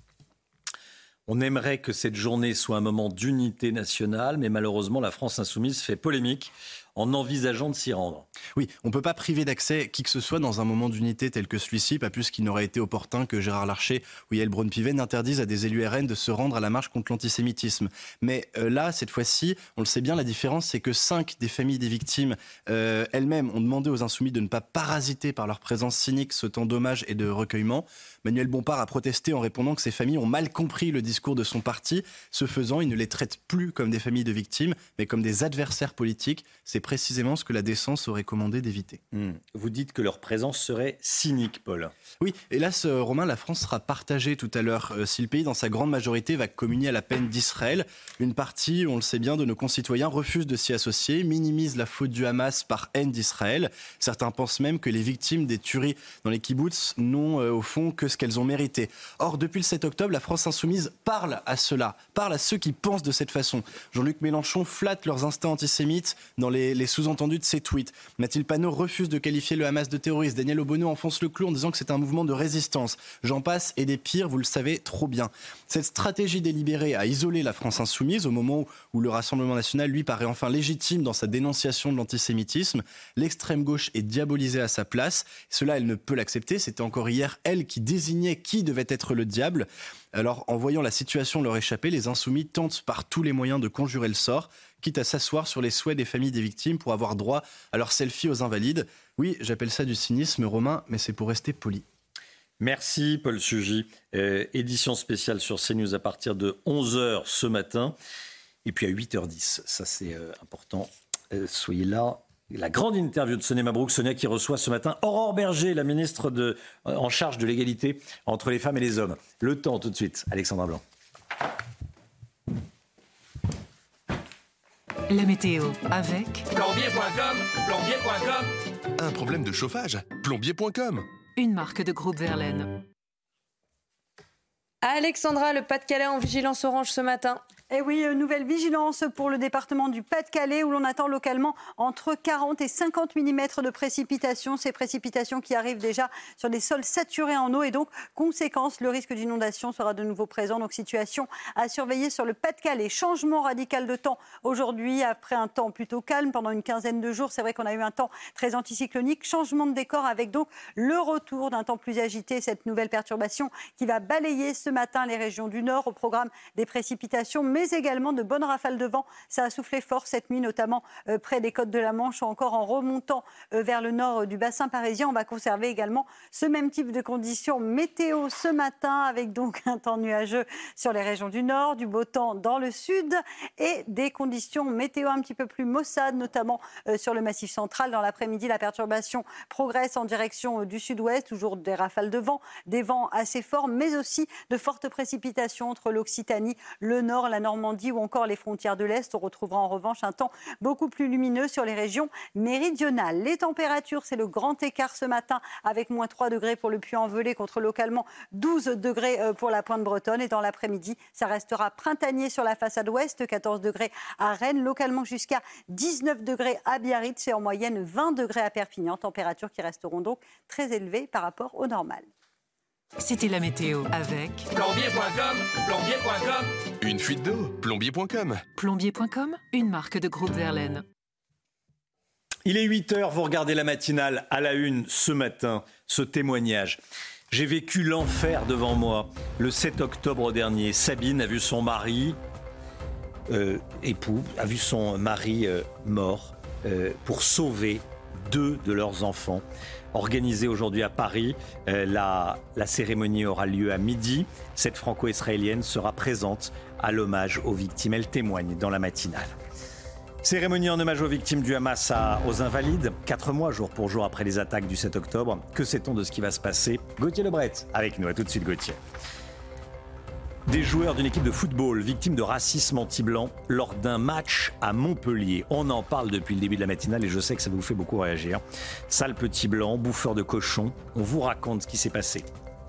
On aimerait que cette journée soit un moment d'unité nationale, mais malheureusement la France insoumise fait polémique en envisageant de s'y rendre. Oui, on ne peut pas priver d'accès qui que ce soit dans un moment d'unité tel que celui-ci, pas plus qu'il n'aurait été opportun que Gérard Larcher ou Yael Braun-Pivet n'interdisent à des élus RN de se rendre à la marche contre l'antisémitisme. Mais là, cette fois-ci, on le sait bien, la différence, c'est que 5 des familles des victimes elles-mêmes ont demandé aux insoumis de ne pas parasiter par leur présence cynique ce temps d'hommage et de recueillement. Manuel Bompard a protesté en répondant que ces familles ont mal compris le discours de son parti. Ce faisant, il ne les traite plus comme des familles de victimes, mais comme des adversaires politiques. C'est précisément ce que la décence aurait commandé d'éviter. Vous dites que leur présence serait cynique, Paul. Oui, hélas, Romain, la France sera partagée tout à l'heure. Si le pays, dans sa grande majorité, va communier à la peine d'Israël, une partie, on le sait bien, de nos concitoyens refuse de s'y associer, minimise la faute du Hamas par haine d'Israël. Certains pensent même que les victimes des tueries dans les kibboutz n'ont au fond que ce qu'elles ont mérité. Or, depuis le 7 octobre, la France insoumise parle à ceux-là, parle à ceux qui pensent de cette façon. Jean-Luc Mélenchon flatte leurs instincts antisémites dans les sous-entendus de ses tweets. Mathilde Panot refuse de qualifier le Hamas de terroriste. Daniel Obono enfonce le clou en disant que c'est un mouvement de résistance. J'en passe et des pires, vous le savez trop bien. Cette stratégie délibérée a isolé la France insoumise au moment où le Rassemblement national, lui, paraît enfin légitime dans sa dénonciation de l'antisémitisme. L'extrême gauche est diabolisée à sa place. Cela, elle ne peut l'accepter. C'était encore hier elle qui désignait qui devait être le diable. Alors, en voyant la situation leur échapper, les insoumis tentent par tous les moyens de conjurer le sort, quitte à s'asseoir sur les souhaits des familles des victimes pour avoir droit à leur selfie aux Invalides. Oui, j'appelle ça du cynisme, Romain, mais c'est pour rester poli. Merci Paul Sugy. Édition spéciale sur CNews à partir de 11h ce matin. Et puis à 8h10, ça c'est important. Soyez là La grande interview de Sonia Mabrouk, Sonia qui reçoit ce matin Aurore Berger, la ministre en charge de l'égalité entre les femmes et les hommes. Le temps tout de suite, Alexandra Blanc. La météo avec Plombier.com, plombier.com. Un problème de chauffage? Plombier.com. une marque de groupe Verlaine. Alexandra, le Pas-de-Calais en vigilance orange ce matin. Et oui, nouvelle vigilance pour le département du Pas-de-Calais où l'on attend localement entre 40 et 50 mm de précipitations. Ces précipitations qui arrivent déjà sur des sols saturés en eau et donc, conséquence, le risque d'inondation sera de nouveau présent. Donc, situation à surveiller sur le Pas-de-Calais. Changement radical de temps aujourd'hui après un temps plutôt calme pendant une quinzaine de jours. C'est vrai qu'on a eu un temps très anticyclonique. Changement de décor avec donc le retour d'un temps plus agité. Cette nouvelle perturbation qui va balayer ce matin les régions du nord au programme des précipitations, mais également de bonnes rafales de vent. Ça a soufflé fort cette nuit, notamment près des côtes de la Manche ou encore en remontant vers le nord du bassin parisien. On va conserver également ce même type de conditions météo ce matin avec donc un temps nuageux sur les régions du nord, du beau temps dans le sud et des conditions météo un petit peu plus maussades, notamment sur le massif central. Dans l'après-midi, la perturbation progresse en direction du sud-ouest, toujours des rafales de vent, des vents assez forts, mais aussi de fortes précipitations entre l'Occitanie, le nord, la Normandie ou encore les frontières de l'Est. On retrouvera en revanche un temps beaucoup plus lumineux sur les régions méridionales. Les températures, c'est le grand écart ce matin avec moins 3 degrés pour le Puy-en-Velay contre localement 12 degrés pour la Pointe Bretonne. Et dans l'après-midi, ça restera printanier sur la façade ouest, 14 degrés à Rennes, localement jusqu'à 19 degrés à Biarritz et en moyenne 20 degrés à Perpignan. Températures qui resteront donc très élevées par rapport au normal. C'était la météo avec Plombier.com, plombier.com. Une fuite d'eau? Plombier.com. Plombier.com, une marque de groupe Verlaine. Il est 8h, vous regardez la matinale à la une ce matin, ce témoignage. J'ai vécu l'enfer devant moi. Le 7 octobre dernier, Sabine a vu son mari, époux, a vu son mari mort pour sauver 2 de leurs enfants. Organisée aujourd'hui à Paris, la cérémonie aura lieu à midi. Cette franco-israélienne sera présente à l'hommage aux victimes. Elle témoigne dans la matinale. Cérémonie en hommage aux victimes du Hamas aux Invalides, 4 mois jour pour jour après les attaques du 7 octobre. Que sait-on de ce qui va se passer? Gauthier Lebret avec nous. À tout de suite, Gauthier. Des joueurs d'une équipe de football victimes de racisme anti-blanc lors d'un match à Montpellier. On en parle depuis le début de la matinale et je sais que ça vous fait beaucoup réagir. Sale petit blanc, bouffeur de cochon, on vous raconte ce qui s'est passé.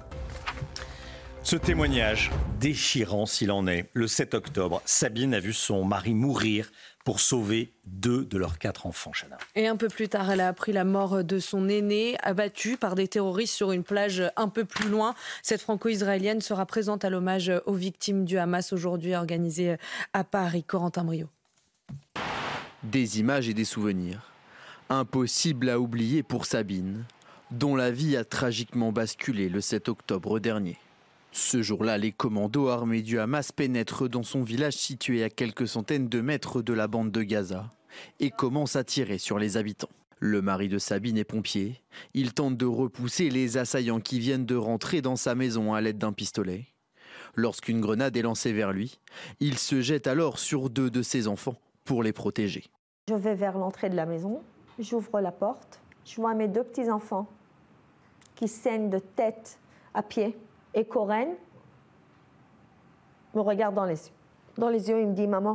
Ce témoignage, déchirant s'il en est, le 7 octobre, Sabine a vu son mari mourir pour sauver 2 de leurs 4 enfants, Chana. Et un peu plus tard, elle a appris la mort de son aîné, abattu par des terroristes sur une plage un peu plus loin. Cette franco-israélienne sera présente à l'hommage aux victimes du Hamas aujourd'hui, organisé à Paris. Corentin Brio. Des images et des souvenirs. Impossible à oublier pour Sabine, dont la vie a tragiquement basculé le 7 octobre dernier. Ce jour-là, les commandos armés du Hamas pénètrent dans son village situé à quelques centaines de mètres de la bande de Gaza et commencent à tirer sur les habitants. Le mari de Sabine est pompier. Il tente de repousser les assaillants qui viennent de rentrer dans sa maison à l'aide d'un pistolet. Lorsqu'une grenade est lancée vers lui, il se jette alors sur 2 de ses enfants pour les protéger. Je vais vers l'entrée de la maison, j'ouvre la porte, je vois mes 2 petits-enfants qui saignent de tête à pied. Et Corinne me regarde dans les yeux. Dans les yeux, il me dit « Maman,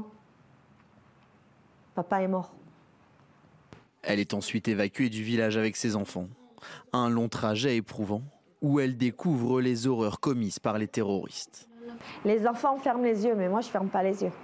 papa est mort ». Elle est ensuite évacuée du village avec ses enfants. Un long trajet éprouvant où elle découvre les horreurs commises par les terroristes. Les enfants ferment les yeux, mais moi, je ne ferme pas les yeux.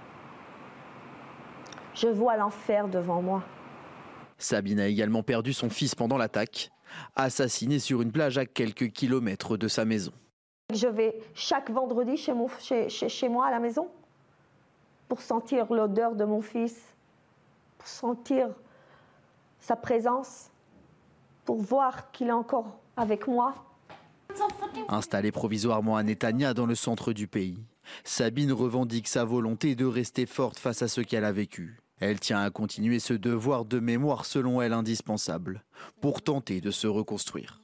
Je vois l'enfer devant moi. Sabine a également perdu son fils pendant l'attaque, assassiné sur une plage à quelques kilomètres de sa maison. Je vais chaque vendredi chez moi à la maison pour sentir l'odeur de mon fils, pour sentir sa présence, pour voir qu'il est encore avec moi. Installée provisoirement à Netanya dans le centre du pays, Sabine revendique sa volonté de rester forte face à ce qu'elle a vécu. Elle tient à continuer ce devoir de mémoire selon elle indispensable pour tenter de se reconstruire.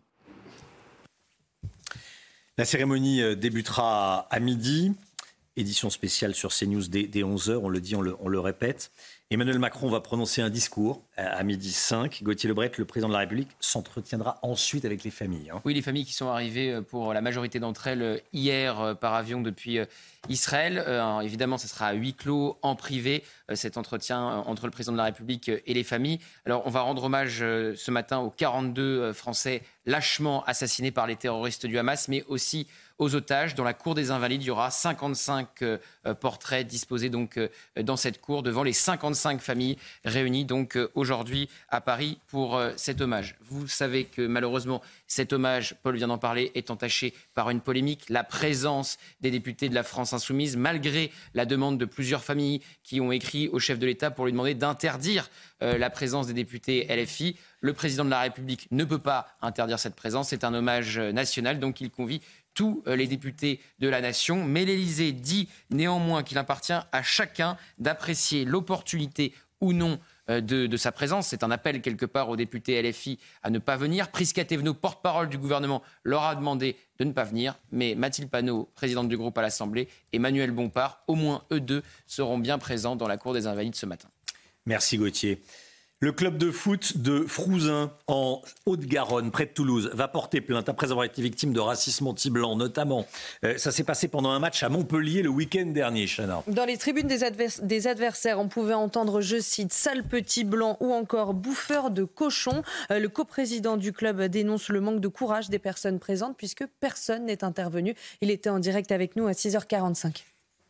La cérémonie débutera à midi, édition spéciale sur CNews dès 11h, on le dit, on le répète. Emmanuel Macron va prononcer un discours à 12h05. Gauthier Lebret, le président de la République, s'entretiendra ensuite avec les familles. Oui, les familles qui sont arrivées pour la majorité d'entre elles hier par avion depuis Israël. Évidemment, ce sera à huis clos, en privé, cet entretien entre le président de la République et les familles. Alors, on va rendre hommage ce matin aux 42 Français lâchement assassinés par les terroristes du Hamas, mais aussi aux otages. Dans la cour des Invalides, il y aura 55 portraits disposés donc dans cette cour devant les 55 familles réunies donc aujourd'hui à Paris pour cet hommage. Vous savez que malheureusement cet hommage, Paul vient d'en parler, est entaché par une polémique. La présence des députés de la France Insoumise, malgré la demande de plusieurs familles qui ont écrit au chef de l'État pour lui demander d'interdire la présence des députés LFI. Le président de la République ne peut pas interdire cette présence. C'est un hommage national, donc il convie tous les députés de la nation. Mais l'Élysée dit néanmoins qu'il appartient à chacun d'apprécier l'opportunité ou non de sa présence. C'est un appel quelque part aux députés LFI à ne pas venir. Prisca Thévenot, porte-parole du gouvernement, leur a demandé de ne pas venir. Mais Mathilde Panot, présidente du groupe à l'Assemblée, et Manuel Bompard, au moins eux deux, seront bien présents dans la cour des Invalides ce matin. Merci Gauthier. Le club de foot de Frouzin, en Haute-Garonne, près de Toulouse, va porter plainte après avoir été victime de racisme anti-blanc, notamment. Ça s'est passé pendant un match à Montpellier le week-end dernier, Chana. Dans les tribunes des adversaires, on pouvait entendre, je cite, « sale petit blanc » ou encore « bouffeur de cochon ». Le coprésident du club dénonce le manque de courage des personnes présentes puisque personne n'est intervenu. Il était en direct avec nous à 6h45.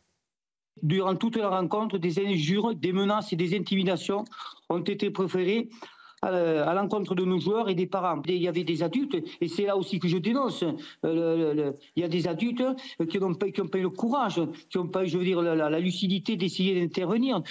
Durant toute la rencontre, des injures, des menaces et des intimidations ont été proférées à l'encontre de nos joueurs et des parents. Il y avait des adultes, et c'est là aussi que je dénonce. Il y a des adultes qui n'ont pas eu le courage, qui n'ont pas eu, je veux dire, la lucidité d'essayer d'intervenir,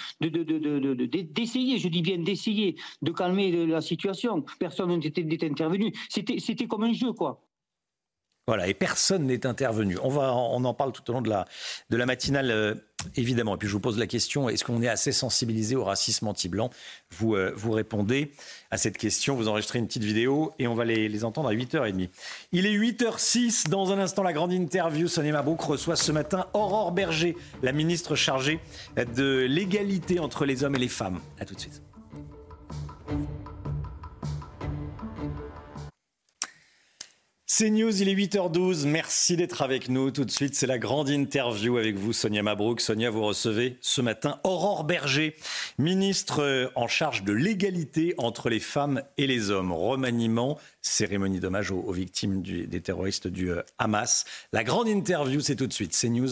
d'essayer, je dis bien d'essayer, de calmer la situation. Personne n'était intervenu. C'était comme un jeu, quoi. Voilà, et personne n'est intervenu. On en parle tout au long de la matinale, évidemment. Et puis je vous pose la question, est-ce qu'on est assez sensibilisé au racisme anti-blanc ? Vous répondez à cette question, vous enregistrez une petite vidéo et on va les entendre à 8h30. Il est 8h06, dans un instant la grande interview. Sonia Mabrouk reçoit ce matin Aurore Bergé, la ministre chargée de l'égalité entre les hommes et les femmes. A tout de suite. CNews, il est 8h12, merci d'être avec nous. Tout de suite, c'est la grande interview avec vous, Sonia Mabrouk. Sonia, vous recevez ce matin Aurore Bergé, ministre en charge de l'égalité entre les femmes et les hommes. Remaniement, cérémonie d'hommage aux victimes des terroristes du Hamas. La grande interview, c'est tout de suite, CNews.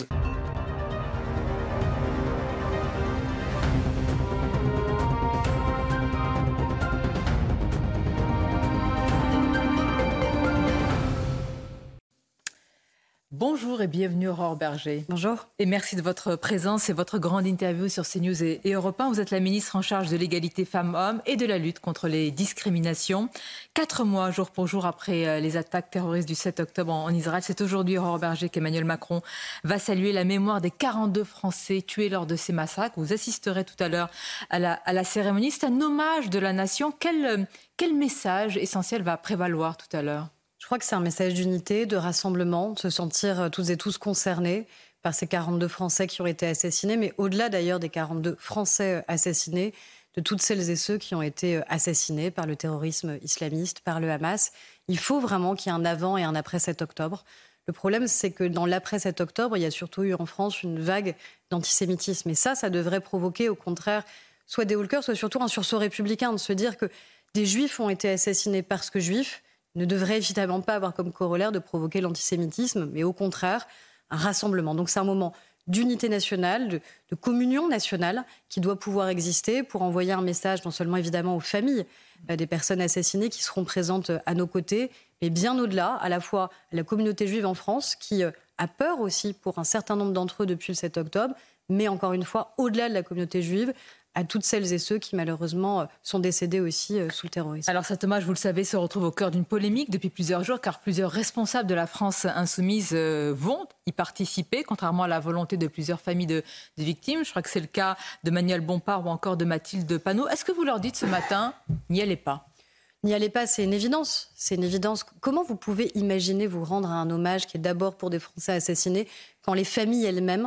Bonjour et bienvenue Aurore Bergé. Bonjour. Et merci de votre présence et votre grande interview sur CNews et Europe 1. Vous êtes la ministre en charge de l'égalité femmes-hommes et de la lutte contre les discriminations. 4 mois, jour pour jour, après les attaques terroristes du 7 octobre en Israël, c'est aujourd'hui, Aurore Bergé, qu'Emmanuel Macron va saluer la mémoire des 42 Français tués lors de ces massacres. Vous assisterez tout à l'heure à la cérémonie. C'est un hommage de la nation. Quel message essentiel va prévaloir tout à l'heure ? Je crois que c'est un message d'unité, de rassemblement, de se sentir toutes et tous concernés par ces 42 Français qui ont été assassinés, mais au-delà d'ailleurs des 42 Français assassinés, de toutes celles et ceux qui ont été assassinés par le terrorisme islamiste, par le Hamas. Il faut vraiment qu'il y ait un avant et un après 7 octobre. Le problème, c'est que dans l'après 7 octobre, il y a surtout eu en France une vague d'antisémitisme. Et ça devrait provoquer au contraire soit des haut le cœur, soit surtout un sursaut républicain, de se dire que des Juifs ont été assassinés parce que Juifs, ne devrait évidemment pas avoir comme corollaire de provoquer l'antisémitisme, mais au contraire, un rassemblement. Donc c'est un moment d'unité nationale, de communion nationale qui doit pouvoir exister pour envoyer un message non seulement évidemment aux familles des personnes assassinées qui seront présentes à nos côtés, mais bien au-delà, à la fois à la communauté juive en France qui a peur aussi pour un certain nombre d'entre eux depuis le 7 octobre, mais encore une fois, au-delà de la communauté juive, à toutes celles et ceux qui malheureusement sont décédés aussi sous le terrorisme. Alors cet hommage, vous le savez, se retrouve au cœur d'une polémique depuis plusieurs jours, car plusieurs responsables de la France insoumise vont y participer, contrairement à la volonté de plusieurs familles de victimes. Je crois que c'est le cas de Manuel Bompard ou encore de Mathilde Panot. Est-ce que vous leur dites ce matin, n'y allez pas ? N'y allez pas, c'est une évidence. C'est une évidence. Comment vous pouvez imaginer vous rendre à un hommage qui est d'abord pour des Français assassinés, quand les familles elles-mêmes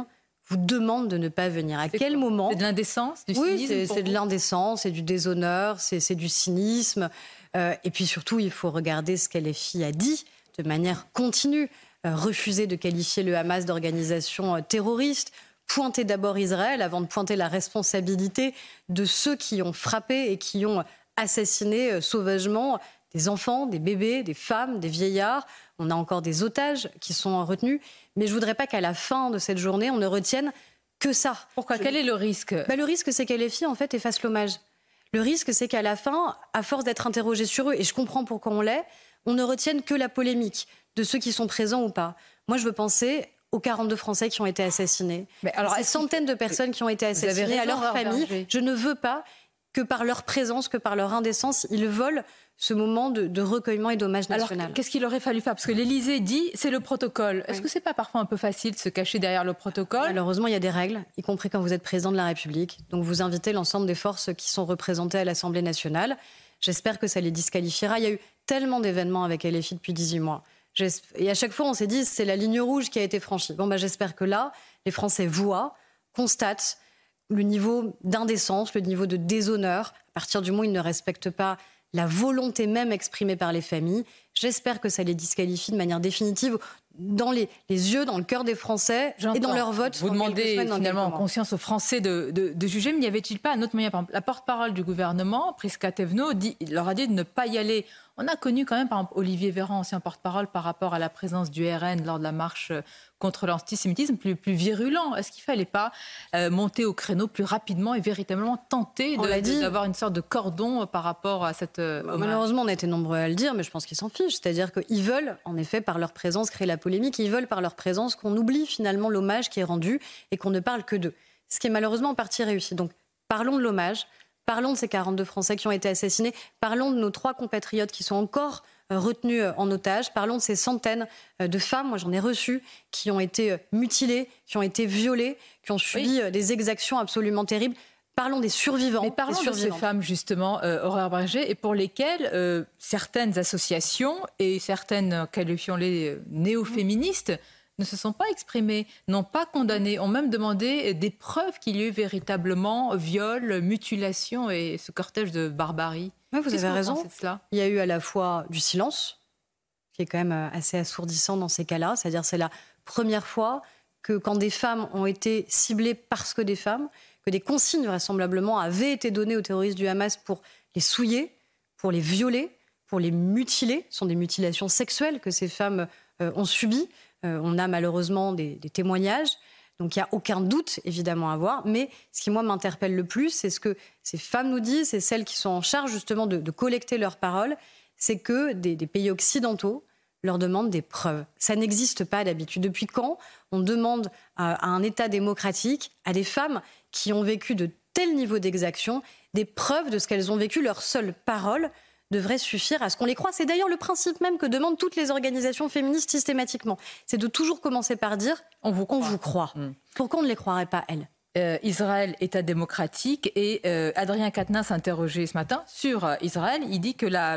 vous demande de ne pas venir. À quel moment ? C'est de l'indécence, du cynisme? Oui, c'est de l'indécence, c'est du déshonneur, c'est du cynisme. Et puis surtout, il faut regarder ce qu'LFI a dit de manière continue. Refuser de qualifier le Hamas d'organisation terroriste, pointer d'abord Israël avant de pointer la responsabilité de ceux qui ont frappé et qui ont assassiné sauvagement des enfants, des bébés, des femmes, des vieillards. On a encore des otages qui sont retenus. Mais je ne voudrais pas qu'à la fin de cette journée, on ne retienne que ça. Pourquoi ? Quel est le risque ? Le risque, c'est qu'LFI, en fait, efface l'hommage. Le risque, c'est qu'à la fin, à force d'être interrogé sur eux, et je comprends pourquoi on l'est, on ne retienne que la polémique de ceux qui sont présents ou pas. Moi, je veux penser aux 42 Français qui ont été assassinés, ces centaines de personnes qui ont été assassinées, à leur famille. Je ne veux pas que par leur présence, que par leur indécence, ils volent ce moment de recueillement et d'hommage national. Alors, qu'est-ce qu'il aurait fallu faire ? Parce que l'Élysée dit, c'est le protocole. Est-ce que c'est pas parfois un peu facile de se cacher derrière le protocole ? Malheureusement, il y a des règles, y compris quand vous êtes président de la République. Donc, vous invitez l'ensemble des forces qui sont représentées à l'Assemblée nationale. J'espère que ça les disqualifiera. Il y a eu tellement d'événements avec LFI depuis 18 mois. Et à chaque fois, on s'est dit, c'est la ligne rouge qui a été franchie. J'espère que là, les Français voient, constatent le niveau d'indécence, le niveau de déshonneur. À partir du moment où ils ne respectent pas la volonté même exprimée par les familles, j'espère que ça les disqualifie de manière définitive dans les yeux, dans le cœur des Français et dans leur vote. Vous demandez finalement en conscience aux Français de juger, mais n'y avait-il pas un autre moyen ? Par exemple, la porte-parole du gouvernement, Prisca Thévenot, leur a dit de ne pas y aller. On a connu quand même, par exemple, Olivier Véran, ancien porte-parole, par rapport à la présence du RN lors de la marche contre l'antisémitisme, plus virulent. Est-ce qu'il ne fallait pas monter au créneau plus rapidement et véritablement tenter d'avoir une sorte de cordon par rapport à cette hommage ? Malheureusement, on a été nombreux à le dire, mais je pense qu'ils s'en fichent. C'est-à-dire qu'ils veulent, en effet, par leur présence, créer la polémique. Ils veulent, par leur présence, qu'on oublie finalement l'hommage qui est rendu et qu'on ne parle que d'eux. Ce qui est malheureusement en partie réussi. Donc, parlons de l'hommage. Parlons de ces 42 Français qui ont été assassinés. Parlons de nos 3 compatriotes qui sont encore retenus en otage. Parlons de ces centaines de femmes, moi j'en ai reçu, qui ont été mutilées, qui ont été violées, qui ont subi des exactions absolument terribles. Parlons des survivants. Mais parlons de ces femmes, justement, Aurore Berger, et pour lesquelles certaines associations et certaines, qualifions-les néo-féministes, ne se sont pas exprimées, n'ont pas condamné, ont même demandé des preuves qu'il y a eu véritablement viol, mutilation et ce cortège de barbarie. Oui, vous avez raison. Il y a eu à la fois du silence, qui est quand même assez assourdissant dans ces cas-là, c'est-à-dire c'est la première fois que quand des femmes ont été ciblées parce que des femmes, que des consignes vraisemblablement avaient été données aux terroristes du Hamas pour les souiller, pour les violer, pour les mutiler. Ce sont des mutilations sexuelles que ces femmes ont subies. On a malheureusement des témoignages, donc il n'y a aucun doute évidemment à avoir. Mais ce qui, moi, m'interpelle le plus, c'est ce que ces femmes nous disent, c'est celles qui sont en charge justement de collecter leurs paroles, c'est que des pays occidentaux leur demandent des preuves. Ça n'existe pas d'habitude. Depuis quand on demande à un État démocratique, à des femmes qui ont vécu de tels niveaux d'exaction, des preuves de ce qu'elles ont vécu, leur seule parole devrait suffire à ce qu'on les croie. C'est d'ailleurs le principe même que demandent toutes les organisations féministes systématiquement. C'est de toujours commencer par dire « on vous croit ». Pourquoi on ne les croirait pas, elles ? Israël, État démocratique, et Adrien Quatennens s'est interrogé ce matin sur Israël. Il dit que la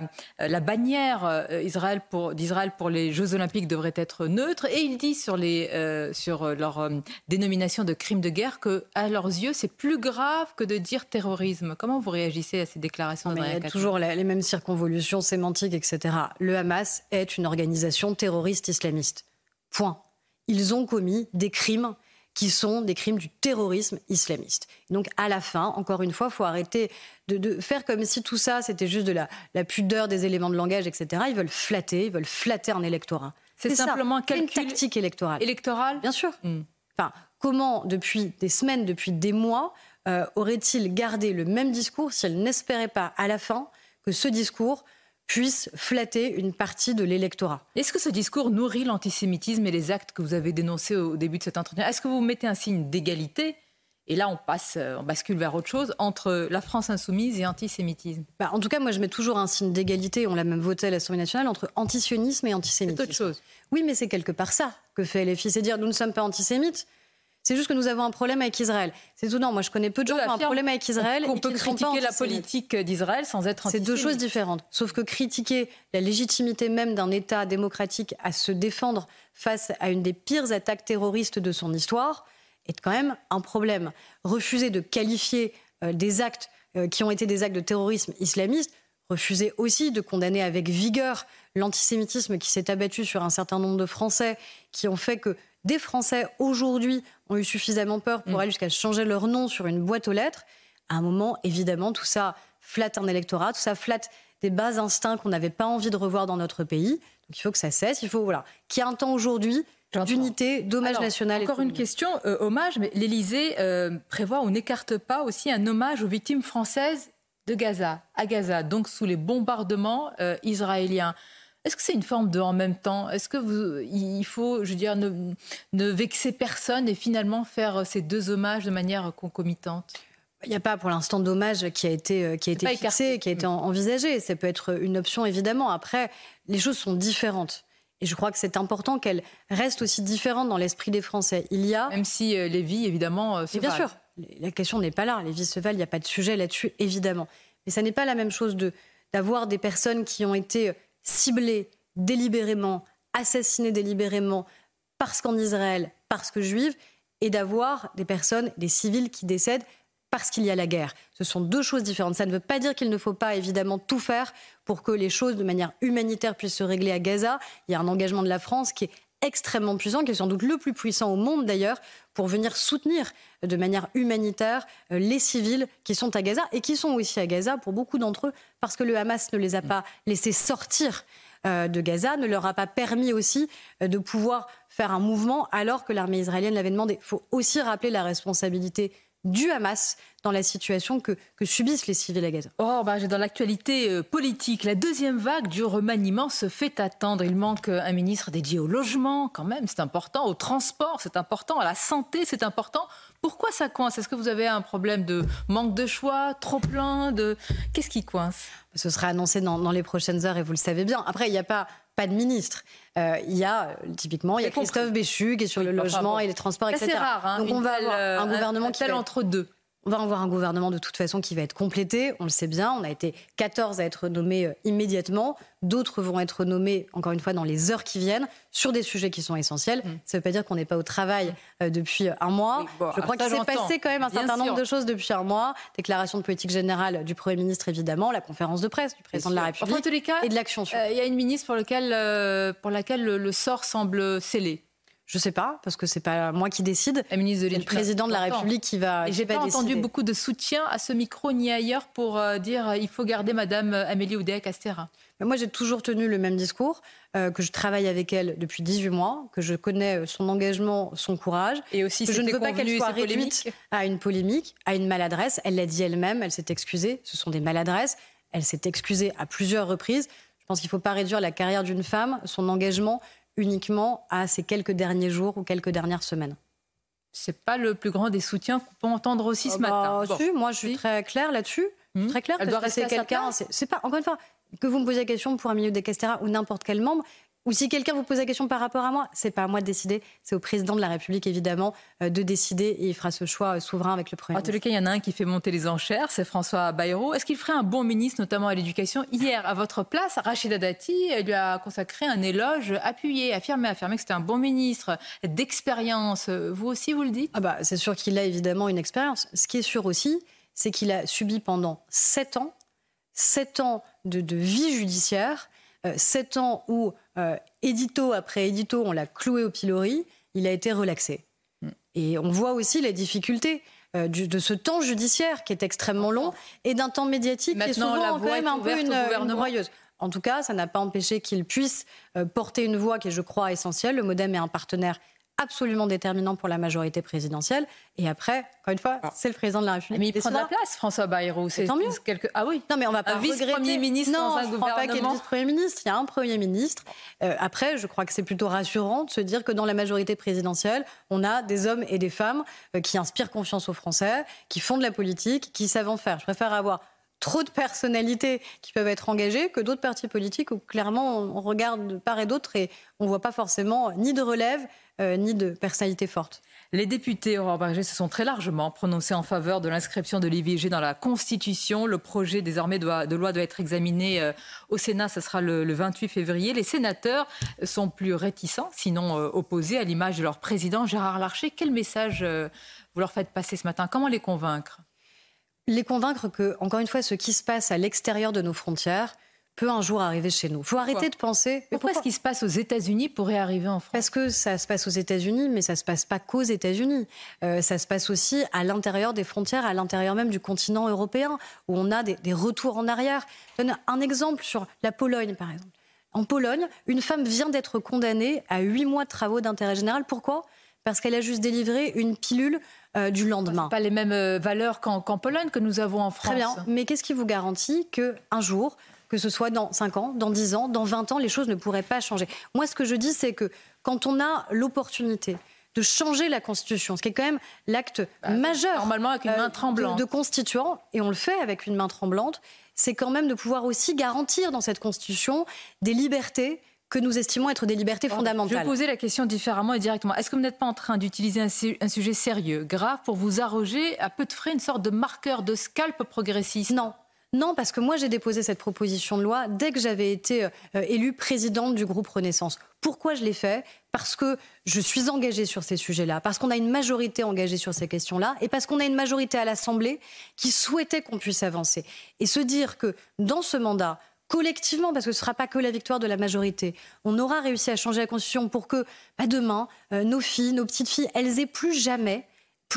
bannière d'Israël pour les Jeux Olympiques devrait être neutre, et il dit sur leur dénomination de crime de guerre qu'à leurs yeux, c'est plus grave que de dire terrorisme. Comment vous réagissez à ces déclarations d'Adrien Quatennens ? Il y a toujours les mêmes circonvolutions sémantiques, etc. Le Hamas est une organisation terroriste islamiste. Point. Ils ont commis des crimes qui sont des crimes du terrorisme islamiste. Donc à la fin, encore une fois, il faut arrêter de faire comme si tout ça, c'était juste de la pudeur des éléments de langage, etc. Ils veulent flatter un électorat. C'est simplement une tactique électorale. Électorale ? Bien sûr. Enfin, comment, depuis des semaines, depuis des mois, aurait-il gardé le même discours s'il n'espérait pas, à la fin, que ce discours puisse flatter une partie de l'électorat. Est-ce que ce discours nourrit l'antisémitisme et les actes que vous avez dénoncés au début de cet entretien ? Est-ce que vous mettez un signe d'égalité ? Et là, on bascule vers autre chose, entre la France insoumise et antisémitisme. En tout cas, moi, je mets toujours un signe d'égalité, on l'a même voté à l'Assemblée nationale, entre antisionisme et antisémitisme. C'est autre chose. Oui, mais c'est quelque part ça que fait LFI, c'est dire nous ne sommes pas antisémites. C'est juste que nous avons un problème avec Israël. C'est étonnant. Moi, je connais peu de gens qui ont un problème avec Israël. On peut critiquer la politique d'Israël sans être antisémite. C'est deux choses différentes. Sauf que critiquer la légitimité même d'un État démocratique à se défendre face à une des pires attaques terroristes de son histoire, est quand même un problème. Refuser de qualifier des actes qui ont été des actes de terrorisme islamiste, refuser aussi de condamner avec vigueur l'antisémitisme qui s'est abattu sur un certain nombre de Français, qui ont fait que des Français aujourd'hui ont eu suffisamment peur pour aller jusqu'à changer leur nom sur une boîte aux lettres. À un moment, évidemment, tout ça flatte un électorat, tout ça flatte des bas instincts qu'on n'avait pas envie de revoir dans notre pays. Donc il faut que ça cesse, il faut qu'il y ait un temps aujourd'hui d'unité, d'hommage national. Encore une question, hommage, mais l'Élysée prévoit ou n'écarte pas aussi un hommage aux victimes françaises de Gaza, à Gaza, donc sous les bombardements israéliens. Est-ce que c'est une forme de en même temps ? Est-ce que il faut, je veux dire, ne vexer personne et finalement faire ces deux hommages de manière concomitante ? Il n'y a pas pour l'instant d'hommage qui a été fixé, qui a été envisagé. Ça peut être une option, évidemment. Après, les choses sont différentes. Et je crois que c'est important qu'elles restent aussi différentes dans l'esprit des Français. Même si les vies, évidemment, se valent. Bien sûr, la question n'est pas là. Les vies se valent, il n'y a pas de sujet là-dessus, évidemment. Mais ça n'est pas la même chose d'avoir des personnes qui ont été ciblées délibérément, assassinées délibérément, parce qu'en Israël, parce que juives, et d'avoir des personnes, des civils qui décèdent parce qu'il y a la guerre. Ce sont deux choses différentes. Ça ne veut pas dire qu'il ne faut pas évidemment tout faire pour que les choses de manière humanitaire puissent se régler à Gaza. Il y a un engagement de la France qui est extrêmement puissant, qui est sans doute le plus puissant au monde d'ailleurs, pour venir soutenir de manière humanitaire les civils qui sont à Gaza et qui sont aussi à Gaza pour beaucoup d'entre eux parce que le Hamas ne les a pas laissés sortir de Gaza, ne leur a pas permis aussi de pouvoir faire un mouvement alors que l'armée israélienne l'avait demandé. Il faut aussi rappeler la responsabilité du Hamas dans la situation que subissent les civils à Gaza. Dans l'actualité politique, la deuxième vague du remaniement se fait attendre. Il manque un ministre dédié au logement, quand même, c'est important, au transport, c'est important, à la santé, c'est important. Pourquoi ça coince ? Est-ce que vous avez un problème de manque de choix, trop plein de... Qu'est-ce qui coince ? Ce sera annoncé dans les prochaines heures et vous le savez bien. Après, il n'y a pas de ministre. Il y a typiquement Christophe Béchu qui est sur le logement et les transports, etc. C'est rare. Donc on va avoir un gouvernement qui va entre deux. On va avoir un gouvernement de toute façon qui va être complété, on le sait bien. On a été 14 à être nommés immédiatement. D'autres vont être nommés, encore une fois, dans les heures qui viennent, sur des sujets qui sont essentiels. Ça ne veut pas dire qu'on n'est pas au travail depuis un mois. Je crois qu'il s'est passé quand même un certain nombre de choses depuis un mois. Déclaration de politique générale du Premier ministre, évidemment, la conférence de presse du président de la République, en tous les cas, et de l'action. Il y a une ministre pour laquelle le sort semble scellé. Je ne sais pas, parce que ce n'est pas moi qui décide. C'est le président de la République qui va décider. Et je n'ai pas entendu beaucoup de soutien à ce micro ni ailleurs pour dire qu'il faut garder Madame Amélie Oudéa-Castéra. Moi, j'ai toujours tenu le même discours, que je travaille avec elle depuis 18 mois, que je connais son engagement, son courage. Et aussi, que je ne veux pas qu'elle soit réduite à une polémique, à une maladresse. Elle l'a dit elle-même, elle s'est excusée. Ce sont des maladresses. Elle s'est excusée à plusieurs reprises. Je pense qu'il ne faut pas réduire la carrière d'une femme, son engagement, uniquement à ces quelques derniers jours ou quelques dernières semaines. C'est pas le plus grand des soutiens qu'on peut entendre aussi ce matin. Si, moi je suis très claire là-dessus. Très claire. Elle doit rester à sa place. C'est pas, encore une fois, que vous me posiez la question pour Amélie Oudéa-Castéra ou n'importe quel membre, ou si quelqu'un vous pose la question par rapport à moi, c'est pas à moi de décider, c'est au président de la République évidemment de décider et il fera ce choix souverain avec le Premier ministre. En tous les cas, il y en a un qui fait monter les enchères, c'est François Bayrou. Est-ce qu'il ferait un bon ministre, notamment à l'éducation ? Hier, à votre place, Rachida Dati lui a consacré un éloge appuyé, affirmé que c'était un bon ministre d'expérience. Vous aussi, vous le dites ? C'est sûr qu'il a évidemment une expérience. Ce qui est sûr aussi, c'est qu'il a subi pendant 7 ans de vie judiciaire, 7 ans où, édito après édito, on l'a cloué au pilori, il a été relaxé. Et on voit aussi les difficultés de ce temps judiciaire qui est extrêmement long et d'un temps médiatique qui est souvent quand même un peu une broyeuse. En tout cas, ça n'a pas empêché qu'il puisse porter une voix qui est, je crois, essentielle. Le MoDem est un partenaire absolument déterminant pour la majorité présidentielle. Et après, encore une fois, c'est le président de la République. Mais il prend de la place, François Bayrou. C'est tant mieux. Ah oui. Non, mais on va pas regretter. Vice-premier ministre dans un gouvernement. Non, je ne crois pas qu'il y ait de vice-premier ministre. Il y a un Premier ministre. Après, je crois que c'est plutôt rassurant de se dire que dans la majorité présidentielle, on a des hommes et des femmes qui inspirent confiance aux Français, qui font de la politique, qui savent en faire. Je préfère avoir trop de personnalités qui peuvent être engagées que d'autres partis politiques où clairement on regarde de part et d'autre et on ne voit pas forcément ni de relève ni de personnalité forte. Les députés, Aurore Berger, se sont très largement prononcés en faveur de l'inscription de l'IVG dans la Constitution. Le projet désormais de loi doit être examiné au Sénat, ce sera le 28 février. Les sénateurs sont plus réticents, sinon opposés, à l'image de leur président Gérard Larcher. Quel message vous leur faites passer ce matin? Comment les convaincre? Les convaincre que, encore une fois, ce qui se passe à l'extérieur de nos frontières peut un jour arriver chez nous. Il faut arrêter de penser... Pourquoi ce qui se passe aux États-Unis pourrait arriver en France? Parce que ça se passe aux États-Unis, mais ça ne se passe pas qu'aux États-Unis. Ça se passe aussi à l'intérieur des frontières, à l'intérieur même du continent européen, où on a des retours en arrière. Je donne un exemple sur la Pologne, par exemple. En Pologne, une femme vient d'être condamnée à 8 mois de travaux d'intérêt général. Pourquoi? Parce qu'elle a juste délivré une pilule du lendemain. Ce pas les mêmes valeurs qu'en Pologne que nous avons en France. Très bien, mais qu'est-ce qui vous garantit qu'un jour, que ce soit dans 5 ans, dans 10 ans, dans 20 ans, les choses ne pourraient pas changer? Moi, ce que je dis, c'est que quand on a l'opportunité de changer la Constitution, ce qui est quand même l'acte majeur normalement avec une main tremblante. De constituant, et on le fait avec une main tremblante, c'est quand même de pouvoir aussi garantir dans cette Constitution des libertés que nous estimons être des libertés fondamentales. Je vais poser la question différemment et directement. Est-ce que vous n'êtes pas en train d'utiliser un sujet sérieux, grave, pour vous arroger à peu de frais une sorte de marqueur de scalp progressiste? Non, parce que moi j'ai déposé cette proposition de loi dès que j'avais été élue présidente du groupe Renaissance. Pourquoi je l'ai fait? Parce que je suis engagée sur ces sujets-là, parce qu'on a une majorité engagée sur ces questions-là, et parce qu'on a une majorité à l'Assemblée qui souhaitait qu'on puisse avancer. Et se dire que dans ce mandat, collectivement, parce que ce ne sera pas que la victoire de la majorité, on aura réussi à changer la Constitution pour que demain, nos filles, nos petites filles, elles aient plus jamais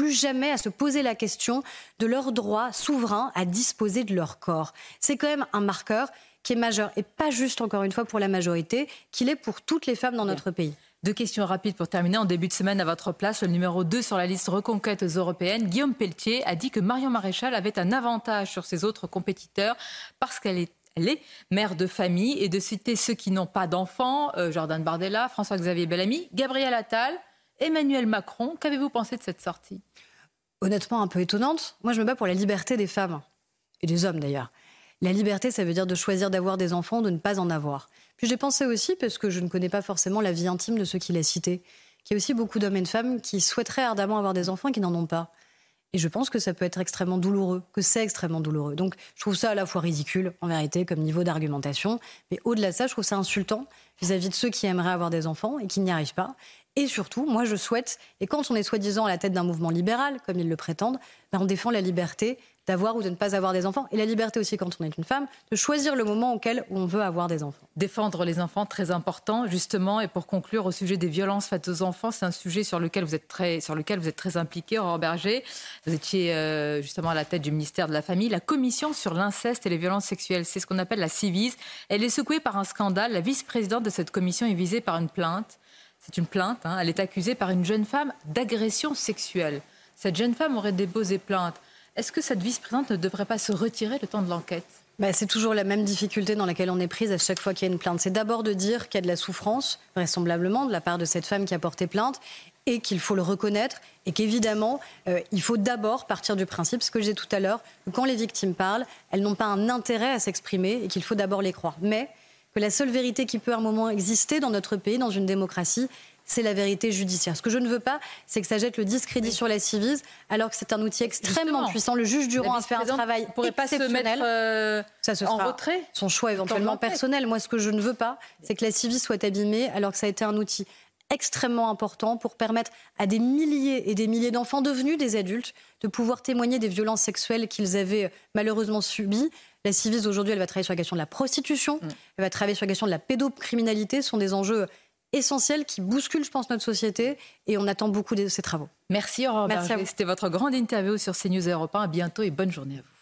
à se poser la question de leur droit souverain à disposer de leur corps. C'est quand même un marqueur qui est majeur, et pas juste, encore une fois, pour la majorité, qu'il est pour toutes les femmes dans notre pays. 2 questions rapides pour terminer. En début de semaine, à votre place, le numéro 2 sur la liste Reconquête européenne, Guillaume Pelletier, a dit que Marion Maréchal avait un avantage sur ses autres compétiteurs parce qu'elle est mère de famille, et de citer ceux qui n'ont pas d'enfants, Jordan Bardella, François-Xavier Bellamy, Gabriel Attal, Emmanuel Macron. Qu'avez-vous pensé de cette sortie? Honnêtement, un peu étonnante. Moi, je me bats pour la liberté des femmes, et des hommes d'ailleurs. La liberté, ça veut dire de choisir d'avoir des enfants ou de ne pas en avoir. Puis j'ai pensé aussi, parce que je ne connais pas forcément la vie intime de ceux qu'il a cités, qu'il y a aussi beaucoup d'hommes et de femmes qui souhaiteraient ardemment avoir des enfants et qui n'en ont pas. Et je pense que ça peut être extrêmement douloureux, que c'est extrêmement douloureux. Donc je trouve ça à la fois ridicule, en vérité, comme niveau d'argumentation, mais au-delà de ça, je trouve ça insultant vis-à-vis de ceux qui aimeraient avoir des enfants et qui n'y arrivent pas. Et surtout, moi je souhaite, et quand on est soi-disant à la tête d'un mouvement libéral, comme ils le prétendent, on défend la liberté d'avoir ou de ne pas avoir des enfants. Et la liberté aussi, quand on est une femme, de choisir le moment auquel on veut avoir des enfants. Défendre les enfants, très important, justement. Et pour conclure, au sujet des violences faites aux enfants, c'est un sujet sur lequel vous êtes très impliqué, Aurore Berger. Vous étiez justement à la tête du ministère de la Famille. La commission sur l'inceste et les violences sexuelles, c'est ce qu'on appelle la Ciivise. Elle est secouée par un scandale. La vice-présidente de cette commission est visée par une plainte. C'est une plainte. Elle est accusée par une jeune femme d'agression sexuelle. Cette jeune femme aurait déposé plainte. Est-ce que cette vice-présidente ne devrait pas se retirer le temps de l'enquête? C'est toujours la même difficulté dans laquelle on est prise à chaque fois qu'il y a une plainte. C'est d'abord de dire qu'il y a de la souffrance, vraisemblablement, de la part de cette femme qui a porté plainte, et qu'il faut le reconnaître, et qu'évidemment, il faut d'abord partir du principe, ce que je disais tout à l'heure, que quand les victimes parlent, elles n'ont pas un intérêt à s'exprimer, et qu'il faut d'abord les croire. Mais que la seule vérité qui peut à un moment exister dans notre pays, dans une démocratie, c'est la vérité judiciaire. Ce que je ne veux pas, c'est que ça jette le discrédit sur la Ciivise, alors que c'est un outil extrêmement puissant. Le juge Durand a fait un travail exceptionnel. Ça se en retrait. Son choix éventuellement personnel. Moi, ce que je ne veux pas, c'est que la Ciivise soit abîmée, alors que ça a été un outil extrêmement important pour permettre à des milliers et des milliers d'enfants devenus des adultes de pouvoir témoigner des violences sexuelles qu'ils avaient malheureusement subies. La Ciivise, aujourd'hui, elle va travailler sur la question de la prostitution, elle va travailler sur la question de la pédocriminalité. Ce sont des enjeux essentiels qui bousculent, je pense, notre société, et on attend beaucoup de ces travaux. Merci Aurore Berger. C'était votre grande interview sur CNews et Europe 1. À bientôt et bonne journée à vous.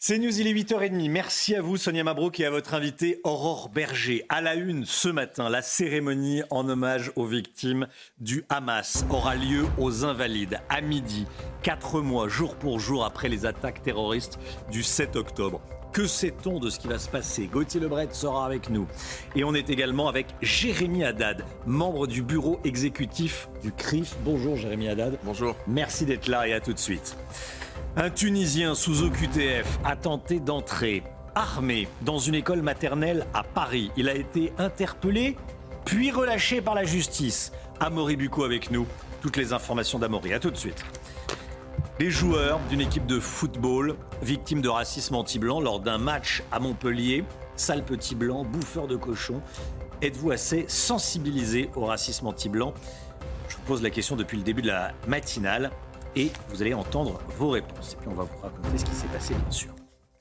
CNews, il est 8h30. Merci à vous, Sonia Mabrouk, et à votre invitée, Aurore Berger. À la une, ce matin, la cérémonie en hommage aux victimes du Hamas aura lieu aux Invalides à midi, 4 mois, jour pour jour, après les attaques terroristes du 7 octobre. Que sait-on de ce qui va se passer ? Gauthier Lebret sera avec nous. Et on est également avec Jérémy Haddad, membre du bureau exécutif du CRIF. Bonjour Jérémy Haddad. Bonjour. Merci d'être là et à tout de suite. Un Tunisien sous OQTF a tenté d'entrer armé dans une école maternelle à Paris. Il a été interpellé, puis relâché par la justice. Amaury Bucco avec nous. Toutes les informations d'Amaury. À tout de suite. Les joueurs d'une équipe de football victimes de racisme anti-blanc lors d'un match à Montpellier. Sale petit blanc, bouffeur de cochon. Êtes-vous assez sensibilisé au racisme anti-blanc ? Je vous pose la question depuis le début de la matinale. Et vous allez entendre vos réponses. Et puis on va vous raconter ce qui s'est passé, bien sûr.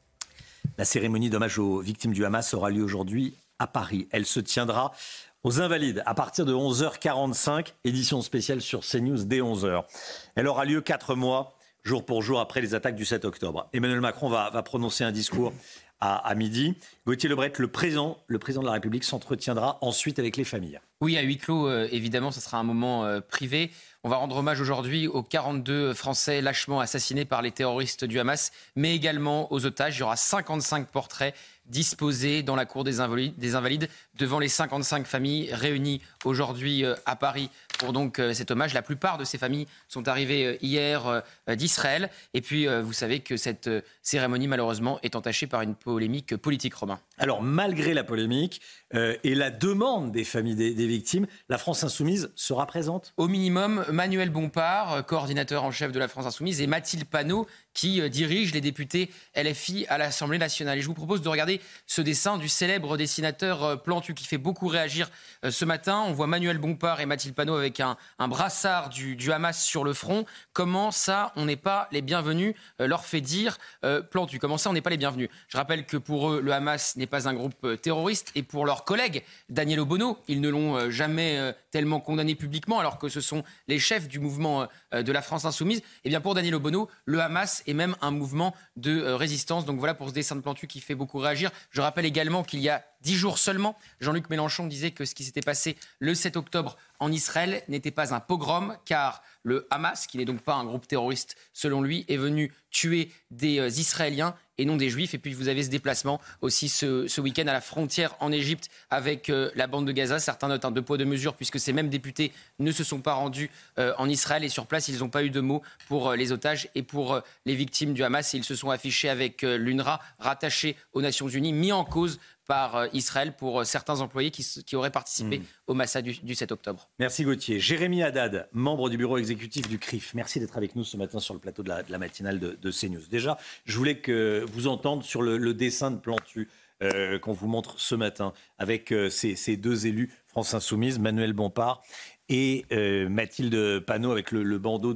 La cérémonie d'hommage aux victimes du Hamas aura lieu aujourd'hui à Paris. Elle se tiendra aux Invalides à partir de 11h45, édition spéciale sur CNews dès 11h. Elle aura lieu 4 mois, jour pour jour, après les attaques du 7 octobre. Emmanuel Macron va prononcer un discours à midi. Gauthier Lebret, le président de la République, s'entretiendra ensuite avec les familles. Oui, à huis clos, évidemment, ce sera un moment privé. On va rendre hommage aujourd'hui aux 42 Français lâchement assassinés par les terroristes du Hamas, mais également aux otages. Il y aura 55 portraits disposés dans la cour des Invalides devant les 55 familles réunies aujourd'hui à Paris pour donc cet hommage. La plupart de ces familles sont arrivées hier d'Israël. Et puis, vous savez que cette cérémonie, malheureusement, est entachée par une polémique politique, Romain. Alors, malgré la polémique et la demande des familles des victimes, la France Insoumise sera présente ? Au minimum, Manuel Bompard, coordinateur en chef de la France Insoumise, et Mathilde Panot, qui dirige les députés LFI à l'Assemblée nationale. Et je vous propose de regarder ce dessin du célèbre dessinateur Plantu qui fait beaucoup réagir ce matin. On voit Manuel Bompard et Mathilde Panot avec un brassard du Hamas sur le front. Comment ça, on n'est pas les bienvenus, leur fait dire Plantu. Comment ça, on n'est pas les bienvenus ? Je rappelle que pour eux, le Hamas n'est pas un groupe terroriste. Et pour leurs collègues, Daniel Obono, ils ne l'ont jamais tellement condamné publiquement, alors que ce sont les chefs du mouvement de la France Insoumise. Et bien pour Daniel Obono, le Hamas est même un mouvement de résistance. Donc voilà pour ce dessin de Plantu qui fait beaucoup réagir. Je rappelle également qu'il y a 10 jours seulement, Jean-Luc Mélenchon disait que ce qui s'était passé le 7 octobre en Israël n'était pas un pogrom, car le Hamas, qui n'est donc pas un groupe terroriste selon lui, est venu tuer des Israéliens et non des Juifs. Et puis vous avez ce déplacement aussi ce week-end à la frontière en Égypte avec la bande de Gaza. Certains notent un deux poids deux mesures puisque ces mêmes députés ne se sont pas rendus en Israël et sur place ils n'ont pas eu de mots pour les otages et pour les victimes du Hamas. Et ils se sont affichés avec l'UNRWA rattaché aux Nations Unies, mis en cause par Israël pour certains employés qui auraient participé au massacre du 7 octobre. Merci Gauthier. Jérémy Haddad, membre du bureau exécutif du CRIF. Merci d'être avec nous ce matin sur le plateau de la matinale de CNews. Déjà, je voulais que vous entendiez sur le dessin de Plantu qu'on vous montre ce matin avec ces deux élus France Insoumise, Manuel Bompard et Mathilde Panot avec le bandeau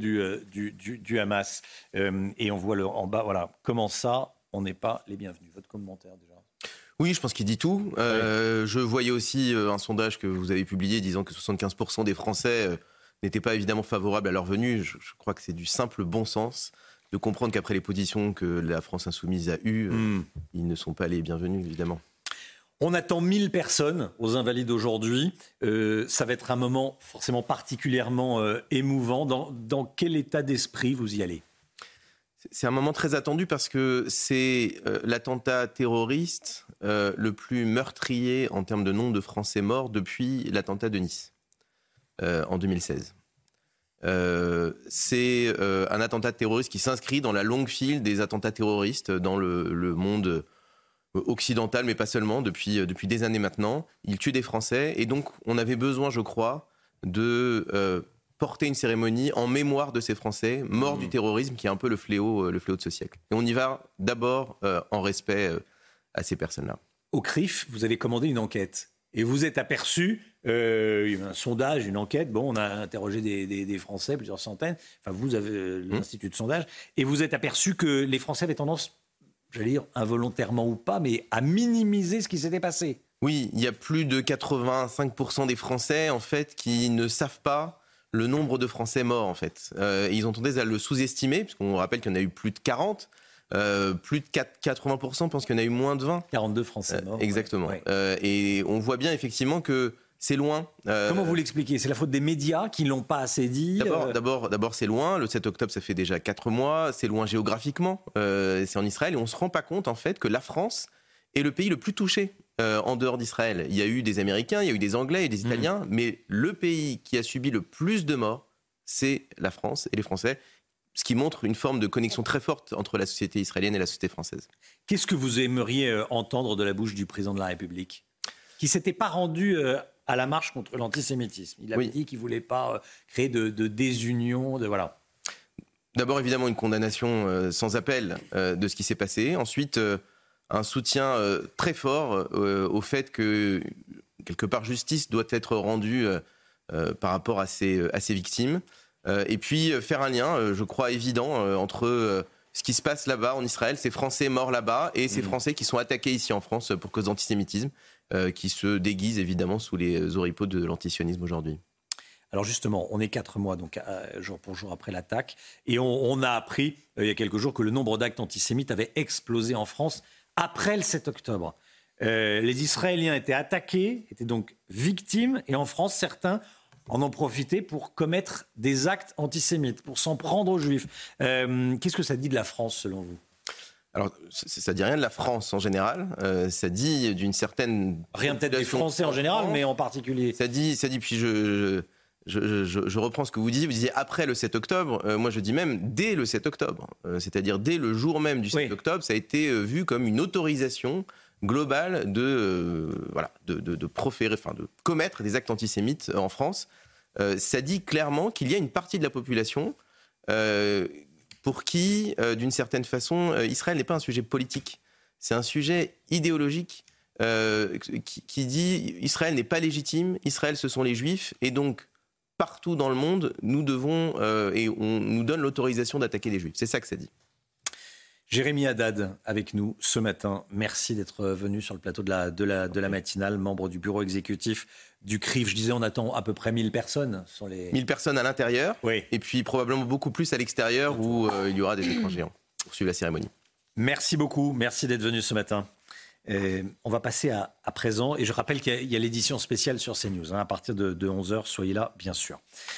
du Hamas. Et on voit en bas, voilà, comment ça, on n'est pas les bienvenus. Votre commentaire déjà ? Oui, je pense qu'il dit tout. Je voyais aussi un sondage que vous avez publié disant que 75% des Français n'étaient pas évidemment favorables à leur venue. Je crois que c'est du simple bon sens de comprendre qu'après les positions que la France Insoumise a eues, ils ne sont pas les bienvenus, évidemment. On attend 1000 personnes aux Invalides aujourd'hui. Ça va être un moment forcément particulièrement émouvant. Dans quel état d'esprit vous y allez ? C'est un moment très attendu parce que c'est l'attentat terroriste le plus meurtrier en termes de nombre de Français morts depuis l'attentat de Nice en 2016. C'est un attentat terroriste qui s'inscrit dans la longue file des attentats terroristes dans le monde occidental, mais pas seulement, depuis des années maintenant. Il tue des Français et donc on avait besoin, je crois, de porter une cérémonie en mémoire de ces Français morts du terrorisme, qui est un peu le fléau de ce siècle. Et on y va d'abord en respect à ces personnes-là. Au CRIF, vous avez commandé une enquête et vous êtes aperçu, un sondage, une enquête, bon, on a interrogé des Français, plusieurs centaines, enfin vous avez l'Institut de sondage, et vous êtes aperçu que les Français avaient tendance, j'allais dire involontairement ou pas, mais à minimiser ce qui s'était passé. Oui, il y a plus de 85% des Français, en fait, qui ne savent pas le nombre de Français morts, en fait. Ils ont tendance à le sous-estimer, puisqu'on rappelle qu'il y en a eu plus de 40. plus de 80% pensent qu'il y en a eu moins de 20. 42 Français morts. Exactement. Ouais. Et on voit bien effectivement que c'est loin. Comment vous l'expliquez ? C'est la faute des médias qui ne l'ont pas assez dit D'abord, c'est loin. Le 7 octobre, ça fait déjà 4 mois. C'est loin géographiquement. C'est en Israël. Et on ne se rend pas compte, en fait, que la France est le pays le plus touché en dehors d'Israël. Il y a eu des Américains, il y a eu des Anglais et des Italiens. Mais le pays qui a subi le plus de morts, c'est la France et les Français. Ce qui montre une forme de connexion très forte entre la société israélienne et la société française. Qu'est-ce que vous aimeriez entendre de la bouche du président de la République, qui ne s'était pas rendu à la marche contre l'antisémitisme ? Il avait dit qu'il ne voulait pas créer de désunion. Voilà. D'abord, évidemment, une condamnation sans appel de ce qui s'est passé. Ensuite, un soutien très fort au fait que, quelque part, justice doit être rendue par rapport à ces victimes. Et puis faire un lien, je crois, évident entre ce qui se passe là-bas en Israël, ces Français morts là-bas, et ces Français qui sont attaqués ici en France pour cause d'antisémitisme, qui se déguisent évidemment sous les oripeaux de l'antisionisme aujourd'hui. Alors justement, on est 4 mois, donc jour pour jour après l'attaque, et on a appris il y a quelques jours que le nombre d'actes antisémites avait explosé en France après le 7 octobre. Les Israéliens étaient attaqués, étaient donc victimes, et en France, certains en ont profité pour commettre des actes antisémites, pour s'en prendre aux Juifs. Qu'est-ce que ça dit de la France, selon vous ? Alors, ça dit rien de la France en général. Ça dit d'une certaine... Rien peut-être des Français en général, mais en particulier. Ça dit puis je reprends ce que vous disiez. Vous disiez après le 7 octobre. Moi, je dis même dès le 7 octobre. C'est-à-dire dès le jour même du 7 octobre, ça a été vu comme une autorisation globale de proférer, de commettre des actes antisémites en France. Ça dit clairement qu'il y a une partie de la population pour qui, d'une certaine façon, Israël n'est pas un sujet politique. C'est un sujet idéologique qui dit Israël n'est pas légitime, Israël ce sont les Juifs, et donc partout dans le monde, nous devons et on nous donne l'autorisation d'attaquer les Juifs. C'est ça que ça dit. Jérémy Haddad avec nous ce matin. Merci d'être venu sur le plateau de la matinale, membre du bureau exécutif du CRIF. Je disais, on attend à peu près 1000 personnes. 1000 personnes à l'intérieur, et puis probablement beaucoup plus à l'extérieur où il y aura des écrans géants pour suivre la cérémonie. Merci beaucoup, merci d'être venu ce matin. On va passer à présent, et je rappelle qu'il y a l'édition spéciale sur CNews, à partir de 11h, soyez là, bien sûr.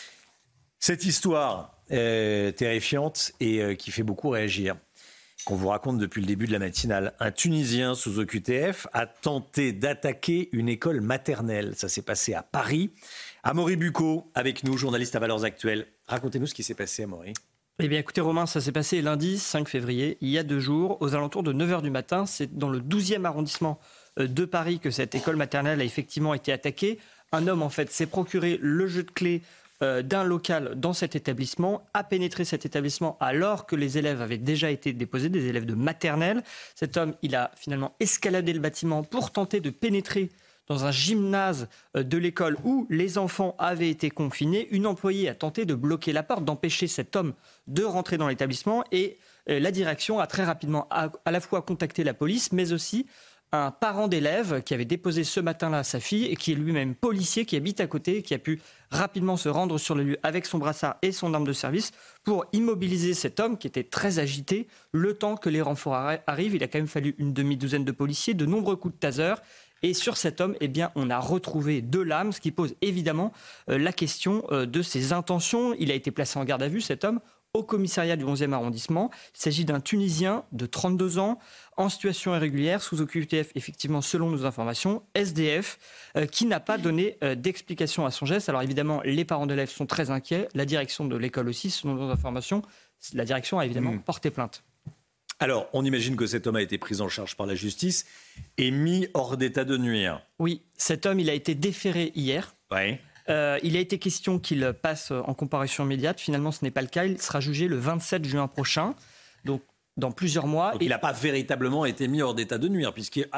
Cette histoire terrifiante et qui fait beaucoup réagir, qu'on vous raconte depuis le début de la matinale. Un Tunisien sous OQTF a tenté d'attaquer une école maternelle. Ça s'est passé à Paris. Amaury Bucco, avec nous, journaliste à Valeurs Actuelles. Racontez-nous ce qui s'est passé, Amaury. Eh bien, écoutez, Romain, ça s'est passé lundi 5 février, il y a 2 jours, aux alentours de 9h du matin. C'est dans le 12e arrondissement de Paris que cette école maternelle a effectivement été attaquée. Un homme, en fait, s'est procuré le jeu de clés d'un local dans cet établissement, a pénétré cet établissement alors que les élèves avaient déjà été déposés, des élèves de maternelle. Cet homme, il a finalement escaladé le bâtiment pour tenter de pénétrer dans un gymnase de l'école où les enfants avaient été confinés. Une employée a tenté de bloquer la porte, d'empêcher cet homme de rentrer dans l'établissement, et la direction a très rapidement à la fois contacté la police, mais aussi un parent d'élève qui avait déposé ce matin-là sa fille et qui est lui-même policier, qui habite à côté, qui a pu rapidement se rendre sur le lieu avec son brassard et son arme de service pour immobiliser cet homme qui était très agité le temps que les renforts arrivent. Il a quand même fallu une demi-douzaine de policiers, de nombreux coups de taser. Et sur cet homme, eh bien, on a retrouvé 2 lames, ce qui pose évidemment la question de ses intentions. Il a été placé en garde à vue, cet homme, au commissariat du 11e arrondissement. Il s'agit d'un Tunisien de 32 ans, en situation irrégulière, sous OQTF, effectivement, selon nos informations, SDF, qui n'a pas donné d'explication à son geste. Alors évidemment, les parents d'élèves sont très inquiets, la direction de l'école aussi, selon nos informations. La direction a évidemment porté plainte. Alors, on imagine que cet homme a été pris en charge par la justice et mis hors d'état de nuire. Oui, cet homme, il a été déféré hier. Oui. Il a été question qu'il passe en comparution immédiate. Finalement, ce n'est pas le cas. Il sera jugé le 27 juin prochain, donc dans plusieurs mois. Donc il n'a pas véritablement été mis hors d'état de nuire.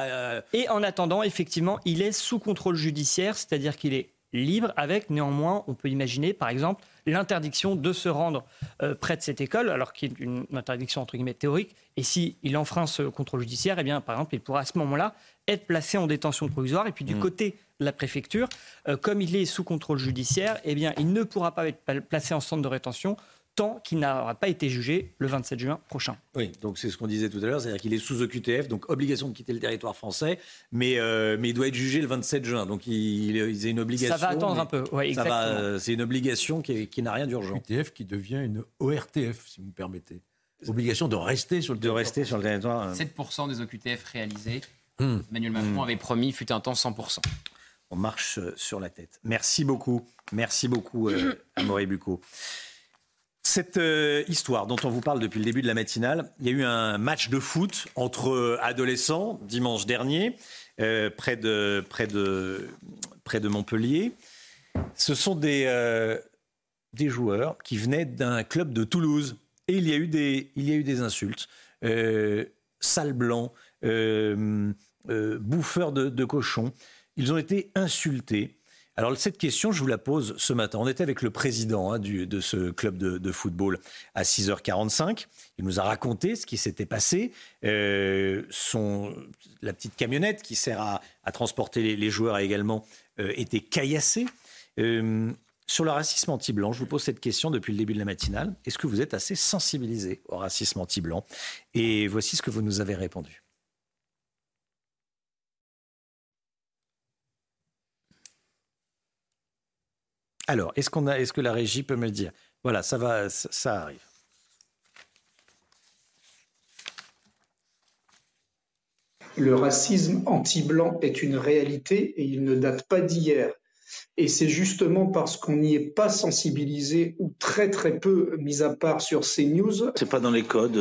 Et en attendant, effectivement, il est sous contrôle judiciaire, c'est-à-dire qu'il est libre avec, néanmoins, on peut imaginer, par exemple, l'interdiction de se rendre près de cette école, alors qu'il y a une interdiction entre guillemets théorique. Et s'il enfreint ce contrôle judiciaire, eh bien, par exemple, il pourra à ce moment-là être placé en détention provisoire. Et puis du côté de la préfecture, comme il est sous contrôle judiciaire, eh bien, il ne pourra pas être placé en centre de rétention tant qu'il n'aura pas été jugé le 27 juin prochain. Oui, donc c'est ce qu'on disait tout à l'heure, c'est-à-dire qu'il est sous OQTF, donc obligation de quitter le territoire français, mais il doit être jugé le 27 juin, donc il a une obligation. Ça va attendre un peu, oui, exactement. C'est une obligation qui n'a rien d'urgent. OQTF qui devient une ORTF, si vous me permettez. Obligation de rester sur le territoire. 7% des OQTF réalisés. Emmanuel Macron avait promis, fut un temps, 100%. On marche sur la tête. Merci beaucoup, Amaury Bucco. Cette histoire dont on vous parle depuis le début de la matinale, il y a eu un match de foot entre adolescents dimanche dernier, près de Montpellier. Ce sont des joueurs qui venaient d'un club de Toulouse. Et il y a eu des insultes. Sale blanc, bouffeur de cochons. Ils ont été insultés. Alors cette question, je vous la pose ce matin. On était avec le président de ce club de football à 6h45. Il nous a raconté ce qui s'était passé. La petite camionnette qui sert à transporter les joueurs a également été caillassée. Sur le racisme anti-blanc, je vous pose cette question depuis le début de la matinale. Est-ce que vous êtes assez sensibilisé au racisme anti-blanc ? Et voici ce que vous nous avez répondu. Alors, est-ce que la régie peut me le dire ? Voilà, ça arrive. Le racisme anti-blanc est une réalité et il ne date pas d'hier. Et c'est justement parce qu'on n'y est pas sensibilisé ou très très peu, mis à part sur CNews. C'est pas dans les codes.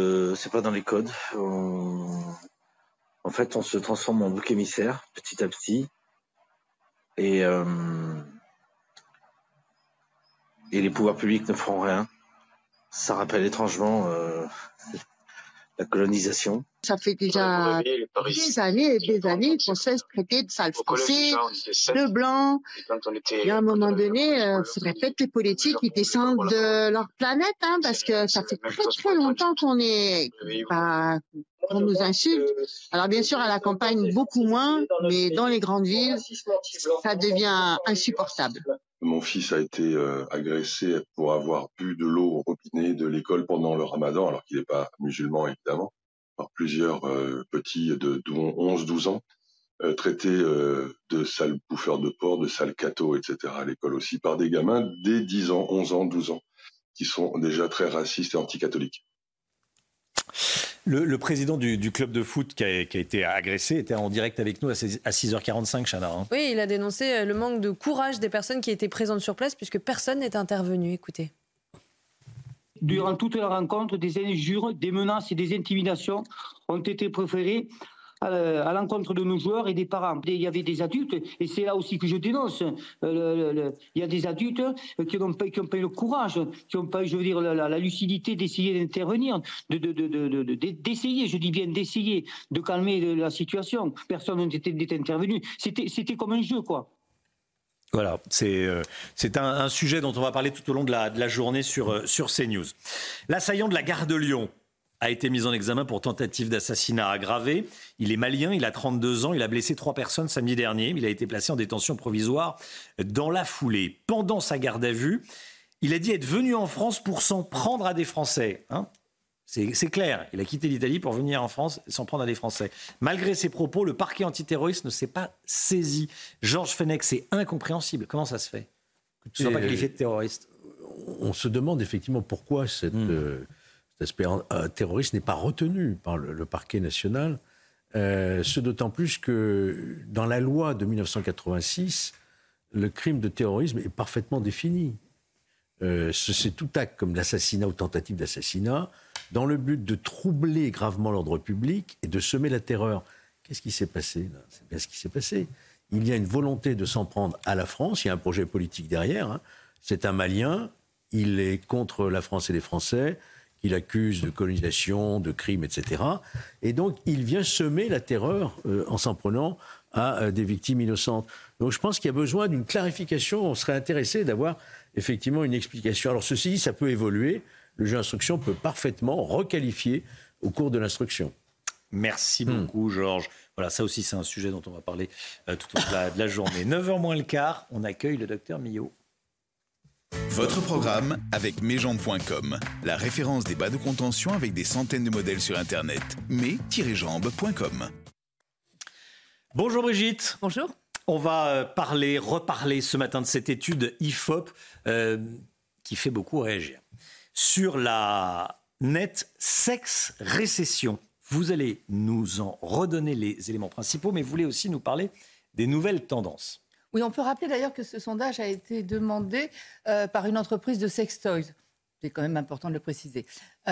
En fait, on se transforme en bouc émissaire petit à petit. Et les pouvoirs publics ne feront rien. Ça rappelle étrangement la colonisation. Ça fait déjà des années et des années qu'on se laisse traiter de sale français, de blanc. Et à un moment donné, il faudrait peut-être que les politiques ils descendent de leur planète, parce que ça fait très très longtemps qu'on nous insulte. Alors bien sûr, à la campagne, beaucoup moins, mais dans les grandes villes, ça devient insupportable. Mon fils a été agressé pour avoir bu de l'eau au robinet de l'école pendant le ramadan, alors qu'il n'est pas musulman évidemment, par plusieurs petits de 11-12 ans, traités de sales bouffeurs de porc, de sales cathos, etc. à l'école aussi, par des gamins dès 10 ans, 11 ans, 12 ans, qui sont déjà très racistes et anticatholiques. Le président du club de foot qui a été agressé était en direct avec nous à 6h45, Chana. Oui, il a dénoncé le manque de courage des personnes qui étaient présentes sur place puisque personne n'est intervenu. Écoutez. Durant toute la rencontre, des injures, des menaces et des intimidations ont été proférées à l'encontre de nos joueurs et des parents. Il y avait des adultes, et c'est là aussi que je dénonce. Il y a des adultes qui n'ont pas eu le courage, qui n'ont pas eu, je veux dire, la lucidité d'essayer d'intervenir, d'essayer, je dis bien d'essayer, de calmer la situation. Personne n'était intervenu. C'était comme un jeu, quoi. Voilà, c'est un sujet dont on va parler tout au long de la journée sur CNews. L'assaillant de la gare de Lyon a été mis en examen pour tentative d'assassinat aggravé. Il est malien, il a 32 ans, il a blessé 3 personnes samedi dernier. Il a été placé en détention provisoire dans la foulée. Pendant sa garde à vue, il a dit être venu en France pour s'en prendre à des Français. C'est clair, il a quitté l'Italie pour venir en France et s'en prendre à des Français. Malgré ses propos, le parquet antiterroriste ne s'est pas saisi. Georges Fenech, c'est incompréhensible. Comment ça se fait qu'il ne soit pas qualifié de terroriste ? On se demande effectivement pourquoi cet aspect terroriste n'est pas retenu par le parquet national. Ce d'autant plus que dans la loi de 1986, le crime de terrorisme est parfaitement défini. C'est tout acte comme l'assassinat ou tentative d'assassinat dans le but de troubler gravement l'ordre public et de semer la terreur. Qu'est-ce qui s'est passé là ? C'est bien ce qui s'est passé. Il y a une volonté de s'en prendre à la France, il y a un projet politique derrière. C'est un Malien, il est contre la France et les Français, qu'il accuse de colonisation, de crimes, etc. Et donc, il vient semer la terreur en s'en prenant à des victimes innocentes. Donc, je pense qu'il y a besoin d'une clarification. On serait intéressé d'avoir effectivement une explication. Alors, ceci dit, ça peut évoluer. Le juge d'instruction peut parfaitement requalifier au cours de l'instruction. Merci beaucoup, Georges. Voilà, ça aussi, c'est un sujet dont on va parler tout au long de la journée. 9h moins le quart, on accueille le docteur Millot. Votre programme avec mesjambes.com, la référence des bas de contention avec des centaines de modèles sur Internet. mes-jambes.com. Bonjour Brigitte. Bonjour. On va reparler ce matin de cette étude IFOP qui fait beaucoup réagir. Sur la nette sexe récession. Vous allez nous en redonner les éléments principaux, mais vous voulez aussi nous parler des nouvelles tendances. Oui, on peut rappeler d'ailleurs que ce sondage a été demandé par une entreprise de sextoys. C'est quand même important de le préciser.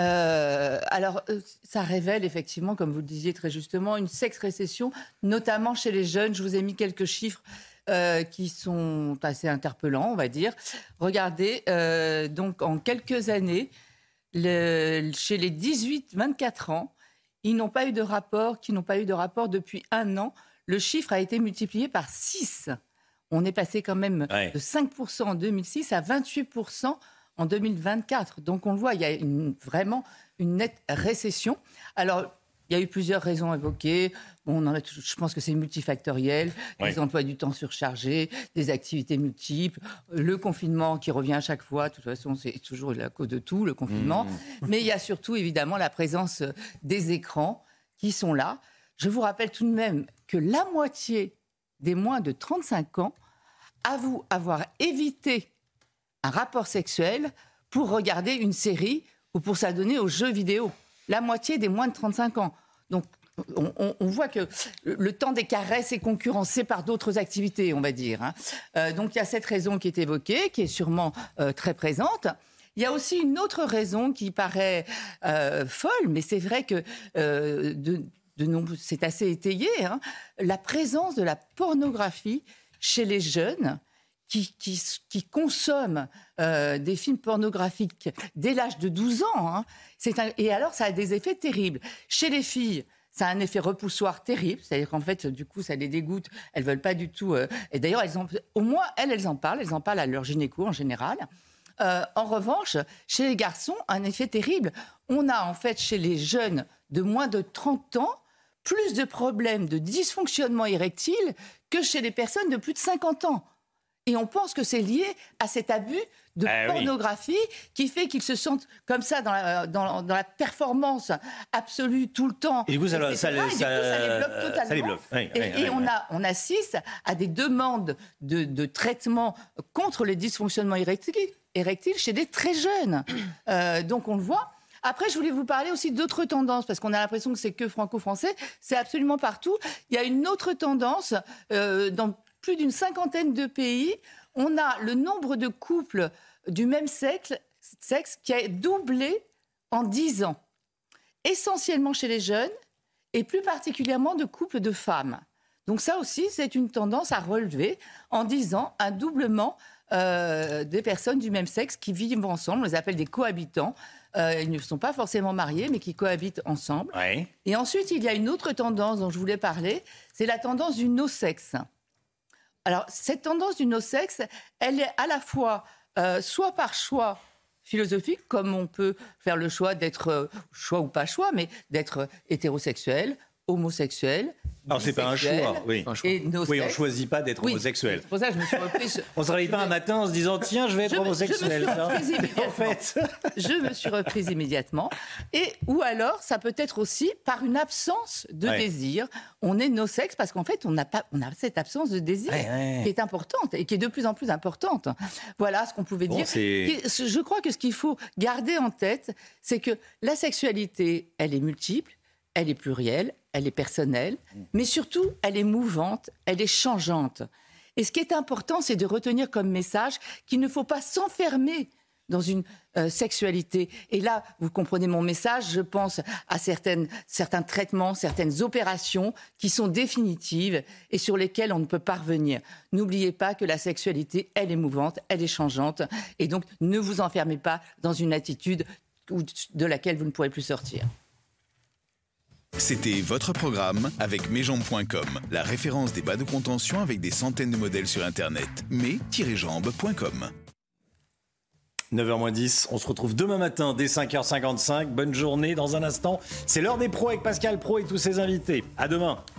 Ça révèle effectivement, comme vous le disiez très justement, une sexe-récession, notamment chez les jeunes. Je vous ai mis quelques chiffres qui sont assez interpellants, on va dire. Regardez, donc en quelques années, chez les 18-24 ans, qui n'ont pas eu de rapport depuis 1 an, le chiffre a été multiplié par 6. On est passé quand même de 5% en 2006 à 28% en 2024. Donc on le voit, il y a vraiment une nette récession. Alors, il y a eu plusieurs raisons évoquées. Je pense que c'est multifactoriel. Des emplois du temps surchargés, des activités multiples, le confinement qui revient à chaque fois. De toute façon, c'est toujours la cause de tout, le confinement. Mais il y a surtout, évidemment, la présence des écrans qui sont là. Je vous rappelle tout de même que la moitié des moins de 35 ans avouent avoir évité un rapport sexuel pour regarder une série ou pour s'adonner aux jeux vidéo. La moitié des moins de 35 ans. Donc, on voit que le temps des caresses est concurrencé par d'autres activités, on va dire. Donc, il y a cette raison qui est évoquée, qui est sûrement très présente. Il y a aussi une autre raison qui paraît folle, mais c'est vrai que c'est assez étayé, la présence de la pornographie chez les jeunes qui consomment des films pornographiques dès l'âge de 12 ans. Et alors, ça a des effets terribles. Chez les filles, ça a un effet repoussoir terrible, c'est-à-dire qu'en fait, du coup, ça les dégoûte, elles ne veulent pas du tout... et d'ailleurs, au moins, elles en parlent à leur gynéco en général. En revanche, chez les garçons, un effet terrible. On a en fait, chez les jeunes de moins de 30 ans, plus de problèmes de dysfonctionnement érectile que chez les personnes de plus de 50 ans. Et on pense que c'est lié à cet abus de pornographie qui fait qu'ils se sentent comme ça dans la performance absolue tout le temps. Et du coup, ça les bloque totalement. Ça les bloque. On assiste à des demandes de traitement contre les dysfonctionnements érectiles chez des très jeunes. Donc on le voit. Après, je voulais vous parler aussi d'autres tendances, parce qu'on a l'impression que c'est que franco-français. C'est absolument partout. Il y a une autre tendance dans plus d'une 50aine de pays. On a le nombre de couples du même sexe qui a doublé en 10 ans. Essentiellement chez les jeunes et plus particulièrement de couples de femmes. Donc ça aussi, c'est une tendance à relever. En 10 ans, un doublement des personnes du même sexe qui vivent ensemble. On les appelle des cohabitants. Ils ne sont pas forcément mariés, mais qui cohabitent ensemble. Ouais. Et ensuite, il y a une autre tendance dont je voulais parler, c'est la tendance du no-sexe. Alors, cette tendance du no-sexe, elle est à la fois, soit par choix philosophique, comme on peut faire le choix d'être, choix ou pas choix, mais d'être hétérosexuel, homosexuel. Alors, c'est pas un choix, oui. Et oui, on ne choisit pas d'être homosexuel. C'est pour ça que je me suis reprise. On ne se réveille pas un matin en se disant tiens, je vais être homosexuel. Je me suis reprise immédiatement. Ou alors, ça peut être aussi par une absence de désir. On est no-sexe parce qu'en fait, on a cette absence de désir qui est importante et qui est de plus en plus importante. Voilà ce qu'on pouvait dire. Je crois que ce qu'il faut garder en tête, c'est que la sexualité, elle est multiple. Elle est plurielle, elle est personnelle, mais surtout, elle est mouvante, elle est changeante. Et ce qui est important, c'est de retenir comme message qu'il ne faut pas s'enfermer dans une sexualité. Et là, vous comprenez mon message, je pense à certains traitements, certaines opérations qui sont définitives et sur lesquelles on ne peut pas revenir. N'oubliez pas que la sexualité, elle est mouvante, elle est changeante. Et donc, ne vous enfermez pas dans une attitude de laquelle vous ne pourrez plus sortir. C'était votre programme avec mesjambes.com, la référence des bas de contention avec des centaines de modèles sur Internet. mes-jambes.com. 9h-10, on se retrouve demain matin dès 5h55. Bonne journée. Dans un instant, c'est l'heure des pros avec Pascal Praud et tous ses invités. À demain.